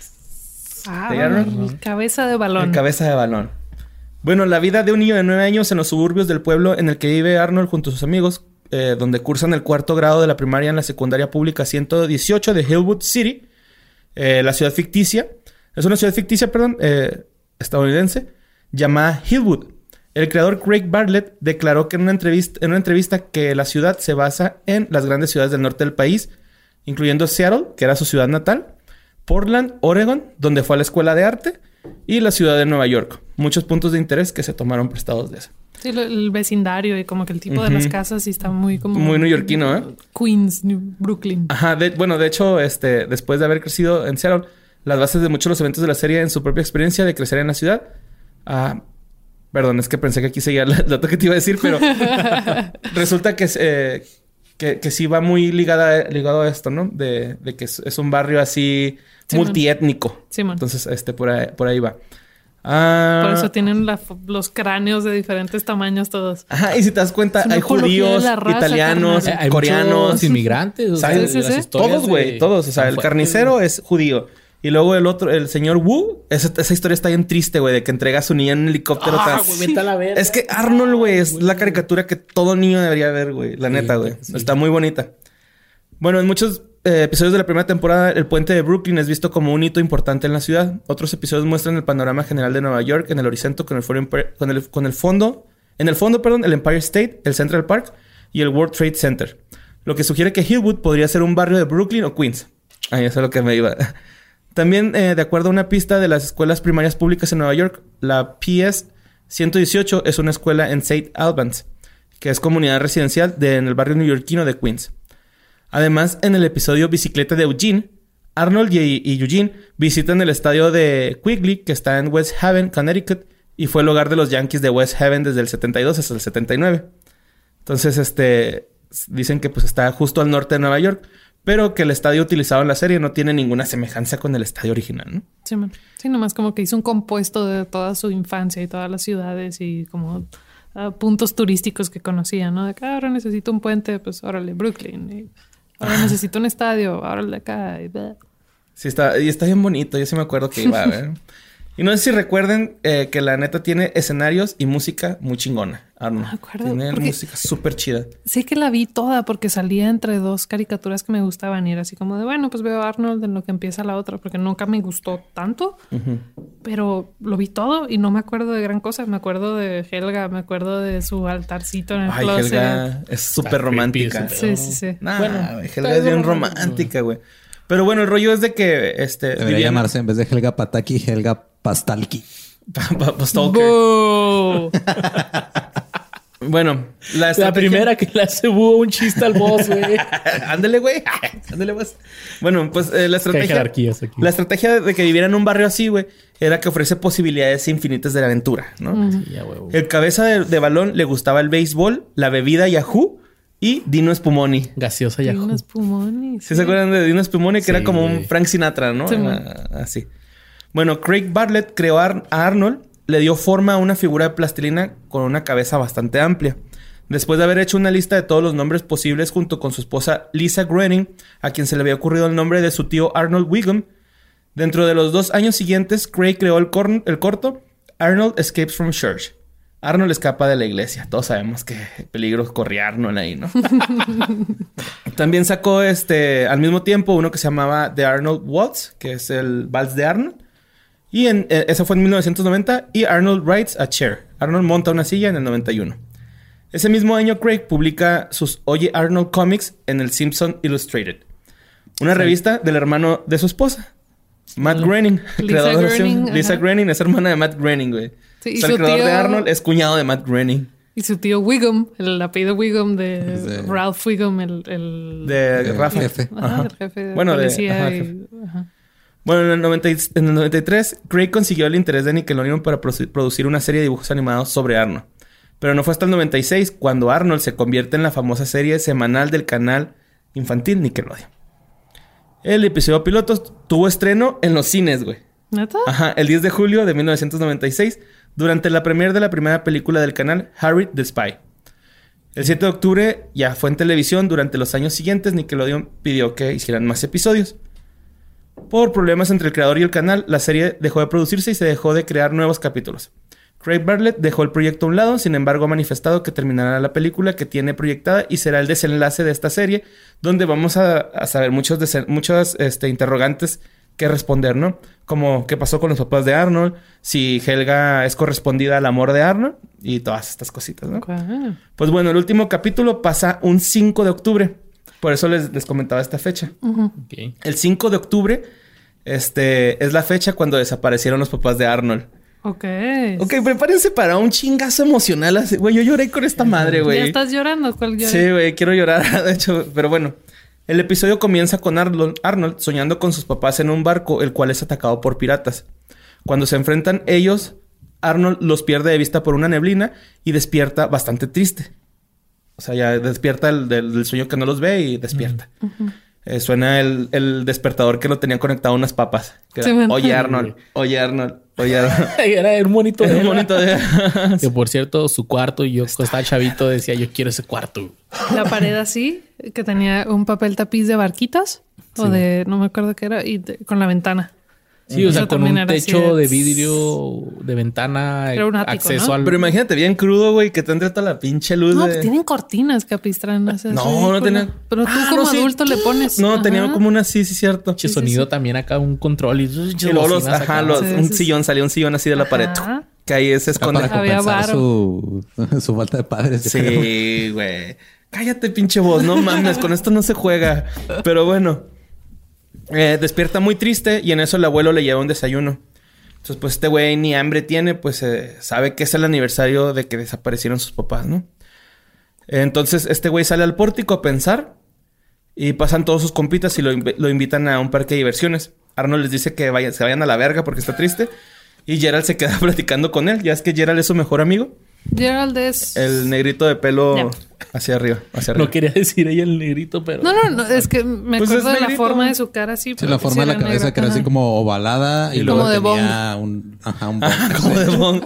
Hey Arnold. Cabeza de balón. Cabeza de balón. Bueno, la vida de un niño de 9 años en los suburbios del pueblo en el que vive Arnold junto a sus amigos, donde cursan el 4º grado de la primaria en la secundaria pública 118 de Hillwood City, la ciudad ficticia. Es una ciudad ficticia, estadounidense, llamada Hillwood. El creador Craig Bartlett declaró que en una entrevista que la ciudad se basa en las grandes ciudades del norte del país, incluyendo Seattle, que era su ciudad natal, Portland, Oregon, donde fue a la escuela de arte, y la ciudad de Nueva York. Muchos puntos de interés que se tomaron prestados de eso. Sí, el vecindario y como que el tipo de las casas sí está muy como... Muy neoyorquino, ¿eh? Queens, Brooklyn. Ajá. De hecho, después de haber crecido en Seattle, las bases de muchos de los eventos de la serie en su propia experiencia de crecer en la ciudad. Perdón, es que pensé que aquí seguía el dato que te iba a decir, pero resulta que sí va muy ligado a esto, ¿no? De que es un barrio así multiétnico. Sí, man. Entonces, por ahí va. Por eso tienen los cráneos de diferentes tamaños todos. Ajá, y si te das cuenta, hay judíos, italianos, hay coreanos, muchos inmigrantes. O sea, sí. las historias todos, güey, todos. O sea, el carnicero es judío. Y luego el señor Wu, esa historia está bien triste, güey, de que entrega a su niña en un helicóptero. Güey, vete a la verga. Es que Arnold, güey, es la caricatura que todo niño debería ver, güey. La neta, güey. Sí. Está muy bonita. Bueno, en muchos episodios de la primera temporada, el puente de Brooklyn es visto como un hito importante en la ciudad. Otros episodios muestran el panorama general de Nueva York en el horizonte en el fondo, el Empire State, el Central Park y el World Trade Center. Lo que sugiere que Hillwood podría ser un barrio de Brooklyn o Queens. Ahí eso es lo que me iba. También, de acuerdo a una pista de las escuelas primarias públicas en Nueva York, la PS 118 es una escuela en St. Albans, que es comunidad residencial en el barrio neoyorquino de Queens. Además, en el episodio Bicicleta de Eugene, Arnold y Eugene visitan el estadio de Quigley, que está en West Haven, Connecticut, y fue el hogar de los Yankees de West Haven desde el 72 hasta el 79. Entonces, dicen que pues está justo al norte de Nueva York, pero que el estadio utilizado en la serie no tiene ninguna semejanza con el estadio original, ¿no? Sí, man. Sí, nomás como que hizo un compuesto de toda su infancia y todas las ciudades y como puntos turísticos que conocía, ¿no? De acá ahora necesito un puente, pues órale, Brooklyn. Y ahora necesito un estadio, órale acá. Sí, está bien bonito. Yo sí me acuerdo que iba a ver. Y no sé si recuerden que la neta tiene escenarios y música muy chingona. Arnold. Me acuerdo. Tiene música súper chida. Sé que la vi toda porque salía entre dos caricaturas que me gustaban y era así como de, bueno, pues veo a Arnold en lo que empieza la otra porque nunca me gustó tanto. Pero lo vi todo y no me acuerdo de gran cosa. Me acuerdo de Helga, me acuerdo de su altarcito en el closet. Helga es súper romántica. Sí. Nah, bueno, Helga es bien romántica, güey. Pero bueno, el rollo es de que debería llamarse en vez de Helga Pataki, Helga Pastalki. Bueno, la primera que le hace búho un chiste al boss, güey. Ándale, güey. Ándale, pues. Bueno, pues la estrategia. Jerarquías aquí. La estrategia de que viviera en un barrio así, güey, era que ofrece posibilidades infinitas de la aventura, ¿no? Sí, el cabeza de balón le gustaba el béisbol, la bebida Yahoo y Dino Spumoni. Gaseosa Yahoo. Dino Spumoni. ¿Sí se acuerdan de Dino Spumoni? Que era como un Frank Sinatra, ¿no? Sí, así. Bueno, Craig Bartlett creó a Arnold, le dio forma a una figura de plastilina con una cabeza bastante amplia. Después de haber hecho una lista de todos los nombres posibles junto con su esposa Lisa Groening, a quien se le había ocurrido el nombre de su tío Arnold Wiggum, dentro de los 2 años siguientes, Craig creó el corto Arnold Escapes from Church. Arnold escapa de la iglesia. Todos sabemos que peligro corría Arnold ahí, ¿no? También sacó al mismo tiempo uno que se llamaba The Arnold Waltz, que es el vals de Arnold. Y eso fue en 1990. Y Arnold Rides a Chair. Arnold monta una silla en el 91. Ese mismo año, Craig publica sus Oye Arnold Comics en el Simpson Illustrated. Una revista del hermano de su esposa, Matt Groening. Lisa Groening es hermana de Matt Groening, güey. Sí, o sea, el creador de Arnold es cuñado de Matt Groening. Y su tío Wiggum, el apellido Wiggum de Ralph Wiggum, el de Rafa. Jefe. Ajá, el jefe de policía. Bueno, en el 93, Craig consiguió el interés de Nickelodeon para producir una serie de dibujos animados sobre Arnold. Pero no fue hasta el 96 cuando Arnold se convierte en la famosa serie semanal del canal infantil Nickelodeon. El episodio piloto tuvo estreno en los cines, güey. ¿Neta? Ajá, el 10 de julio de 1996, durante la premiere de la primera película del canal, Harry the Spy. El 7 de octubre ya fue en televisión. Durante los años siguientes, Nickelodeon pidió que hicieran más episodios. Por problemas entre el creador y el canal, la serie dejó de producirse y se dejó de crear nuevos capítulos. Craig Bartlett dejó el proyecto a un lado, sin embargo ha manifestado que terminará la película que tiene proyectada y será el desenlace de esta serie, donde vamos a saber muchos interrogantes que responder, ¿no? Como qué pasó con los papás de Arnold, si Helga es correspondida al amor de Arnold y todas estas cositas, ¿no? Okay. Pues bueno, el último capítulo pasa un 5 de octubre. Por eso les comentaba esta fecha. Okay. El 5 de octubre es la fecha cuando desaparecieron los papás de Arnold. Ok, Prepárense para un chingazo emocional. Güey, yo lloré con esta madre, güey. ¿Ya estás llorando? ¿Cuál lloré? Sí, güey, quiero llorar. De hecho, pero bueno. El episodio comienza con Arnold soñando con sus papás en un barco, el cual es atacado por piratas. Cuando se enfrentan ellos, Arnold los pierde de vista por una neblina y despierta bastante triste. O sea, ya despierta del sueño que no los ve y despierta. Suena el despertador que lo tenía conectado a unas papas. Que era, oye, Arnold. Oye, Arnold. Oye, Arnold. Era un monito de... Un monito de... Que por cierto, su cuarto, yo cuando estaba chavito decía, yo quiero ese cuarto. La pared así, que tenía un papel tapiz de barquitas. Sí. O de... No me acuerdo qué era. Y con la ventana. Sí, o sea, con un techo de vidrio, de ventana, era un ático, acceso, ¿no? al... Pero imagínate bien crudo, güey, que te entre toda la pinche luz. No, pues tienen cortinas que apistran. No tenía... Pero tú como adulto le pones... No, tenía como una... Sí, cierto. Sí, sonido también acá, un control. Y luego sillón, salía un sillón así de la pared. Que ahí se esconde. Para compensar su falta de padres. Sí, güey. Cállate, pinche voz. No mames, con esto no se juega. Pero bueno... despierta muy triste y en eso el abuelo le lleva un desayuno. Entonces, pues este güey ni hambre tiene, pues sabe que es el aniversario de que desaparecieron sus papás, ¿no? Entonces, este güey sale al pórtico a pensar y pasan todos sus compitas y lo invitan a un parque de diversiones. Arnold les dice que se vayan a la verga porque está triste y Gerald se queda platicando con él. Ya es que Gerald es su mejor amigo. Gerald es... El negrito de pelo hacia arriba. No quería decir ella el negrito, pero... No. Es que me acuerdo de la forma de su cara así. Sí, la forma de la cabeza negro. Que era así como ovalada. Y luego tenía un bong. Como de bong.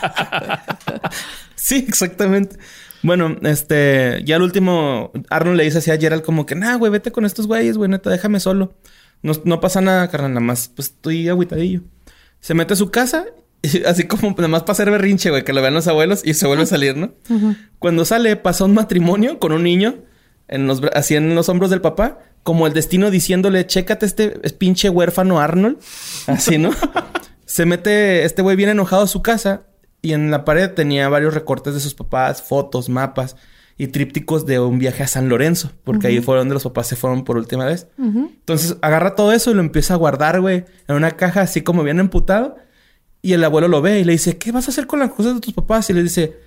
Sí, exactamente. Bueno, ya al último... Arnold le dice así a Gerald como que... Nah, güey, vete con estos güeyes, güey. Neta, déjame solo. No pasa nada, carnal. Nada más, pues, estoy agüitadillo. Se mete a su casa... Así como nada más para hacer berrinche, güey, que lo vean los abuelos y se vuelve a salir, ¿no? Cuando sale, pasa un matrimonio con un niño así en los hombros del papá, como el destino diciéndole, chécate este pinche huérfano Arnold. Así, ¿no? Se mete, este güey bien enojado a su casa y en la pared tenía varios recortes de sus papás, fotos, mapas y trípticos de un viaje a San Lorenzo, porque ahí fue donde los papás se fueron por última vez. Entonces agarra todo eso y lo empieza a guardar, güey, en una caja así como bien emputado. Y el abuelo lo ve y le dice, ¿qué vas a hacer con las cosas de tus papás? Y le dice,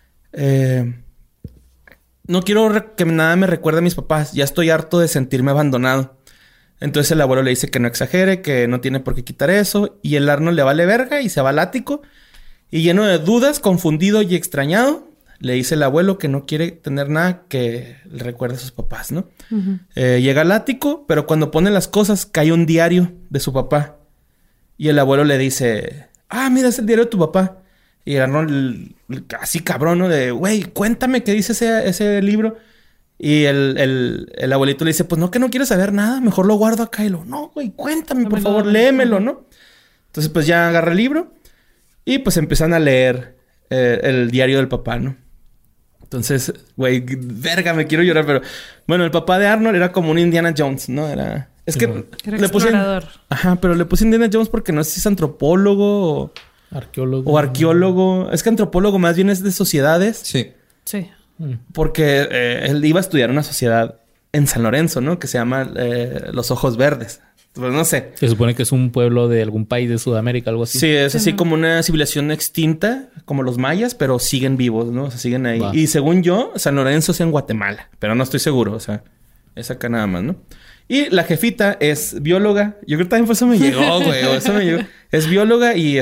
no quiero que nada me recuerde a mis papás. Ya estoy harto de sentirme abandonado. Entonces el abuelo le dice que no exagere, que no tiene por qué quitar eso. Y el Arnold le vale verga y se va al ático. Y lleno de dudas, confundido y extrañado, le dice el abuelo que no quiere tener nada que le recuerde a sus papás, ¿no? Llega al ático, pero cuando pone las cosas cae un diario de su papá. Y el abuelo le dice... Ah, mira, es el diario de tu papá. Y Arnold, así cabrón, ¿no? De, güey, cuéntame qué dice ese libro. Y el abuelito le dice, pues no, que no quieres saber nada. Mejor lo guardo acá. Y lo, no, güey, cuéntame, por favor, léemelo, ¿no? Entonces, pues ya agarra el libro. Y pues empiezan a leer el diario del papá, ¿no? Entonces, güey, verga, me quiero llorar, pero... Bueno, el papá de Arnold era como un Indiana Jones, ¿no? Era Era le puse... explorador. Ajá, pero le puse Indiana Jones porque no sé si es antropólogo o... Arqueólogo. O arqueólogo. Es que antropólogo más bien es de sociedades. Sí. Sí. Porque él iba a estudiar una sociedad en San Lorenzo, ¿no? Que se llama Los Ojos Verdes. Pues no sé. Se supone que es un pueblo de algún país de Sudamérica, algo así. Sí, es así como una civilización extinta, como los mayas, pero siguen vivos, ¿no? O sea, siguen ahí. Va. Y según yo, San Lorenzo es en Guatemala, pero no estoy seguro. O sea, es acá nada más, ¿no? Y la jefita es bióloga. Yo creo que también por eso me llegó, güey. O eso me llegó. Es bióloga y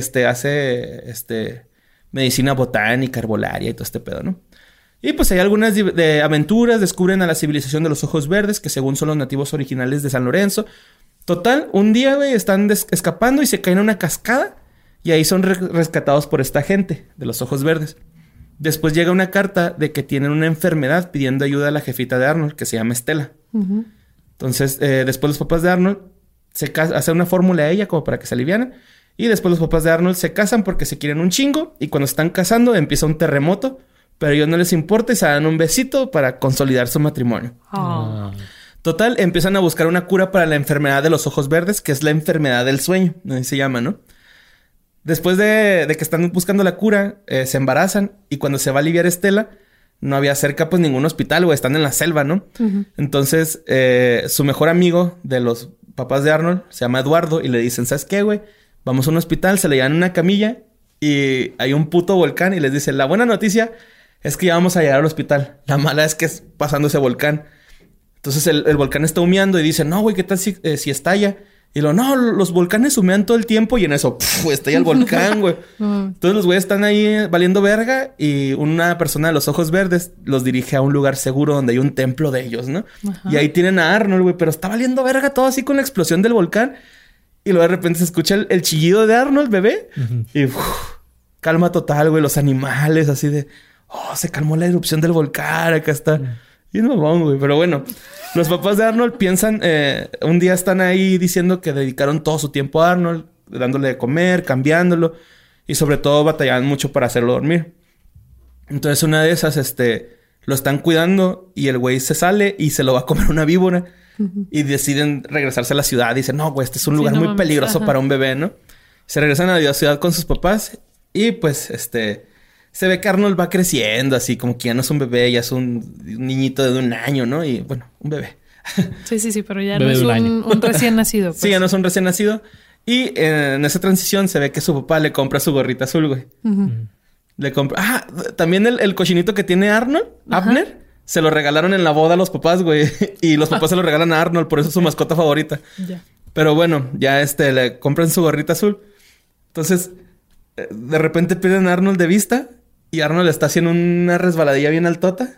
hace medicina botánica, herbolaria y todo este pedo, ¿no? Y pues hay algunas de aventuras. Descubren a la civilización de los Ojos Verdes, que según son los nativos originales de San Lorenzo. Total, un día, güey, están escapando y se caen a una cascada. Y ahí son rescatados por esta gente de los Ojos Verdes. Después llega una carta de que tienen una enfermedad pidiendo ayuda a la jefita de Arnold, que se llama Estela. Ujú. Entonces, después los papás de Arnold hacen una fórmula a ella como para que se alivianen. Y después los papás de Arnold se casan porque se quieren un chingo. Y cuando están casando empieza un terremoto. Pero a ellos no les importa y se dan un besito para consolidar su matrimonio. Oh. Total, empiezan a buscar una cura para la enfermedad de los ojos verdes, que es la enfermedad del sueño. Así se llama, ¿no? Después de que están buscando la cura, se embarazan. Y cuando se va a aliviar Estela, no había cerca pues ningún hospital, güey. Están en la selva, ¿no? Ujú. Entonces, su mejor amigo de los papás de Arnold se llama Eduardo. Y le dicen, ¿sabes qué, güey? Vamos a un hospital, se le llevan una camilla. Y hay un puto volcán. Y les dice, la buena noticia es que ya vamos a llegar al hospital. La mala es que es pasando ese volcán. Entonces el volcán está humeando y dice, no, güey, ¿qué tal si estalla? Y no, los volcanes humean todo el tiempo y en eso, estalla el volcán, güey. Entonces los güeyes están ahí valiendo verga y una persona de los ojos verdes los dirige a un lugar seguro donde hay un templo de ellos, ¿no? Ajá. Y ahí tienen a Arnold, güey, pero está valiendo verga todo así con la explosión del volcán. Y luego de repente se escucha el chillido de Arnold, bebé. Y calma total, güey, los animales así de... Oh, se calmó la erupción del volcán, acá está. Y no mamón, güey. Pero bueno, los papás de Arnold piensan... un día están ahí diciendo que dedicaron todo su tiempo a Arnold. Dándole de comer, cambiándolo. Y sobre todo batallaban mucho para hacerlo dormir. Entonces una de esas, lo están cuidando. Y el güey se sale y se lo va a comer una víbora. Y deciden regresarse a la ciudad. Dicen, no, güey, este es un lugar muy peligroso para un bebé, ¿no? Se regresan a la ciudad con sus papás. Y pues, se ve que Arnold va creciendo así, como que ya no es un bebé, ya es un niñito de 1 año, ¿no? Y bueno, un bebé. Sí, pero ya Bebé no de es un año. un recién nacido. Pues. Sí, ya no es un recién nacido. Y en esa transición se ve que su papá le compra su gorrita azul, güey. Ujú. Le compra... Ah, también el cochinito que tiene Arnold, Abner, se lo regalaron en la boda a los papás, güey. Y los papás se lo regalan a Arnold, por eso es su mascota favorita. Ya. Pero bueno, ya le compran su gorrita azul. Entonces, de repente pierden a Arnold de vista. Y Arnold está haciendo una resbaladilla bien altota.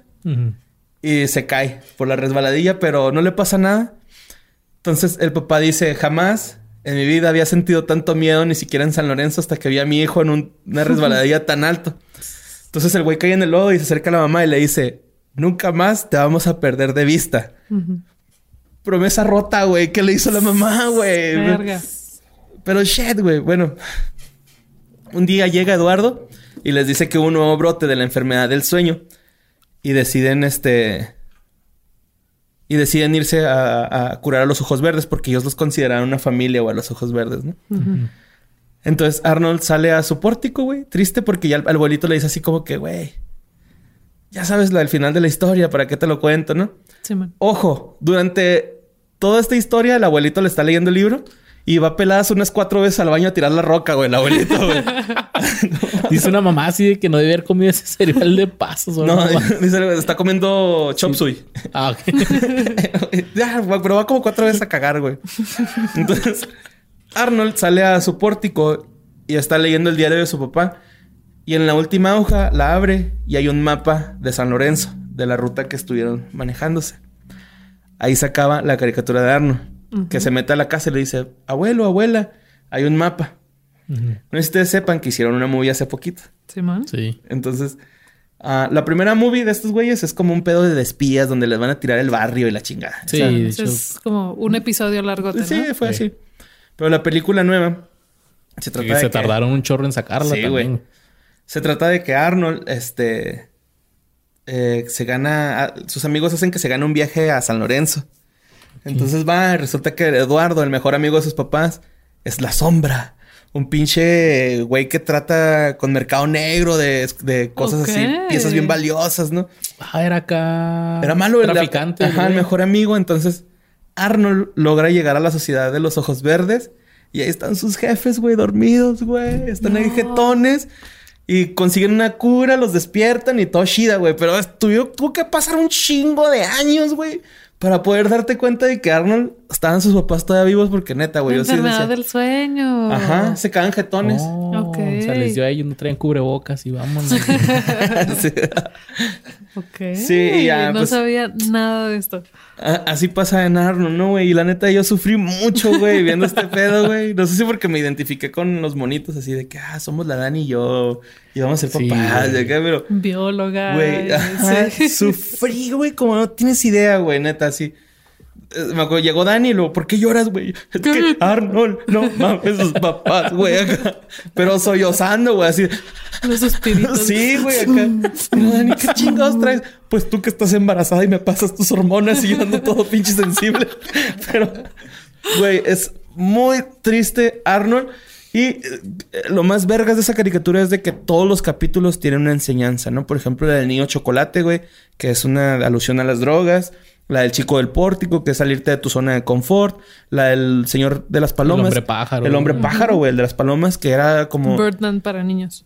Y se cae por la resbaladilla, pero no le pasa nada. Entonces el papá dice, jamás en mi vida había sentido tanto miedo, ni siquiera en San Lorenzo, hasta que vi a mi hijo en una resbaladilla tan alto. Entonces el güey cae en el lodo y se acerca a la mamá y le dice, nunca más te vamos a perder de vista. Promesa rota, güey. ¿Qué le hizo la mamá, güey? Verga. Pero shit, güey. Bueno, un día llega Eduardo y les dice que hubo un nuevo brote de la enfermedad del sueño. Y deciden irse a curar a los ojos verdes porque ellos los consideraron una familia o a los ojos verdes, ¿no? Entonces Arnold sale a su pórtico, güey. Triste porque ya el abuelito le dice así como que, güey, ya sabes el final de la historia, ¿para qué te lo cuento, no? Sí, man. Ojo, durante toda esta historia el abuelito le está leyendo el libro y va peladas unas 4 veces al baño a tirar la roca, güey, el abuelito, güey. Dice una mamá así de que no debe haber comido ese cereal de pasos. No, dice, está comiendo chop suey. Ah, ok. Ya, pero va como 4 veces a cagar, güey. Entonces, Arnold sale a su pórtico y está leyendo el diario de su papá. Y en la última hoja la abre y hay un mapa de San Lorenzo, de la ruta que estuvieron manejándose. Ahí se acaba la caricatura de Arnold. Que se mete a la casa y le dice, abuelo, abuela, hay un mapa. No sé si ustedes sepan que hicieron una movie hace poquito. Simón. Sí. Entonces, la primera movie de estos güeyes es como un pedo de espías donde les van a tirar el barrio y la chingada. Sí, O sea, de Eso hecho, es como un episodio largo. ¿No? sí, fue Sí. así. Pero la película nueva se trata que de se que... tardaron un chorro en sacarla Sí, güey. también. Se trata de que Arnold, se gana... sus amigos hacen que se gane un viaje a San Lorenzo. Entonces va y resulta que Eduardo, el mejor amigo de sus papás, es la Sombra. Un pinche güey que trata con mercado negro de cosas así. Piezas bien valiosas, ¿no? Era acá... Era malo el traficante. el güey. mejor amigo. Entonces Arnold logra llegar a la sociedad de los ojos verdes. Y ahí están sus jefes, güey, dormidos, güey. Están ahí jetones. Y consiguen una cura, los despiertan y todo shida, güey. Pero tuvo que pasar un chingo de años, güey, para poder darte cuenta de que Arnold estaban sus papás todavía vivos. Porque neta, güey, La yo sí enfermedad decía... del sueño. Ajá, se cagan jetones. Ok. O sea, les dio a ellos, no traen cubrebocas y vámonos. Sí. Ok. Sí, y ya, no pues- sabía nada de esto. Así pasa en Arnold, ¿no, güey? Y la neta, yo sufrí mucho, güey, viendo este pedo, güey. No sé si porque me identifiqué con los monitos así de que, somos la Dani y yo. Y vamos a ser Sí, papás, güey. de acá, pero... Bióloga. Güey, ajá, Sí. sufrí, güey, como no tienes idea, güey, neta, así. Me acuerdo, llegó Dani y luego, ¿por qué lloras, güey? Es que Arnold, no mames, sus papás, güey, acá. Pero sollozando, güey, así. Los espíritus. Sí, güey, acá. No, Dani, ¿qué chingados traes? Pues tú que estás embarazada y me pasas tus hormonas y yo ando todo pinche sensible. Pero, güey, es muy triste Arnold. Y lo más vergas de esa caricatura es de que todos los capítulos tienen una enseñanza, ¿no? Por ejemplo, la del niño chocolate, güey, que es una alusión a las drogas. La del chico del pórtico, que es salirte de tu zona de confort. La del señor de las palomas. El hombre pájaro. El hombre pájaro, güey. El de las palomas, que era como... Birdman para niños.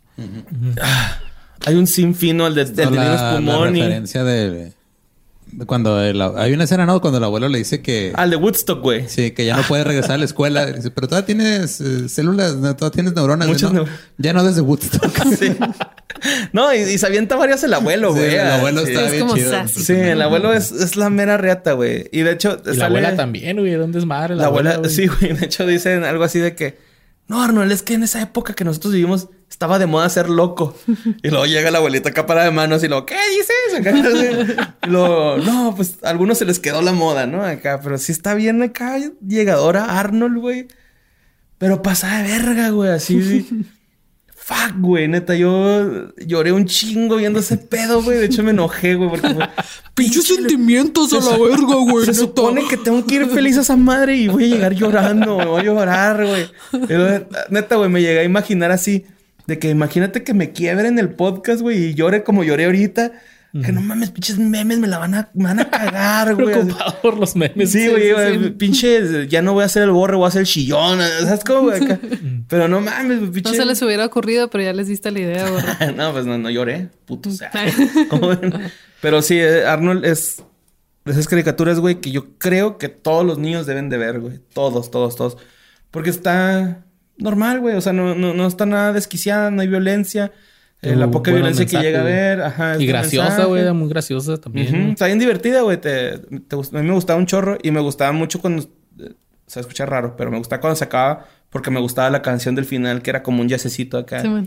Hay un sinfín, ¿no? El de No, niño la espumón y... referencia de cuando hay una escena, ¿no? Cuando el abuelo le dice que... Al de Woodstock, güey. Sí, que ya no puede regresar a la escuela. Dice, pero todavía tienes células, todavía tienes neuronas. Muchas ¿no? Ya no desde Woodstock. Sí. No, y se avienta varias el abuelo, Sí, güey. el abuelo Sí. está Es bien como chido. sassy. Sí, el abuelo es la mera reata, güey. Y de hecho... Y la abuela también, güey. Era un desmadre. La abuela... güey. Sí, güey. De hecho dicen algo así de que... No, Arnold, es que en esa época que nosotros vivimos... Estaba de moda ser loco. Y luego llega la abuelita acá para de manos y luego... ¿Qué dices? Acá, así. Y luego... No, pues a algunos se les quedó la moda, ¿no? Acá. Pero sí está bien acá llegadora Arnold, güey. Pero pasa de verga, güey. Así... Fuck, güey. Neta, yo lloré un chingo viendo ese pedo, güey. De hecho, me enojé, güey. Porque fue... Pinches sentimientos a la verga, güey. Se supone que tengo que ir feliz a esa madre y voy a llegar llorando. Me voy a llorar, güey. Pero, neta, güey, me llegué a imaginar así. De que imagínate que me quiebre en el podcast, güey. Y llore como lloré ahorita. Que no mames, pinches memes me van a cagar, güey. Preocupado por los memes. Sí, güey, sí. pinche... Ya no voy a hacer el borre, voy a hacer el chillón. ¿Sabes cómo, güey? Acá. Pero no mames, güey, pinche... No se les hubiera ocurrido, pero ya les diste la idea, güey. No, pues no lloré. Puto, o sea. ¿Cómo ven? Pero sí, Arnold es de esas caricaturas, güey, que yo creo que todos los niños deben de ver, güey. Todos. Porque está normal, güey. O sea, no está nada desquiciada, no hay violencia. La poca Bueno, violencia que mensaje, llega a güey. ver. Ajá. Y es graciosa, mensaje. güey. Era muy graciosa también. Ujú. Está bien divertida, güey. A mí me gustaba un chorro y me gustaba mucho cuando... Se escucha raro, pero me gustaba cuando se acaba porque me gustaba la canción del final que era como un jazzecito acá. Sí, man.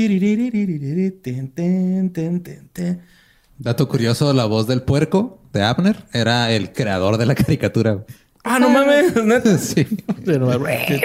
Dato curioso, la voz del puerco de Abner era el creador de la caricatura. Güey. Ah, no mames, neta. Sí. Pero,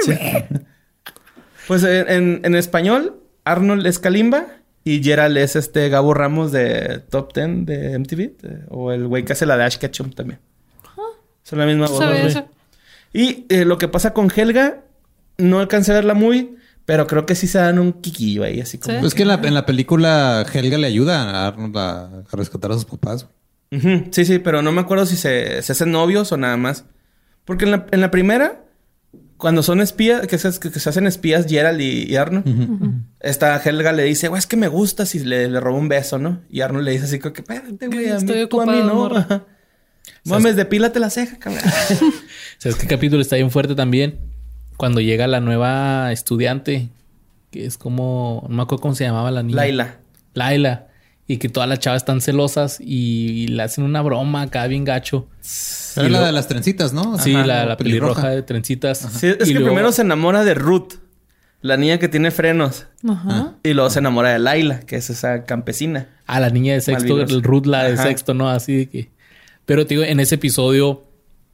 Pues en español, Arnold es Kalimba y Gerald es Gabo Ramos de Top 10 de MTV. O el güey que hace la de Ash Ketchum también. Son la misma voz. ¿Sabía güey. eso? Y lo que pasa con Helga, no alcancé a ver la movie, pero creo que sí se dan un quiquillo ahí, así como... ¿Sí? Pues que en la película Helga le ayuda a Arnold a rescatar a sus papás. Ujú. Sí, pero no me acuerdo si se hacen novios o nada más. Porque en la primera, cuando son espías, que se hacen espías Gerald y Arnold, esta Helga le dice, güey, es que me gustas, y le roba un beso, ¿no? Y Arnold le dice así como que, espérate, güey, a Estoy mí, tú a mí ocupado, no. morra. Ajá. Mames, depílate la ceja, cabrón. ¿Sabes qué capítulo está bien fuerte también? Cuando llega la nueva estudiante, que es como... No me acuerdo cómo se llamaba la niña. Laila. Y que todas las chavas están celosas y le hacen una broma acá bien gacho. Era Y la luego- de las trencitas, ¿no? Sí, Ajá, la pelirroja de trencitas. Sí, es Y que luego- primero se enamora de Ruth. La niña que tiene frenos. Ajá. Y luego se enamora de Laila, que es esa campesina. Ah, la niña de sexto, Malvibrosa. el Ruth, la de Ajá. sexto, ¿no? Así de que... Pero, te digo, en ese episodio,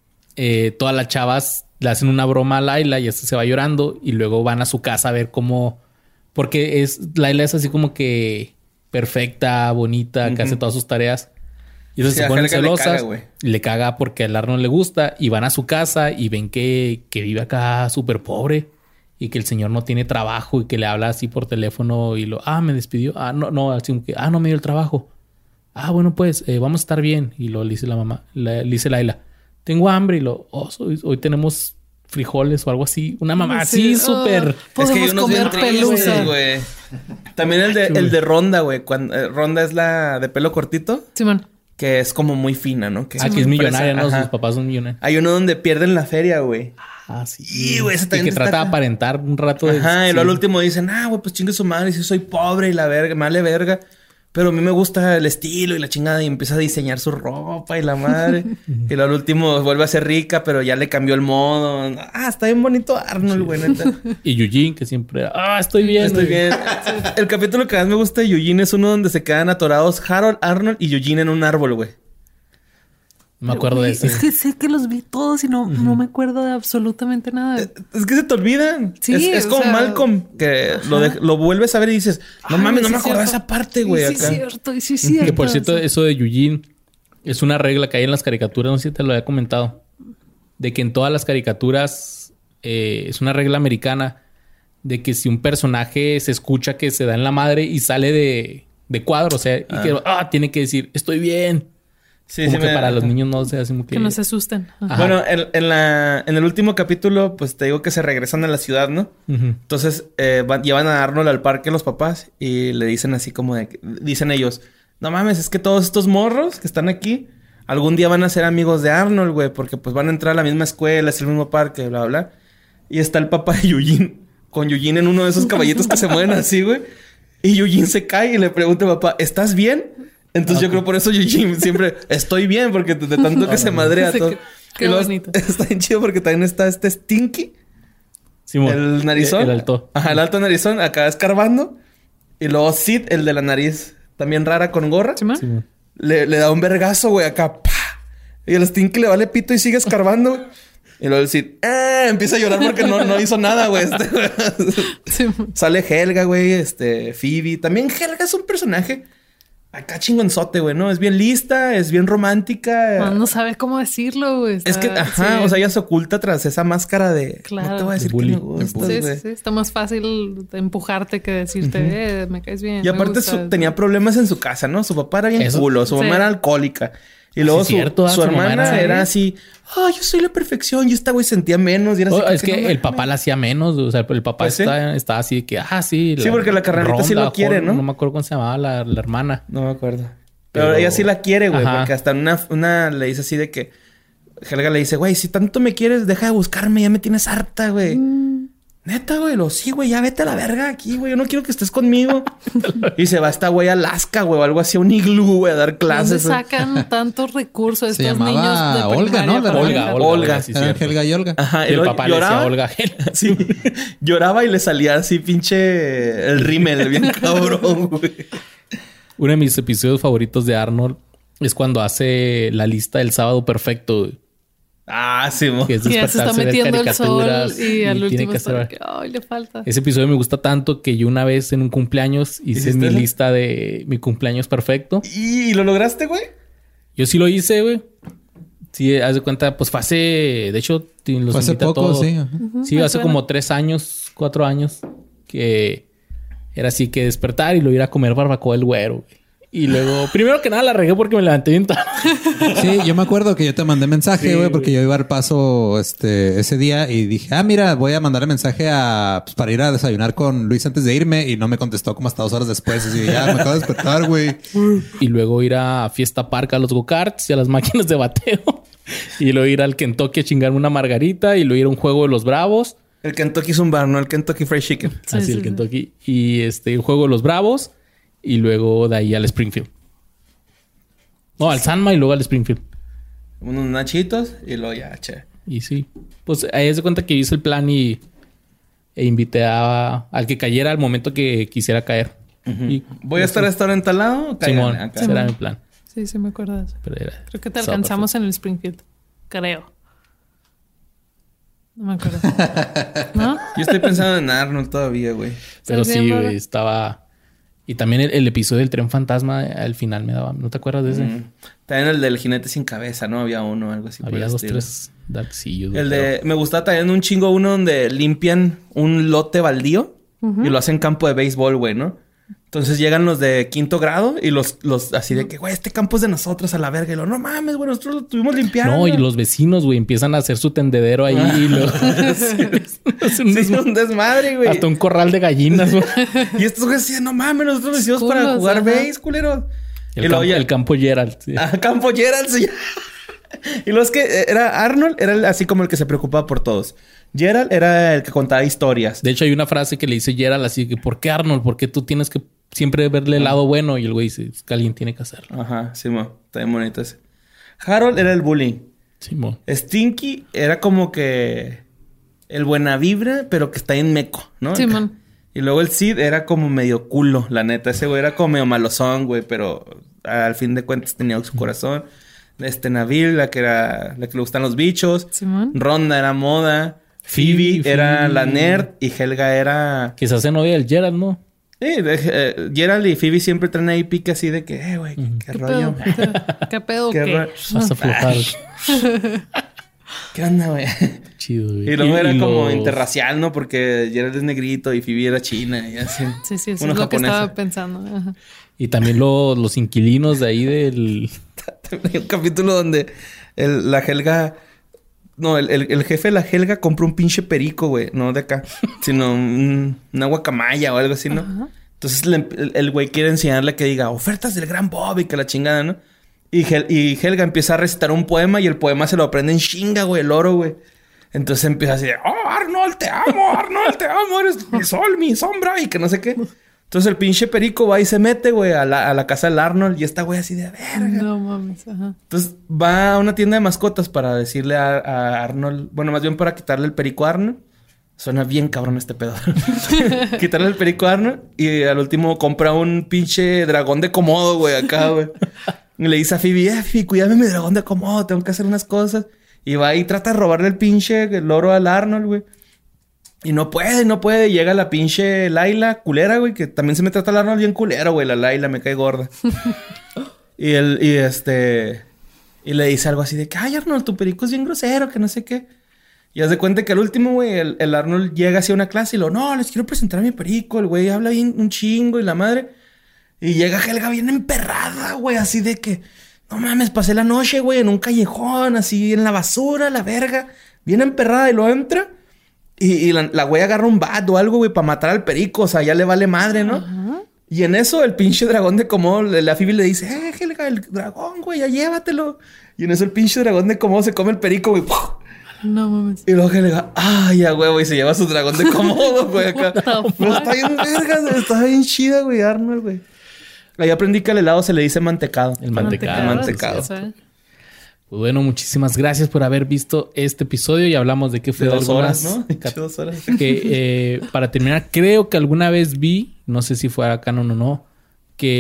todas las chavas le hacen una broma a Laila y esta se va llorando. Y luego van a su casa a ver cómo... Porque Laila es así como que perfecta, bonita, que hace todas sus tareas. Y entonces Sí, se a ponen Helga le celosas. caga, güey. Le caga porque al Arnold le gusta. Y van a su casa y ven que vive acá súper pobre. Y que el señor no tiene trabajo y que le habla así por teléfono y me despidió. No, así como que, no me dio el trabajo. Bueno, pues, vamos a estar bien. Y lo le dice la mamá, le dice Laila, tengo hambre. Y hoy tenemos frijoles o algo así. Una mamá así súper... Podemos comer pelusa. güey. También el de Ronda, güey. Ronda es la de pelo cortito, Simón. que es como muy fina, ¿no? Que que es millonaria, ¿no? Ajá. Sus papás son millonarios. Hay uno donde pierden la feria, güey. Sí. Y, güey, ese Y también que trata de está... aparentar un rato de... Ajá, y sí. luego al último dicen, güey, pues chingue su madre, si soy pobre y la verga, me vale verga. Pero a mí me gusta el estilo y la chingada. Y empieza a diseñar su ropa y la madre. Y luego al último vuelve a ser rica, pero ya le cambió el modo. Está bien bonito Arnold, güey, neta. Y Eugene, que siempre... estoy bien. Estoy güey. bien. El capítulo que más me gusta de Eugene es uno donde se quedan atorados Harold, Arnold y Eugene en un árbol, güey. No me acuerdo de eso. Es que sé que los vi todos y no me acuerdo de absolutamente nada. Es que se te olvidan. Sí, es o como sea, Malcolm, que lo vuelves a ver y dices, no mames, no sí me es acordaba de cierto. esa parte, güey. Sí, es Acá. cierto, y sí es cierto. Que por cierto, eso de Eugene es una regla que hay en las caricaturas. No sé si te lo había comentado. De que en todas las caricaturas es una regla americana de que si un personaje se escucha que se da en la madre y sale de cuadro, o sea, y que tiene que decir, estoy bien. Sí, como sí que me- para los niños no se hace como Que no se asusten. Ajá. Bueno, en el último capítulo, pues te digo que se regresan a la ciudad, ¿no? Ujú. Entonces llevan a Arnold al parque los papás y le dicen así como dicen ellos, no mames, es que todos estos morros que están aquí algún día van a ser amigos de Arnold, güey, porque pues van a entrar a la misma escuela, es el mismo parque, bla, bla. Y está el papá de Eugene, con Eugene en uno de esos caballitos que se mueven así, güey. Y Eugene se cae y le pregunta a papá, ¿estás bien? Entonces yo creo por eso Eugene siempre estoy bien, porque de tanto que se madrea Sí, todo. qué Y luego bonito. Está bien chido porque también está este Stinky. Simón. El narizón. El alto. Ajá, el alto narizón. Acá escarbando. Y luego Sid, el de la nariz también rara con gorra. ¿Simón? Simón. Le da un vergazo, güey, acá. ¡Pah! Y el Stinky le vale pito y sigue escarbando. Güey. Y luego el Sid empieza a llorar porque no hizo nada, güey. Simón. Sale Helga, güey. Phoebe. También Helga es un personaje acá chingonzote, güey, ¿no? Es bien lista, es bien romántica. No sabe cómo decirlo, güey. Es que, ajá, sí. o sea, ella se oculta tras esa máscara de... Claro. No te voy a decir De que bully. me gustas, Sí, güey. sí, sí. Está más fácil de empujarte que decirte, me caes bien. Y me aparte gustas. tenía problemas en su casa, ¿no? Su papá era bien Eso- culo, su mamá Sí. era alcohólica. Y luego sí, cierto, su su mamá hermana era- era así, yo soy la perfección. Y esta güey sentía menos. Y era así Es que no el mames. papá la hacía menos. O sea, el papá Pues sí. está así de que, sí. Sí, porque la carnalita sí lo quiere, ¿no? No me acuerdo cómo se llamaba la hermana. No me acuerdo. Pero Pero- ella sí la quiere, güey. Ajá. Porque hasta una le dice así de que... Helga le dice, güey, si tanto me quieres, deja de buscarme. Ya me tienes harta, güey. Neta, güey. Sí, güey. Ya vete a la verga aquí, güey. Yo no quiero que estés conmigo. Y se va esta güey a Alaska, güey. O algo así, a un iglú, güey. A dar ¿Dónde clases. güey. sacan tantos recursos Se estos llamaba niños de Olga, primaria ¿no? para Olga, dejar? Olga. sí, Eran cierto. Helga y Olga. Ajá. Y el luego papá le decía Olga. Sí. Lloraba y le salía así pinche el rímel. Bien cabrón, güey. Uno de mis episodios favoritos de Arnold es cuando hace la lista del sábado perfecto, güey. Sí, mo. Que es Que ya se está despertarse, ver metiendo el sol caricaturas y al tiene último que está hacer- de que, ay, le falta. Ese episodio me gusta tanto que yo una vez en un cumpleaños hice ¿Hiciste mi eso? lista de mi cumpleaños perfecto. ¿Y lo lograste, güey? Yo sí lo hice, güey. Sí, haz de cuenta, pues fue hace... De hecho, los Fue hace invité a poco, todos. sí. ajá. Sí, me hace suena. como 3 años, 4 años, que era así que despertar y luego ir a comer barbacoa el güero, güey. Y luego, primero que nada la regué porque me levanté bien tarde. Sí, yo me acuerdo que yo te mandé mensaje, güey, porque yo iba al paso ese día y dije, mira, voy a mandarle mensaje pues, para ir a desayunar con Luis antes de irme y no me contestó como hasta 2 horas después. Así, ya me acabo de despertar, güey. Y luego ir a Fiesta Park a los go-karts y a las máquinas de bateo. Y luego ir al Kentucky a chingarme una margarita y luego ir a un juego de los Bravos. El Kentucky es un bar, ¿no? El Kentucky Fried Chicken. Sí, Así sí, el sí. Kentucky. Y un juego de los Bravos. Y luego de ahí al Springfield. No, al Sanma y luego al Springfield. Unos nachitos y luego ya, che. Y sí. Pues ahí se cuenta que hice el plan y... e invité al que cayera al momento que quisiera caer. Y ¿Voy a estar a esta hora en tal lado? Simón, Acá. ese era mi plan. Sí, me acuerdo de eso. Pero Creo que te alcanzamos en el Springfield. Creo. No me acuerdo. ¿No? Yo estoy pensando en Arnold todavía, güey. Pero ¿Estás sí, bien, güey, Bora? estaba... Y también el episodio del tren fantasma al final me daba... ¿No te acuerdas de ese? También el del jinete sin cabeza, ¿no? Había uno, algo así. por Había el 2, estilo. 3 darksillos. El de... Me gustaba también un chingo uno donde limpian un lote baldío y lo hacen campo de béisbol, güey, ¿no? Entonces llegan los de quinto grado y los así de que, güey, este campo es de nosotros a la verga. Y lo, no mames, güey, nosotros lo tuvimos limpiando. No, y los vecinos, güey, empiezan a hacer su tendedero ahí. Y lo... hacen Sí, un desmadre, güey. hasta un corral de gallinas, güey. Y estos güeyes decían, no mames, nosotros lo hicimos para Culos, jugar ajá. béis, culero. El campo Gerald. Sí. Campo Gerald. Sí. Y los que era Arnold, era así como el que se preocupaba por todos. Gerald era el que contaba historias. De hecho, hay una frase que le dice Gerald así que, ¿por qué Arnold? ¿Por qué tú tienes que siempre verle el lado bueno? Y el güey dice, es que alguien tiene que hacerlo. Ajá, sí, está bien bonito ese. Harold era el bullying. Simón. Stinky era como que el buena vibra, pero que está en meco, ¿no? Simón. Y luego el Sid era como medio culo, la neta. Ese güey era como medio malozón, güey, pero al fin de cuentas tenía su corazón. Nabil, la que le gustan los bichos. Simón. Ronda era moda. Phoebe era la nerd y Helga era... Que se hace novia del Gerald, ¿no? Sí, Gerald y Phoebe siempre traen ahí pique así de que, güey, qué rollo. ¿Qué pedo? ¿Qué ¿Qué? rollo? Vas a aflojar. ¿Qué onda, güey? Chido, güey. Y luego era como los- interracial, ¿no? Porque Gerald es negrito y Phoebe era china y así. Sí, eso Una es lo que japonesa. estaba pensando. Ajá. Y también los inquilinos de ahí del... Hay un capítulo donde la Helga... No, el jefe de la Helga compró un pinche perico, güey. No de acá. Sino una guacamaya o algo así, ¿no? Ajá. Entonces el güey quiere enseñarle que diga ofertas del gran Bob y que la chingada, ¿no? Y Helga empieza a recitar un poema y el poema se lo aprende en chinga, güey, el oro, güey. Entonces empieza así de, oh, Arnold, te amo, eres mi sol, mi sombra y que no sé qué. Entonces el pinche perico va y se mete, güey, a la casa del Arnold y esta güey así de verga. No mames. Ajá. Entonces va a una tienda de mascotas para decirle a Arnold, bueno, más bien para quitarle el perico a Arnold. Suena bien cabrón este pedo. Quitarle el perico a Arnold y al último compra un pinche dragón de Komodo, güey, acá, güey. Y le dice a Phoebe, Phoebe, cuídame mi dragón de Komodo, tengo que hacer unas cosas. Y va y trata de robarle el pinche loro al Arnold, güey. Y no puede. Llega la pinche Laila, culera, güey, que también se me trata al Arnold bien culero, güey. La Laila me cae gorda. Y le dice algo así de que, ay, Arnold, tu perico es bien grosero, que no sé qué. Y haz de cuenta que al último, güey, el Arnold llega hacia una clase y lo, no, les quiero presentar a mi perico. El güey habla bien un chingo y la madre. Y llega Helga bien emperrada, güey, así de que, no mames, pasé la noche, güey, en un callejón, así en la basura, la verga. Bien emperrada y lo entra. Y la güey agarra un bat o algo, güey, para matar al perico. O sea, ya le vale madre, ¿no? Ajá. Y en eso el pinche dragón de Komodo, la Phoebe le dice, Helga, el dragón, güey, ya llévatelo. Y en eso el pinche dragón de Komodo se come el perico, güey. No mames. Y luego Helga, ay, ya, güey, y se lleva su dragón de Komodo, güey, acá. What the Pero fuck? está bien vergas, está bien chida, güey, Arnold, güey. Ahí aprendí que al helado se le dice mantecado. El mantecado. Mantecado. Sí, sí. Pues bueno, muchísimas gracias por haber visto este episodio y hablamos de qué fue De 2 horas, algunas ¿no? 2 horas. que para terminar, creo que alguna vez vi, no sé si fue canon o no, que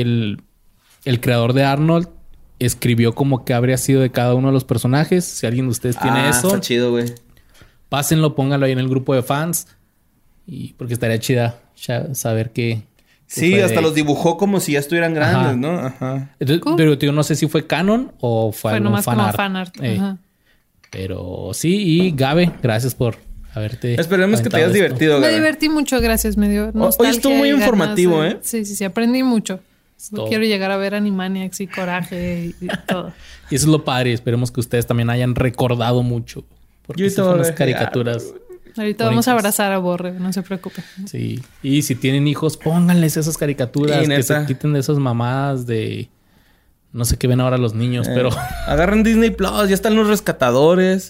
el creador de Arnold escribió como que habría sido de cada uno de los personajes. Si alguien de ustedes tiene eso, Está chido, güey. pásenlo, pónganlo ahí en el grupo de fans. Y porque estaría chida saber qué. Sí, fue hasta de- los dibujó como si ya estuvieran grandes, Ajá. ¿no? Ajá. Entonces, Cool. pero tío, no sé si fue canon o fue Fue algún nomás como fanart. fanart. Ey. Ajá. Pero sí, y Gabe, gracias por haberte. Esperemos que te hayas aventado esto. divertido, Me güey. divertí mucho, gracias. Me dio nostalgia estuvo muy y ganas informativo, de- ¿eh? Sí, aprendí mucho. todo. Quiero llegar a ver Animaniacs y Coraje y todo. Y eso es lo padre. Esperemos que ustedes también hayan recordado mucho. Porque Yo esas ahorita son voy a las ver, caricaturas. Ahorita vamos a Bonitas. abrazar a Borre, no se preocupe. Sí. Y si tienen hijos, pónganles esas caricaturas. Sí, que se neta. quiten de esas mamadas de... No sé qué ven ahora los niños, pero... Agarran Disney Plus, ya están los rescatadores.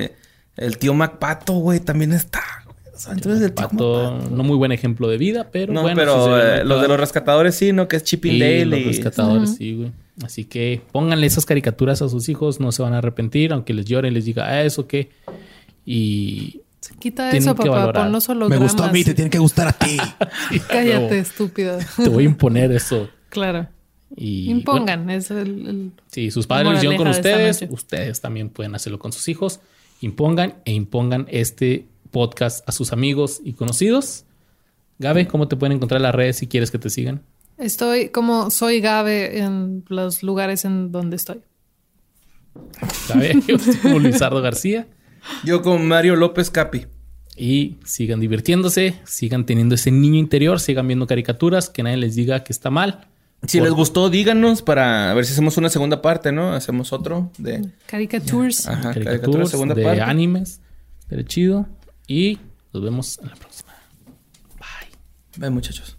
El tío MacPato, güey, también está. Güey. O sea, entonces el tío Pato, no muy buen ejemplo de vida, pero No, bueno. pero sí se ve los de los rescatadores sí, ¿no? Que es Chip 'n Sí, Dale los y... rescatadores, sí, güey. Así que pónganle esas caricaturas a sus hijos, no se van a arrepentir, aunque les lloren, les diga, ¿eso qué? Y Quita tienen eso, que papá. valorar. Pon los Me hologramas. gustó a mí, te tiene que gustar a ti. Cállate, estúpido. Te voy a imponer eso. Claro. Y, Impongan. bueno, Es el si sus padres lo hicieron con moraleja de esta ustedes, noche. ustedes también pueden hacerlo con sus hijos. Impongan este podcast a sus amigos y conocidos. Gabe, ¿cómo te pueden encontrar en las redes si quieres que te sigan? Estoy como soy Gabe en los lugares en donde estoy. Gabe, yo estoy como Luisardo García. Yo con Mario López Capi. Y sigan divirtiéndose, sigan teniendo ese niño interior, sigan viendo caricaturas, que nadie les diga que está mal. Si les gustó, díganos para ver si hacemos una segunda parte, ¿no? Hacemos otro de... Caricatures. Ajá, Caricaturas segunda de parte. animes. Pero chido. Y nos vemos en la próxima. Bye. Bye, muchachos.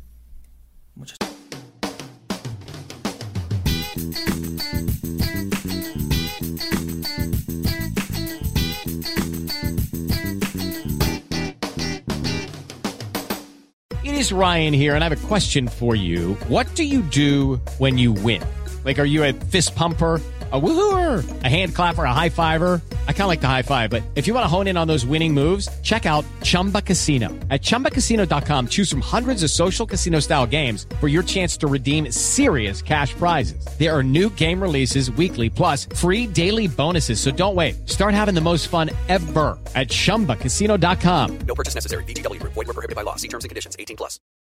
It is Ryan here, and I have a question for you. What do you do when you win? Like, are you a fist pumper? A woohooer, a hand clapper, a high fiver. I kind of like the high five, but if you want to hone in on those winning moves, check out Chumba Casino. At ChumbaCasino.com, choose from hundreds of social casino style games for your chance to redeem serious cash prizes. There are new game releases weekly, plus free daily bonuses. So don't wait. Start having the most fun ever at ChumbaCasino.com. No purchase necessary. VGW Group. Void where prohibited by law. See terms and conditions. 18+.